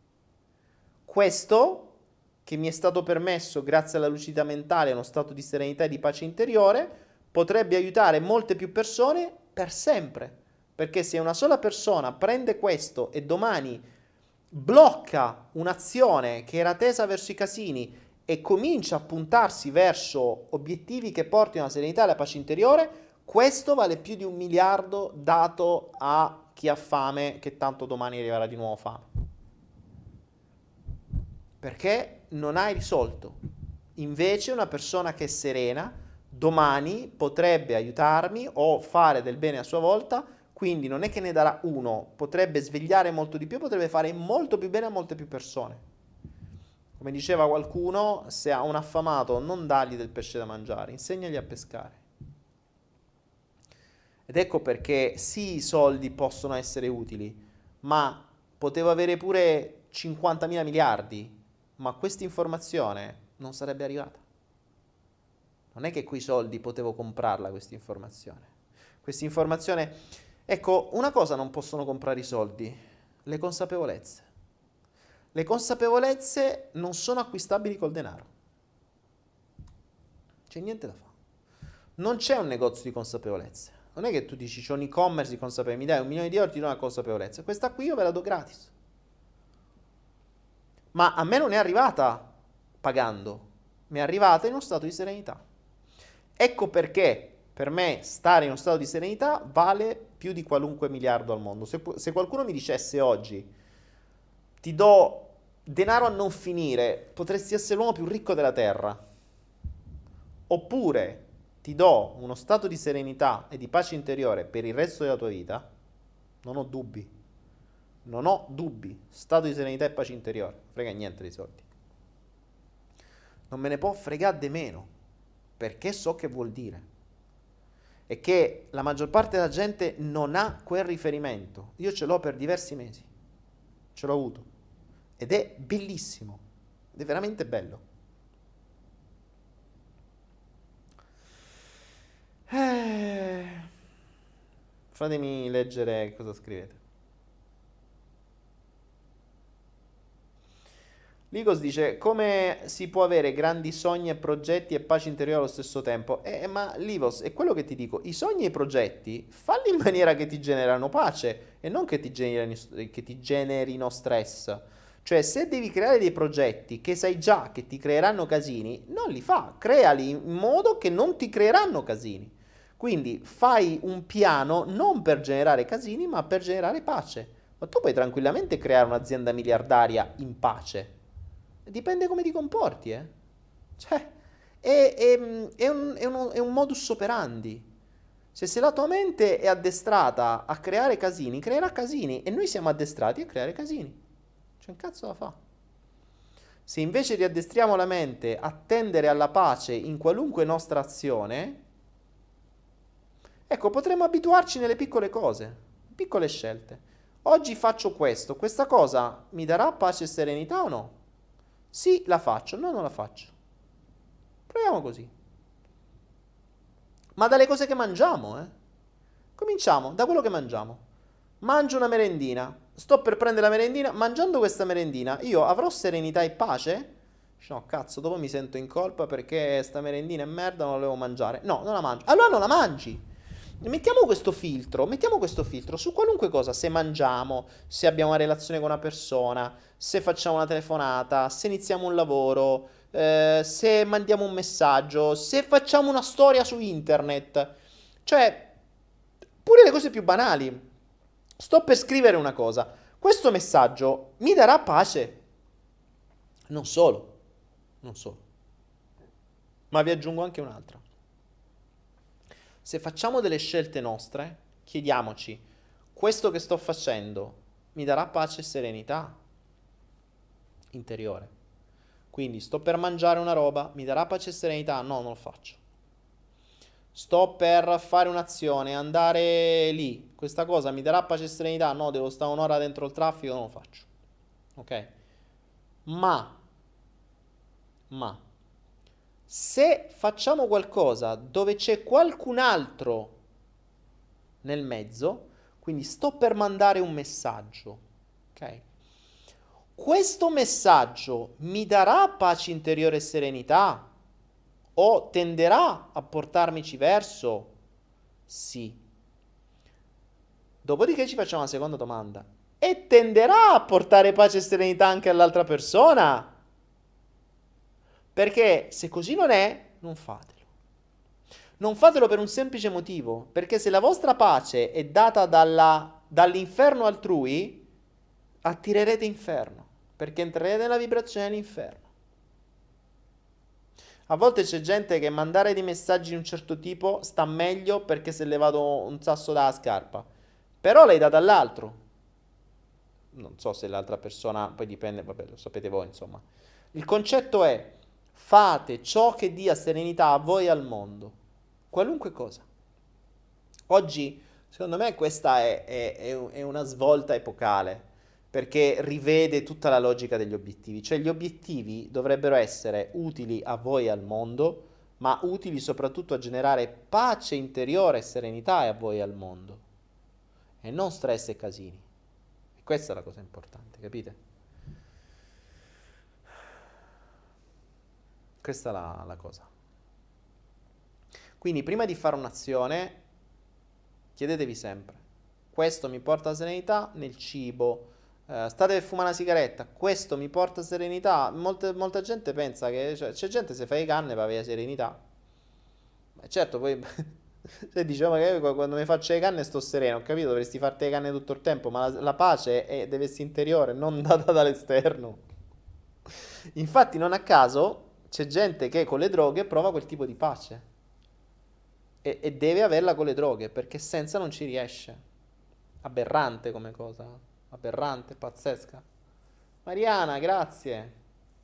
Questo, che mi è stato permesso grazie alla lucidità mentale e a uno stato di serenità e di pace interiore, potrebbe aiutare molte più persone per sempre. Perché se una sola persona prende questo e domani blocca un'azione che era tesa verso i casini e comincia a puntarsi verso obiettivi che portino alla serenità e alla pace interiore, questo vale più di un miliardo dato a chi ha fame, che tanto domani arriverà di nuovo fame. Perché non hai risolto. Invece una persona che è serena domani potrebbe aiutarmi o fare del bene a sua volta, quindi non è che ne darà uno, potrebbe svegliare molto di più, potrebbe fare molto più bene a molte più persone. Come diceva qualcuno, se ha un affamato non dargli del pesce da mangiare, insegnagli a pescare. Ed ecco perché sì, i soldi possono essere utili, ma potevo avere pure cinquantamila miliardi, ma questa informazione non sarebbe arrivata. Non è che quei soldi potevo comprarla questa informazione. Questa informazione, ecco, una cosa non possono comprare i soldi, le consapevolezze. Le consapevolezze non sono acquistabili col denaro. C'è niente da fare. Non c'è un negozio di consapevolezze. Non è che tu dici c'è un e-commerce di consapevolezza, mi dai un milione di euro, ti do una consapevolezza. Questa qui io ve la do gratis. Ma a me non è arrivata pagando, mi è arrivata in uno stato di serenità. Ecco perché per me stare in uno stato di serenità vale più di qualunque miliardo al mondo. Se, se qualcuno mi dicesse oggi ti do denaro a non finire, potresti essere l'uomo più ricco della terra. Oppure ti do uno stato di serenità e di pace interiore per il resto della tua vita, non ho dubbi. Non ho dubbi. Stato di serenità e pace interiore. Frega niente dei soldi. Non me ne può fregare di meno, perché so che vuol dire. E che la maggior parte della gente non ha quel riferimento. Io ce l'ho per diversi mesi. Ce l'ho avuto. Ed è bellissimo. Ed è veramente bello. Eh, fatemi leggere cosa scrivete. Ligos dice: come si può avere grandi sogni e progetti e pace interiore allo stesso tempo? Eh, ma Livos, è quello che ti dico, i sogni e i progetti falli in maniera che ti generano pace e non che ti generino, che ti generino stress. Cioè, se devi creare dei progetti che sai già che ti creeranno casini, non li fa, creali in modo che non ti creeranno casini. Quindi fai un piano non per generare casini, ma per generare pace. Ma tu puoi tranquillamente creare un'azienda miliardaria in pace. Dipende come ti comporti, eh. Cioè, è, è, è, un, è, un, è un modus operandi. Se, se la tua mente è addestrata a creare casini, creerà casini. E noi siamo addestrati a creare casini. C'è un cazzo da fa'. Se invece riaddestriamo la mente a tendere alla pace in qualunque nostra azione, ecco, potremmo abituarci nelle piccole cose, piccole scelte. Oggi faccio questo, questa cosa mi darà pace e serenità o no? Sì, la faccio, no, non la faccio. Proviamo così. Ma dalle cose che mangiamo, eh? Cominciamo da quello che mangiamo. Mangio una merendina, sto per prendere la merendina, mangiando questa merendina, io avrò serenità e pace? No, cazzo, dopo mi sento in colpa perché sta merendina è merda, non la volevo mangiare. No, non la mangio. Allora non la mangi. Mettiamo questo filtro, mettiamo questo filtro su qualunque cosa, se mangiamo, se abbiamo una relazione con una persona, se facciamo una telefonata, se iniziamo un lavoro, eh, se mandiamo un messaggio, se facciamo una storia su internet, cioè pure le cose più banali. Sto per scrivere una cosa, questo messaggio mi darà pace? Non solo, non solo, ma vi aggiungo anche un'altra. Se facciamo delle scelte nostre, chiediamoci, questo che sto facendo mi darà pace e serenità interiore? Quindi sto per mangiare una roba, mi darà pace e serenità? No, non lo faccio. Sto per fare un'azione, andare lì, questa cosa mi darà pace e serenità? No, devo stare un'ora dentro il traffico, non lo faccio. Ok? Ma, ma, se facciamo qualcosa dove c'è qualcun altro nel mezzo, quindi sto per mandare un messaggio, ok? Questo messaggio mi darà pace interiore e serenità? O tenderà a portarmici verso? Sì. Dopodiché ci facciamo una seconda domanda. E tenderà a portare pace e serenità anche all'altra persona? Perché se così non è, non fatelo. Non fatelo per un semplice motivo, perché se la vostra pace è data dalla, dall'inferno altrui, attirerete inferno, perché entrerete nella vibrazione dell'inferno. A volte c'è gente che mandare dei messaggi di un certo tipo sta meglio perché si è levato un sasso dalla scarpa, però l'hai data all'altro. Non so se l'altra persona, poi dipende, vabbè, lo sapete voi, insomma. Il concetto è: fate ciò che dia serenità a voi e al mondo, qualunque cosa. Oggi, secondo me, questa è, è- è- è una svolta epocale, perché rivede tutta la logica degli obiettivi. Cioè, gli obiettivi dovrebbero essere utili a voi e al mondo, ma utili soprattutto a generare pace interiore e serenità a voi e al mondo, e non stress e casini. E questa è la cosa importante, capite? Questa è la, la cosa. Quindi, prima di fare un'azione, chiedetevi sempre: questo mi porta serenità nel cibo? Eh, state per fumare una sigaretta, questo mi porta serenità? Molte- molta gente pensa che, cioè, c'è gente se fa le canne per avere serenità. Ma certo, poi se diciamo che quando mi faccio le canne sto sereno, ho capito, dovresti farti le canne tutto il tempo, ma la, la pace è, deve essere interiore, non data dall'esterno. Infatti, non a caso c'è gente che con le droghe prova quel tipo di pace. E, e deve averla con le droghe, perché senza non ci riesce. Aberrante come cosa. Aberrante, pazzesca. Mariana, grazie.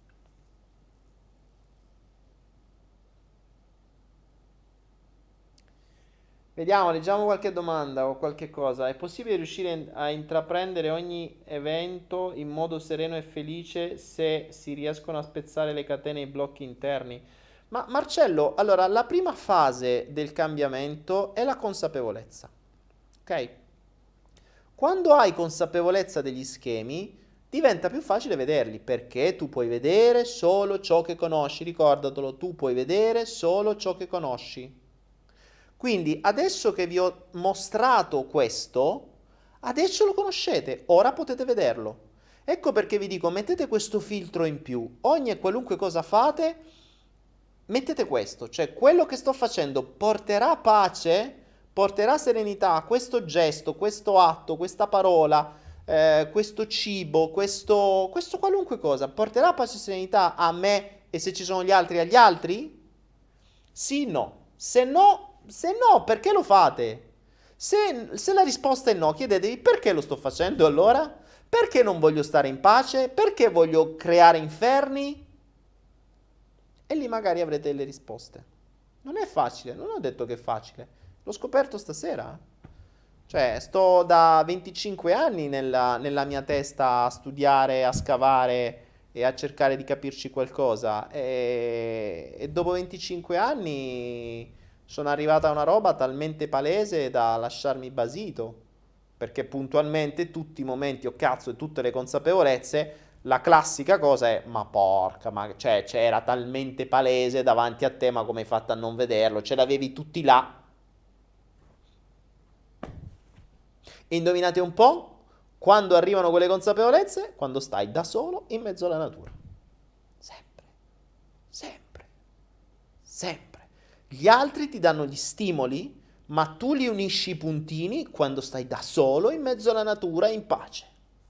Vediamo, leggiamo qualche domanda o qualche cosa. È possibile riuscire in- a intraprendere ogni evento in modo sereno e felice se si riescono a spezzare le catene e i blocchi interni? Ma Marcello, allora, la prima fase del cambiamento è la consapevolezza. Ok? Quando hai consapevolezza degli schemi, diventa più facile vederli, perché tu puoi vedere solo ciò che conosci, ricordatelo, tu puoi vedere solo ciò che conosci. Quindi adesso che vi ho mostrato questo, adesso lo conoscete, ora potete vederlo. Ecco perché vi dico, mettete questo filtro in più. Ogni e qualunque cosa fate, mettete questo, cioè quello che sto facendo porterà pace, porterà serenità, questo gesto, questo atto, questa parola, eh, questo cibo, questo, questo qualunque cosa, porterà pace e serenità a me, e se ci sono gli altri, agli altri? Sì, no. Se no, se no, perché lo fate? Se, se la risposta è no, chiedetevi: perché lo sto facendo allora? Perché non voglio stare in pace? Perché voglio creare inferni? E lì magari avrete le risposte. Non è facile, non ho detto che è facile. L'ho scoperto stasera. Cioè, sto da venticinque anni nella, nella mia testa a studiare, a scavare e a cercare di capirci qualcosa. E, e dopo venticinque anni sono arrivata a una roba talmente palese da lasciarmi basito. Perché puntualmente tutti i momenti, o cazzo, e tutte le consapevolezze, la classica cosa è: ma porca, ma cioè, c'era talmente palese davanti a te, ma come hai fatto a non vederlo? Ce l'avevi tutti là. E indovinate un po', quando arrivano quelle consapevolezze? Quando stai da solo in mezzo alla natura. Sempre, sempre, sempre. Gli altri ti danno gli stimoli, ma tu li unisci i puntini quando stai da solo in mezzo alla natura in pace.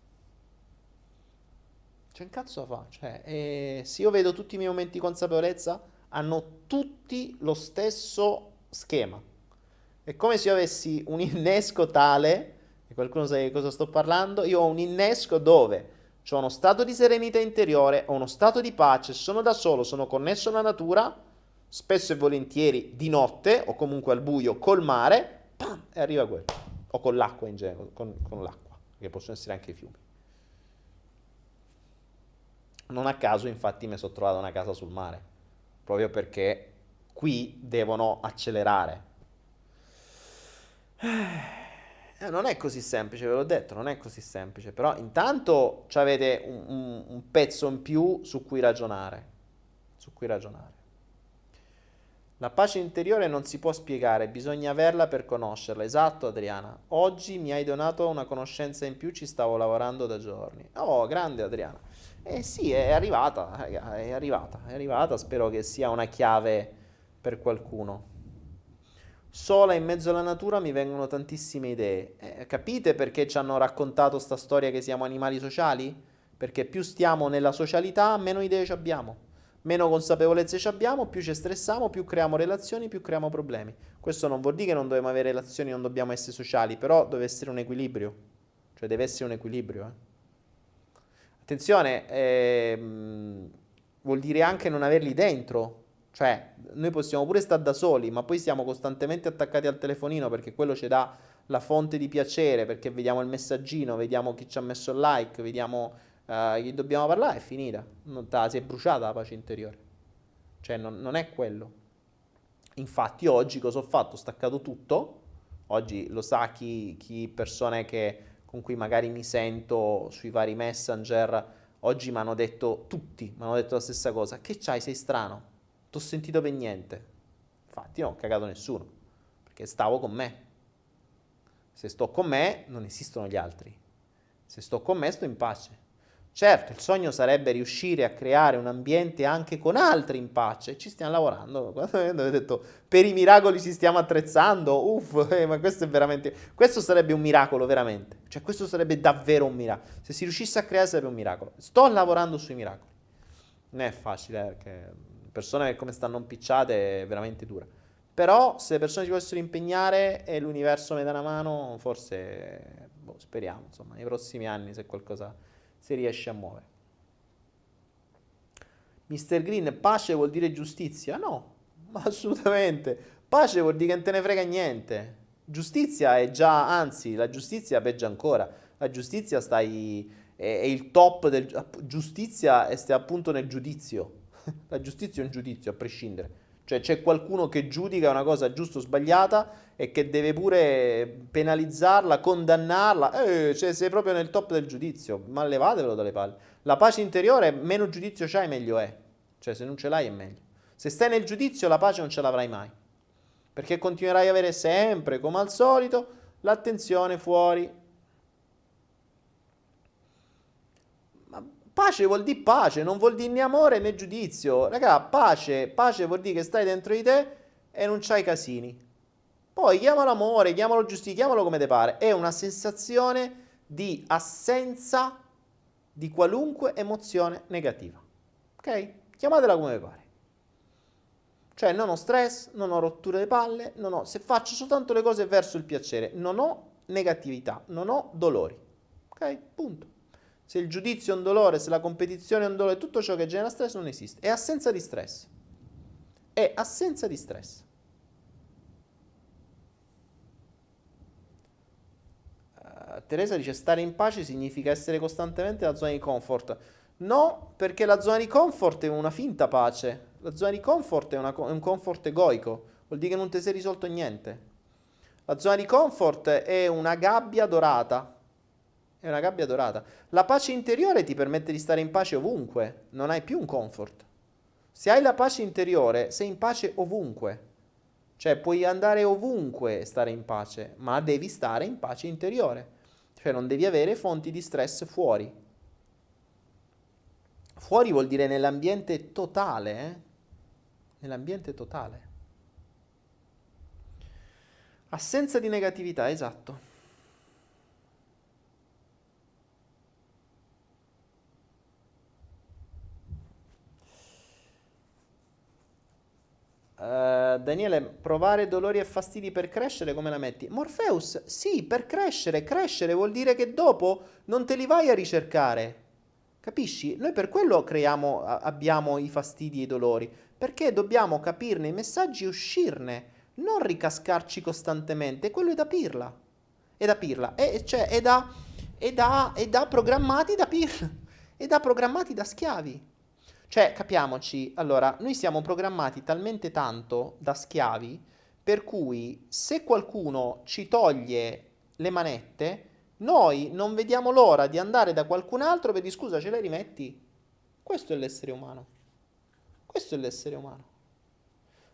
C'è un cazzo da fare. Cioè, eh, se io vedo tutti i miei momenti di consapevolezza, hanno tutti lo stesso schema. È come se io avessi un innesco tale, e qualcuno sa di cosa sto parlando, io ho un innesco dove c'ho uno stato di serenità interiore, ho uno stato di pace, sono da solo, sono connesso alla natura, spesso e volentieri di notte, o comunque al buio, col mare, pam, e arriva quello. O con l'acqua in genere, con, con l'acqua, che possono essere anche i fiumi. Non a caso, infatti, mi sono trovato una casa sul mare, proprio perché qui devono accelerare. Eh, non è così semplice, ve l'ho detto, non è così semplice, però intanto avete un, un- un pezzo in più su cui ragionare, su cui ragionare. La pace interiore non si può spiegare, bisogna averla per conoscerla. Esatto, Adriana. Oggi mi hai donato una conoscenza in più, ci stavo lavorando da giorni. Oh, grande Adriana. Eh sì, è arrivata, raga, è arrivata, è arrivata. Spero che sia una chiave per qualcuno. Sola in mezzo alla natura mi vengono tantissime idee. Eh, capite perché ci hanno raccontato sta storia che siamo animali sociali? Perché più stiamo nella socialità, meno idee ci abbiamo. Meno consapevolezze ci abbiamo, più ci stressiamo, più creiamo relazioni, più creiamo problemi. Questo non vuol dire che non dobbiamo avere relazioni, non dobbiamo essere sociali, però deve essere un equilibrio. Cioè deve essere un equilibrio. Eh. Attenzione, ehm, vuol dire anche non averli dentro. Cioè, noi possiamo pure stare da soli, ma poi siamo costantemente attaccati al telefonino perché quello ci dà la fonte di piacere, perché vediamo il messaggino, vediamo chi ci ha messo il like, vediamo uh, chi dobbiamo parlare, è finita. Non ta- si è bruciata la pace interiore. Cioè, non, non è quello. Infatti oggi cosa ho fatto? Ho staccato tutto. Oggi lo sa chi, chi persone che, con cui magari mi sento sui vari messenger, oggi mi hanno detto, tutti mi hanno detto la stessa cosa. Che c'hai? Sei strano. T'ho sentito per niente. Infatti non ho cagato nessuno, perché stavo con me. Se sto con me non esistono gli altri. Se sto con me sto in pace. Certo, il sogno sarebbe riuscire a creare un ambiente anche con altri in pace. Ci stiamo lavorando. Quando avete detto per i miracoli ci stiamo attrezzando, uff, eh, ma questo è veramente... Questo sarebbe un miracolo, veramente. Cioè questo sarebbe davvero un miracolo. Se si riuscisse a creare sarebbe un miracolo. Sto lavorando sui miracoli. Non è facile, eh, perché persone che come stanno impicciate è veramente dura. Però se le persone si potessero impegnare e l'universo mi dà una mano, forse, boh, speriamo, insomma, nei prossimi anni se qualcosa si riesce a muovere. mister Green, pace vuol dire giustizia? No, ma assolutamente. Pace vuol dire che non te ne frega niente. Giustizia è già, anzi, la giustizia peggio ancora. La giustizia stai, è, è il top del... Giustizia e stai appunto nel giudizio. La giustizia è un giudizio, a prescindere. Cioè c'è qualcuno che giudica una cosa giusta o sbagliata e che deve pure penalizzarla, condannarla. Eh, cioè sei proprio nel top del giudizio. Ma levatevelo dalle palle. La pace interiore, meno giudizio c'hai, meglio è. Cioè se non ce l'hai è meglio. Se stai nel giudizio la pace non ce l'avrai mai. Perché continuerai a avere sempre, come al solito, l'attenzione fuori. Pace vuol dire pace, non vuol dire né amore né giudizio. Raga, pace, pace vuol dire che stai dentro di te e non c'hai casini. Poi chiamalo amore, chiamalo giustizia, chiamalo come te pare. È una sensazione di assenza di qualunque emozione negativa. Ok? Chiamatela come vi pare. Cioè non ho stress, non ho rotture di palle, non ho, se faccio soltanto le cose verso il piacere, non ho negatività, non ho dolori. Ok? Punto. Se il giudizio è un dolore, se la competizione è un dolore, tutto ciò che genera stress non esiste. È assenza di stress. È assenza di stress. Uh, Teresa dice stare in pace significa essere costantemente nella zona di comfort. No, perché la zona di comfort è una finta pace. La zona di comfort è, una, è un comfort egoico. Vuol dire che non ti sei risolto niente. La zona di comfort è una gabbia dorata. È una gabbia dorata. La pace interiore ti permette di stare in pace ovunque. Non hai più un comfort. Se hai la pace interiore, sei in pace ovunque. Cioè puoi andare ovunque e stare in pace, ma devi stare in pace interiore. Cioè non devi avere fonti di stress fuori. Fuori vuol dire nell'ambiente totale, eh? Nell'ambiente totale. Assenza di negatività, esatto. Uh, Daniele, provare dolori e fastidi per crescere, come la metti? Morpheus, sì, per crescere. Crescere vuol dire che dopo non te li vai a ricercare. Capisci? Noi per quello creiamo, abbiamo i fastidi e i dolori, perché dobbiamo capirne i messaggi e uscirne, non ricascarci costantemente. Quello è da pirla. È da pirla. È, cioè, è da, è da, è da programmati da pirla. È da programmati da schiavi. Cioè, capiamoci, allora, noi siamo programmati talmente tanto da schiavi, per cui se qualcuno ci toglie le manette, noi non vediamo l'ora di andare da qualcun altro per dire scusa, ce le rimetti? Questo è l'essere umano. Questo è l'essere umano.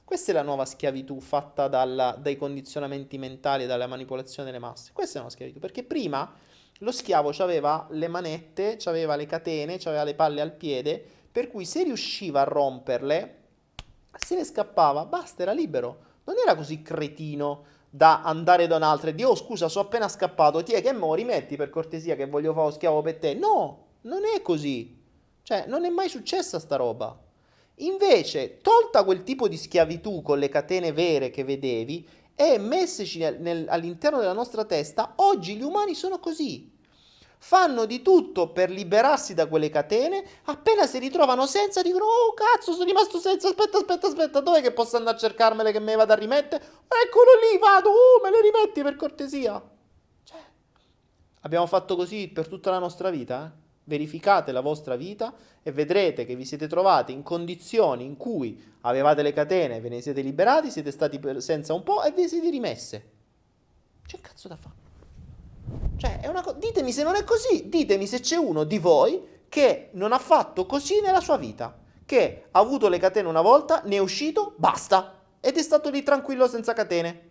Questa è la nuova schiavitù fatta dalla- dai condizionamenti mentali e dalla manipolazione delle masse. Questa è una schiavitù, perché prima lo schiavo aveva le manette, aveva le catene, aveva le palle al piede, per cui se riusciva a romperle, se ne scappava, basta, era libero. Non era così cretino da andare da un'altra e dire, oh scusa, sono appena scappato, ti è che mo rimetti per cortesia che voglio fare lo schiavo per te. No, non è così. Cioè, non è mai successa sta roba. Invece, tolta quel tipo di schiavitù con le catene vere che vedevi e messeci nel- nel- all'interno della nostra testa, oggi gli umani sono così. Fanno di tutto per liberarsi da quelle catene, appena si ritrovano senza dicono, oh cazzo, sono rimasto senza, aspetta, aspetta, aspetta, dov'è che posso andare a cercarmele che me le vado a rimettere? Eccolo lì, vado, oh, me le rimetti per cortesia. Cioè, abbiamo fatto così per tutta la nostra vita, eh? Verificate la vostra vita e vedrete che vi siete trovati in condizioni in cui avevate le catene, ve ne siete liberati, siete stati per- senza un po' e vi siete rimesse. C'è cazzo da fare? Cioè, è una cosa. Ditemi se non è così. Ditemi se c'è uno di voi che non ha fatto così nella sua vita. Che ha avuto le catene una volta, ne è uscito, basta. Ed è stato lì tranquillo senza catene.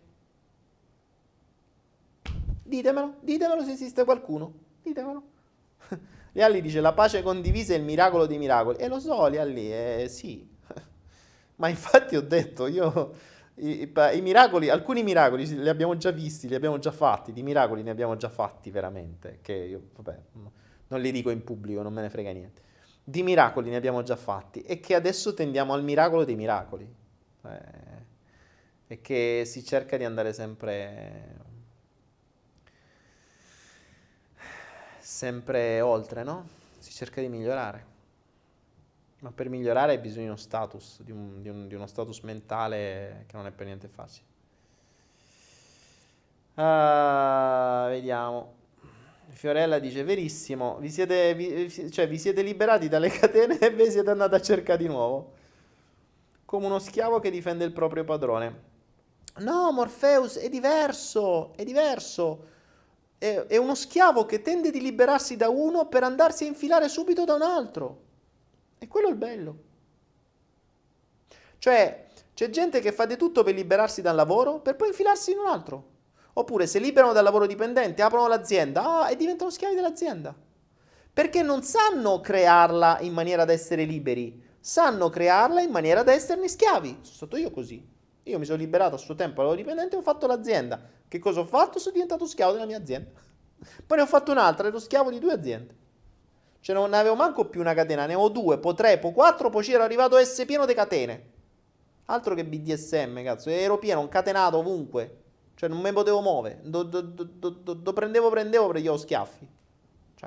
Ditemelo, ditemelo se esiste qualcuno. Ditemelo. Lialli dice la pace condivisa è il miracolo dei miracoli. E lo so, Lialli, eh, sì. Ma infatti ho detto, io i, i- i miracoli, alcuni miracoli sì, li abbiamo già visti, li abbiamo già fatti, di miracoli ne abbiamo già fatti veramente, che io, vabbè, no- non li dico in pubblico, non me ne frega niente. Di miracoli ne abbiamo già fatti e che adesso tendiamo al miracolo dei miracoli. Eh, e che si cerca di andare sempre sempre oltre, no? Si cerca di migliorare. Ma per migliorare hai bisogno di uno status, di, un- di un- di uno status mentale che non è per niente facile. Ah, vediamo. Fiorella dice, verissimo, vi siete, vi- vi- cioè, vi siete liberati dalle catene e vi siete andati a cercare di nuovo. Come uno schiavo che difende il proprio padrone. No, Morpheus, è diverso, è diverso. È, è uno schiavo che tende di liberarsi da uno per andarsi a infilare subito da un altro. E quello è il bello. Cioè, c'è gente che fa di tutto per liberarsi dal lavoro per poi infilarsi in un altro. Oppure si liberano dal lavoro dipendente, aprono l'azienda, ah, e diventano schiavi dell'azienda. Perché non sanno crearla in maniera da essere liberi, sanno crearla in maniera da esserne schiavi. Sono stato io così. Io mi sono liberato a suo tempo dal lavoro dipendente e ho fatto l'azienda. Che cosa ho fatto? Sono diventato schiavo della mia azienda. Poi ne ho fatto un'altra, ero schiavo di due aziende. Cioè non ne avevo manco più una catena, ne avevo due, poi tre, poi quattro, poi c'ero arrivato a essere pieno di catene. Altro che B D S M, cazzo, ero pieno, incatenato ovunque. Cioè non mi potevo muovere. Do, do, do, do, do- do prendevo, prendevo, prendevo schiaffi. Cioè,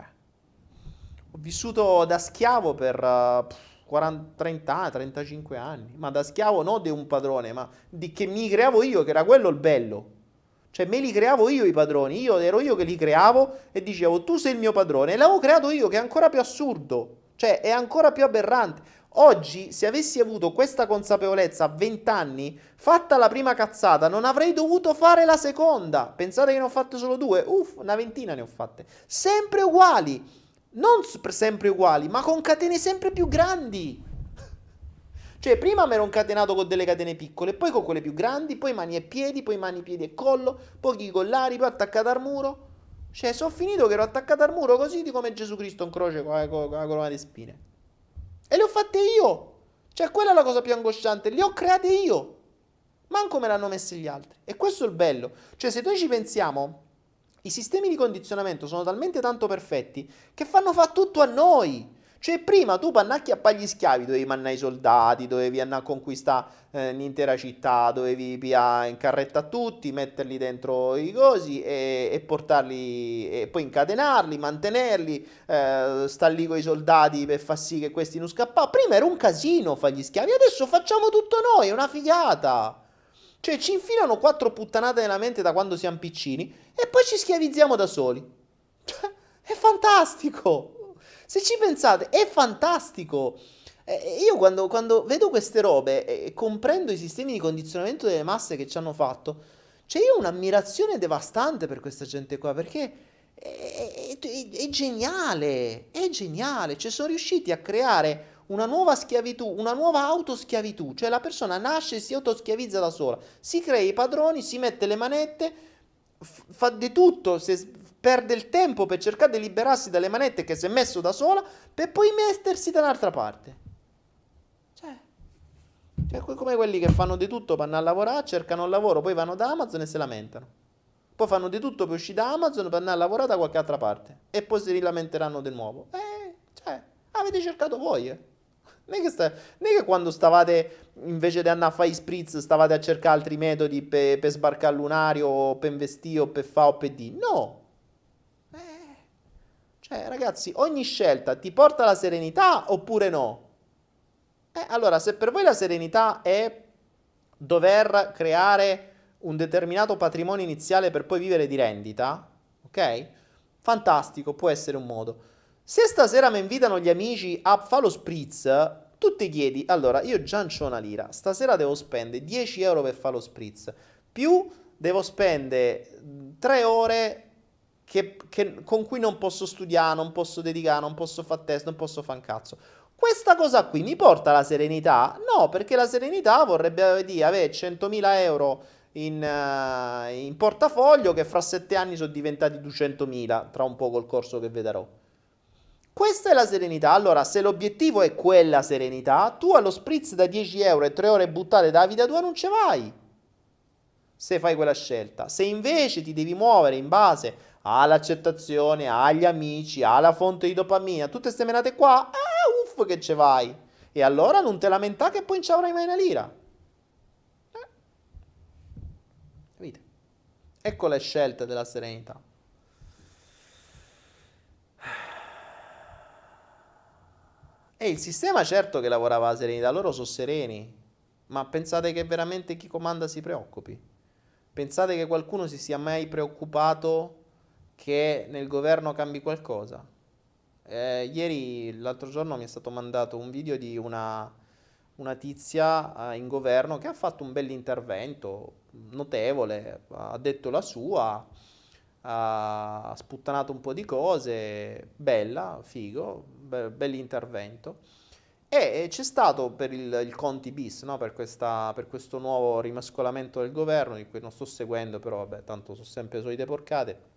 ho vissuto da schiavo per uh, quaranta, trenta anni, trentacinque anni. Ma da schiavo non di un padrone, ma di che mi creavo io, che era quello il bello. Cioè me li creavo io i padroni, io ero io che li creavo e dicevo tu sei il mio padrone e l'avevo creato io che è ancora più assurdo, cioè è ancora più aberrante. Oggi se avessi avuto questa consapevolezza a venti anni, fatta la prima cazzata, non avrei dovuto fare la seconda. Pensate che ne ho fatte solo due? Uff, una ventina ne ho fatte. Sempre uguali, non s- sempre uguali, ma con catene sempre più grandi. Cioè, prima mi ero incatenato con delle catene piccole, poi con quelle più grandi, poi mani e piedi, poi mani, piedi e collo, poi i collari, poi attaccato al muro. Cioè, sono finito che ero attaccato al muro così di come Gesù Cristo in croce con la, con la corona di spine. E le ho fatte io. Cioè, quella è la cosa più angosciante. Le ho create io. Manco me l'hanno messe gli altri. E questo è il bello. Cioè, se noi ci pensiamo, i sistemi di condizionamento sono talmente tanto perfetti che fanno fa tutto a noi. Cioè, prima tu per andare a chiappare gli schiavi dovevi mandare i soldati, dovevi andare a conquistare eh, un'intera città, dovevi pigliare in carretta tutti, metterli dentro i cosi e, e portarli, e poi incatenarli, mantenerli, eh, star lì con i soldati per far sì che questi non scappavano. Prima era un casino fare gli schiavi, adesso facciamo tutto noi, è una figata. Cioè, ci infilano quattro puttanate nella mente da quando siamo piccini e poi ci schiavizziamo da soli. Cioè, è fantastico. Se ci pensate, è fantastico. Eh, io quando, quando vedo queste robe e comprendo i sistemi di condizionamento delle masse che ci hanno fatto, cioè io ho un'ammirazione devastante per questa gente qua, perché è, è- è- è geniale, è geniale. Cioè sono riusciti a creare una nuova schiavitù, una nuova autoschiavitù, cioè la persona nasce e si autoschiavizza da sola, si crea i padroni, si mette le manette, f- fa di tutto, se perde il tempo per cercare di liberarsi dalle manette che si è messo da sola, per poi mettersi da un'altra parte. Cioè, cioè come quelli che fanno di tutto per andare a lavorare, cercano un lavoro, poi vanno da Amazon e si lamentano. Poi fanno di tutto per uscire da Amazon per andare a lavorare da qualche altra parte. E poi si rilamenteranno di nuovo. Eh, cioè, avete cercato voi, eh. Non è che, sta, non è che quando stavate, invece di andare a fare i spritz, stavate a cercare altri metodi per pe sbarcare il lunario, o per investire, o per fare, o per di. No. Eh, cioè, ragazzi, ogni scelta ti porta alla serenità oppure no? Eh, allora, se per voi la serenità è dover creare un determinato patrimonio iniziale per poi vivere di rendita, ok? Fantastico, può essere un modo. Se stasera mi invitano gli amici a fare lo spritz, tu ti chiedi, allora, io già non c'ho una lira, stasera devo spendere dieci euro per fare lo spritz, più devo spendere tre ore che, che, con cui non posso studiare, non posso dedicare, non posso fare test, non posso fare un cazzo. Questa cosa qui mi porta alla serenità? No, perché la serenità vorrebbe dire avere centomila euro in, uh, in portafoglio che fra sette anni sono diventati duecentomila, tra un po' col corso che vedrò. Questa è la serenità. Allora, se l'obiettivo è quella serenità, tu allo spritz da dieci euro e tre ore buttate da vita tua non ce vai. Se fai quella scelta. Se invece ti devi muovere in base all'accettazione, agli amici, alla fonte di dopamina, tutte queste menate qua, ah, uff che ce vai. E allora non te lamentare che poi non ci avrai mai una lira. Capite? Ecco le scelte della serenità. E il sistema certo che lavorava la serenità, loro sono sereni, ma pensate che veramente chi comanda si preoccupi? Pensate che qualcuno si sia mai preoccupato che nel governo cambi qualcosa? Eh, ieri, l'altro giorno mi è stato mandato un video di una, una tizia eh, in governo che ha fatto un bell'intervento, notevole, ha detto la sua, ha sputtanato un po' di cose, bella, figo, be- bell'intervento. E c'è stato per il, il Conti bis, no? Per questa, per questo nuovo rimescolamento del governo, di cui non sto seguendo, però vabbè, tanto sono sempre solite porcate.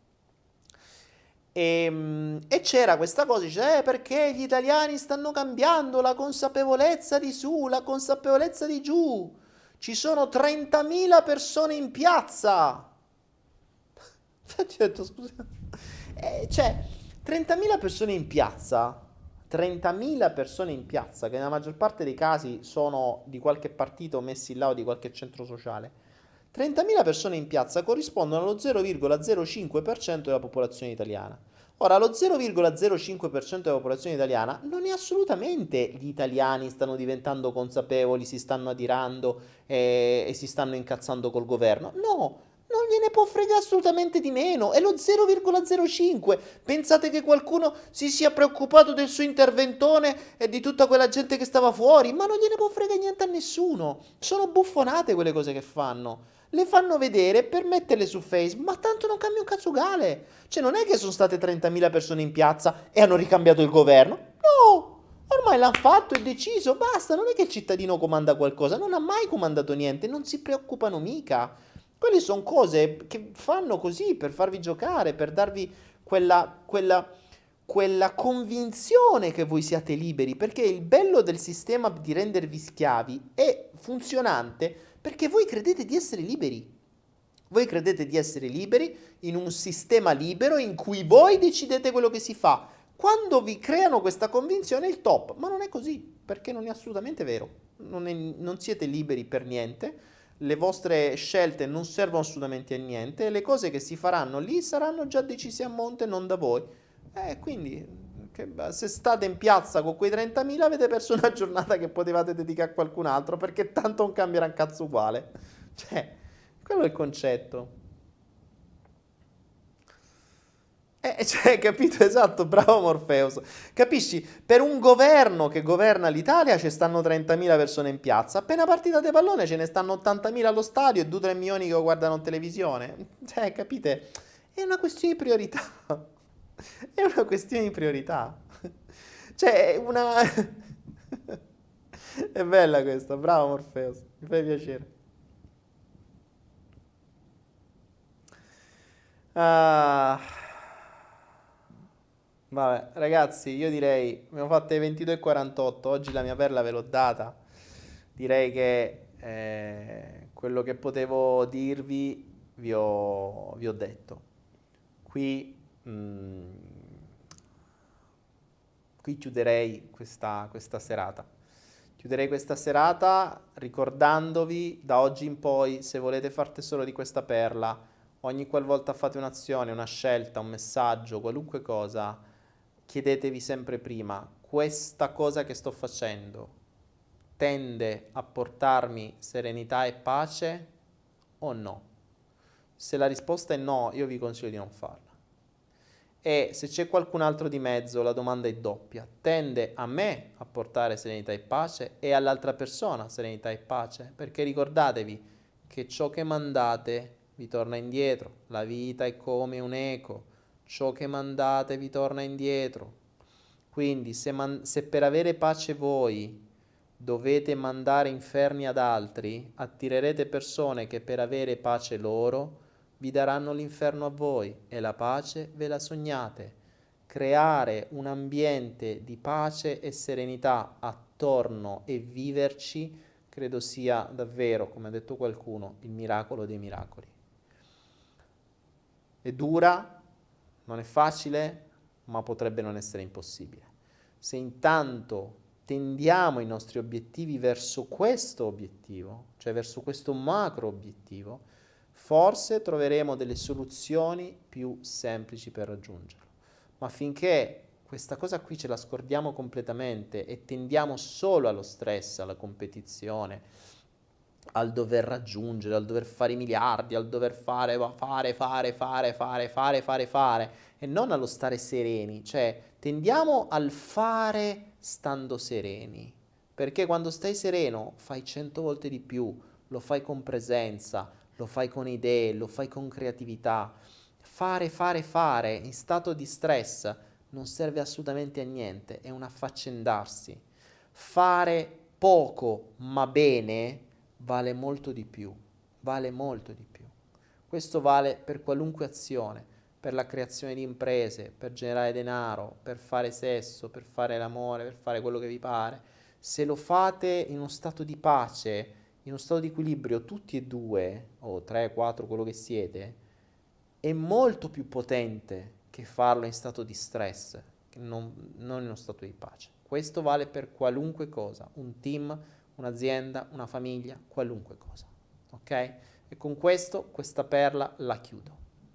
E, e c'era questa cosa, dice, eh, perché gli italiani stanno cambiando la consapevolezza di su, la consapevolezza di giù. Ci sono trentamila persone in piazza. Certo, scusa. Eh, cioè, trentamila persone in piazza, trentamila persone in piazza, che nella maggior parte dei casi sono di qualche partito messi là o di qualche centro sociale. trentamila persone in piazza corrispondono allo zero virgola zero cinque per cento della popolazione italiana. Ora, lo zero virgola zero cinque per cento della popolazione italiana non è assolutamente gli italiani stanno diventando consapevoli, si stanno adirando e, e si stanno incazzando col governo. No, non gliene può fregare assolutamente di meno, è lo zero virgola zero cinque. Pensate che qualcuno si sia preoccupato del suo interventone e di tutta quella gente che stava fuori? Ma non gliene può fregare niente a nessuno. Sono buffonate quelle cose che fanno. Le fanno vedere per metterle su Facebook, ma tanto non cambia un cazzo gale. Cioè non è che sono state trentamila persone in piazza e hanno ricambiato il governo. No, ormai l'hanno fatto, è deciso, basta. Non è che il cittadino comanda qualcosa, non ha mai comandato niente, non si preoccupano mica. Quelle sono cose che fanno così per farvi giocare, per darvi quella, quella, quella convinzione che voi siate liberi, perché il bello del sistema di rendervi schiavi è funzionante perché voi credete di essere liberi. Voi credete di essere liberi in un sistema libero in cui voi decidete quello che si fa. Quando vi creano questa convinzione è il top, ma non è così, perché non è assolutamente vero. Non, è, non siete liberi per niente. Le vostre scelte non servono assolutamente a niente e le cose che si faranno lì saranno già decise a monte, non da voi. Eh, quindi che, se state in piazza con quei trentamila avete perso una giornata che potevate dedicare a qualcun altro, perché tanto non cambierà un cazzo uguale. Cioè, quello è il concetto. Eh, cioè, capito? Esatto, bravo Morpheus. Capisci? Per un governo che governa l'Italia ci stanno trentamila persone in piazza. Appena partita di pallone ce ne stanno ottantamila allo stadio e due tre milioni che lo guardano in televisione. Cioè, capite? È una questione di priorità. È una questione di priorità. Cioè, è una... È bella questa, bravo Morpheus, mi fai piacere. Ah, vabbè, ragazzi, io direi, abbiamo fatto le ventidue e quarantotto, oggi la mia perla ve l'ho data. Direi che eh, quello che potevo dirvi vi ho, vi ho detto. Qui, mm, qui chiuderei questa, questa serata. Chiuderei questa serata ricordandovi da oggi in poi, se volete far tesoro di questa perla, ogni qualvolta fate un'azione, una scelta, un messaggio, qualunque cosa, chiedetevi sempre prima, questa cosa che sto facendo tende a portarmi serenità e pace o no? Se la risposta è no, io vi consiglio di non farla. E se c'è qualcun altro di mezzo, la domanda è doppia. Tende a me a portare serenità e pace e all'altra persona serenità e pace? Perché ricordatevi che ciò che mandate vi torna indietro. La vita è come un eco. Ciò che mandate vi torna indietro. Quindi se, man- se per avere pace voi dovete mandare inferni ad altri, attirerete persone che per avere pace loro vi daranno l'inferno a voi e la pace ve la sognate. Creare un ambiente di pace e serenità attorno e viverci credo sia davvero, come ha detto qualcuno, il miracolo dei miracoli. È dura, non è facile, ma potrebbe non essere impossibile. Se intanto tendiamo i nostri obiettivi verso questo obiettivo, cioè verso questo macro obiettivo, forse troveremo delle soluzioni più semplici per raggiungerlo. Ma finché questa cosa qui ce la scordiamo completamente e tendiamo solo allo stress, alla competizione, al dover raggiungere, al dover fare i miliardi, al dover fare, fare, fare, fare, fare, fare, fare, fare, e non allo stare sereni, cioè tendiamo al fare stando sereni, perché quando stai sereno fai cento volte di più, lo fai con presenza, lo fai con idee, lo fai con creatività. Fare, fare, fare in stato di stress non serve assolutamente a niente, è un affaccendarsi. Fare poco ma bene vale molto di più, vale molto di più. Questo vale per qualunque azione, per la creazione di imprese, per generare denaro, per fare sesso, per fare l'amore, per fare quello che vi pare. Se lo fate in uno stato di pace, in uno stato di equilibrio, tutti e due, o tre, quattro, quello che siete, è molto più potente che farlo in stato di stress, non, non in uno stato di pace. Questo vale per qualunque cosa, un team, un'azienda, una famiglia, qualunque cosa. Ok? E con questo, questa perla la chiudo.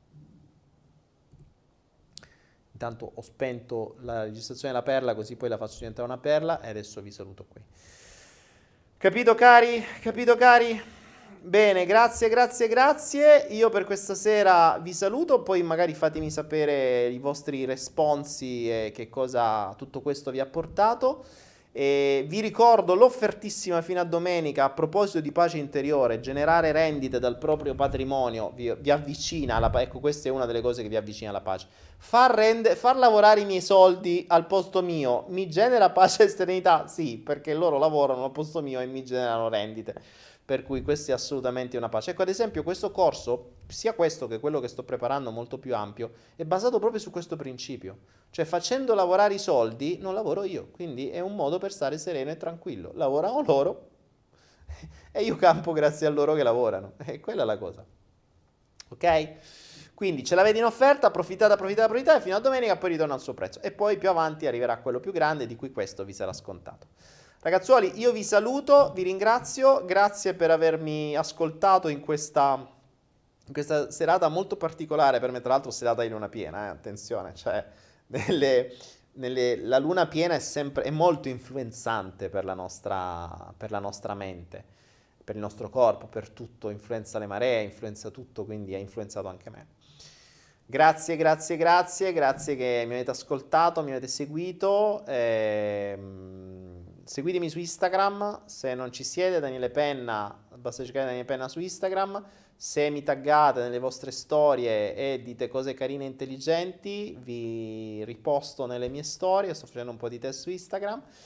Intanto ho spento la registrazione della perla, così poi la faccio diventare una perla e adesso vi saluto qui. Capito cari? Capito cari? Bene, grazie, grazie, grazie. Io per questa sera vi saluto, poi magari fatemi sapere i vostri responsi e che cosa tutto questo vi ha portato. E vi ricordo l'offertissima fino a domenica a proposito di pace interiore, generare rendite dal proprio patrimonio vi, vi avvicina alla pace. Ecco, questa è una delle cose che vi avvicina alla pace. Far, rende, far lavorare i miei soldi al posto mio mi genera pace e serenità? Sì, perché loro lavorano al posto mio e mi generano rendite. Per cui questo è assolutamente una pace. Ecco, ad esempio, questo corso, sia questo che quello che sto preparando molto più ampio, è basato proprio su questo principio. Cioè, facendo lavorare i soldi, non lavoro io. Quindi è un modo per stare sereno e tranquillo. Lavorano loro e io campo grazie a loro che lavorano. E quella è la cosa. Ok? Quindi ce l'avete in offerta, approfittate, approfittate, approfittate, fino a domenica, poi ritorna al suo prezzo. E poi più avanti arriverà quello più grande, di cui questo vi sarà scontato. Ragazzuoli, io vi saluto, vi ringrazio, grazie per avermi ascoltato in questa, in questa serata molto particolare, per me tra l'altro serata di luna piena, eh, attenzione, cioè nelle, nelle, la luna piena è sempre, è molto influenzante per la nostra, per la nostra mente, per il nostro corpo, per tutto, influenza le maree, influenza tutto, quindi ha influenzato anche me. Grazie, grazie, grazie, grazie che mi avete ascoltato, mi avete seguito. Ehm... Seguitemi su Instagram, se non ci siete, Daniele Penna, basta cercare Daniele Penna su Instagram. Se mi taggate nelle vostre storie e dite cose carine e intelligenti, vi riposto nelle mie storie, sto facendo un po' di test su Instagram.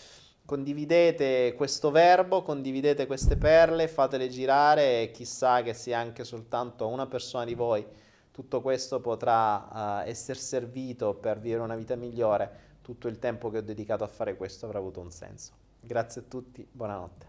condividete questo verbo, condividete queste perle, fatele girare e chissà che sia anche soltanto a una persona di voi tutto questo potrà uh, essere servito per vivere una vita migliore. Tutto il tempo che ho dedicato a fare questo avrà avuto un senso. Grazie a tutti, buonanotte.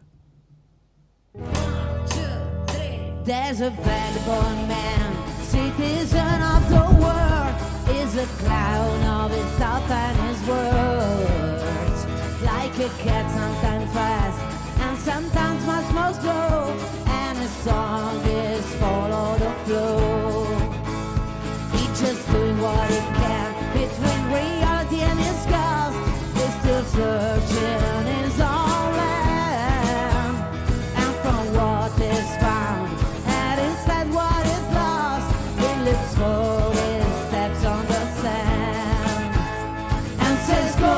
One, two, three. There's a vagabond man, citizen of the world, is a clown of his thoughts and his words. Like a cat, sometimes fast and sometimes much more slow, and his song is follow the flow. He's just doing what he can between reality and his ghost. He's still searching his own land, and from what is found and instead what is lost, he looks for his steps on the sand and says go.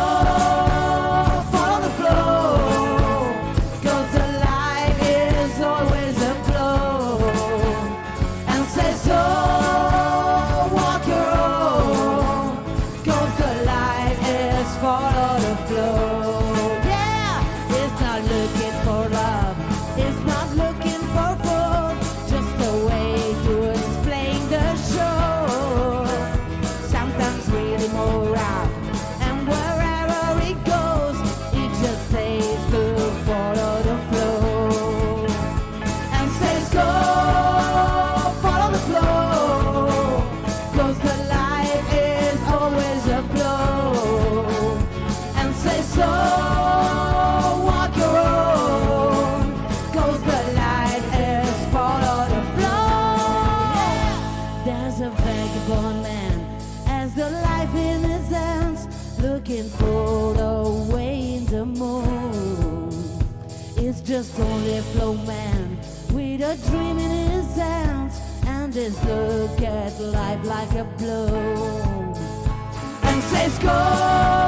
Just only a flow man with a dream in his hands, and his look at life like a blow, and says go.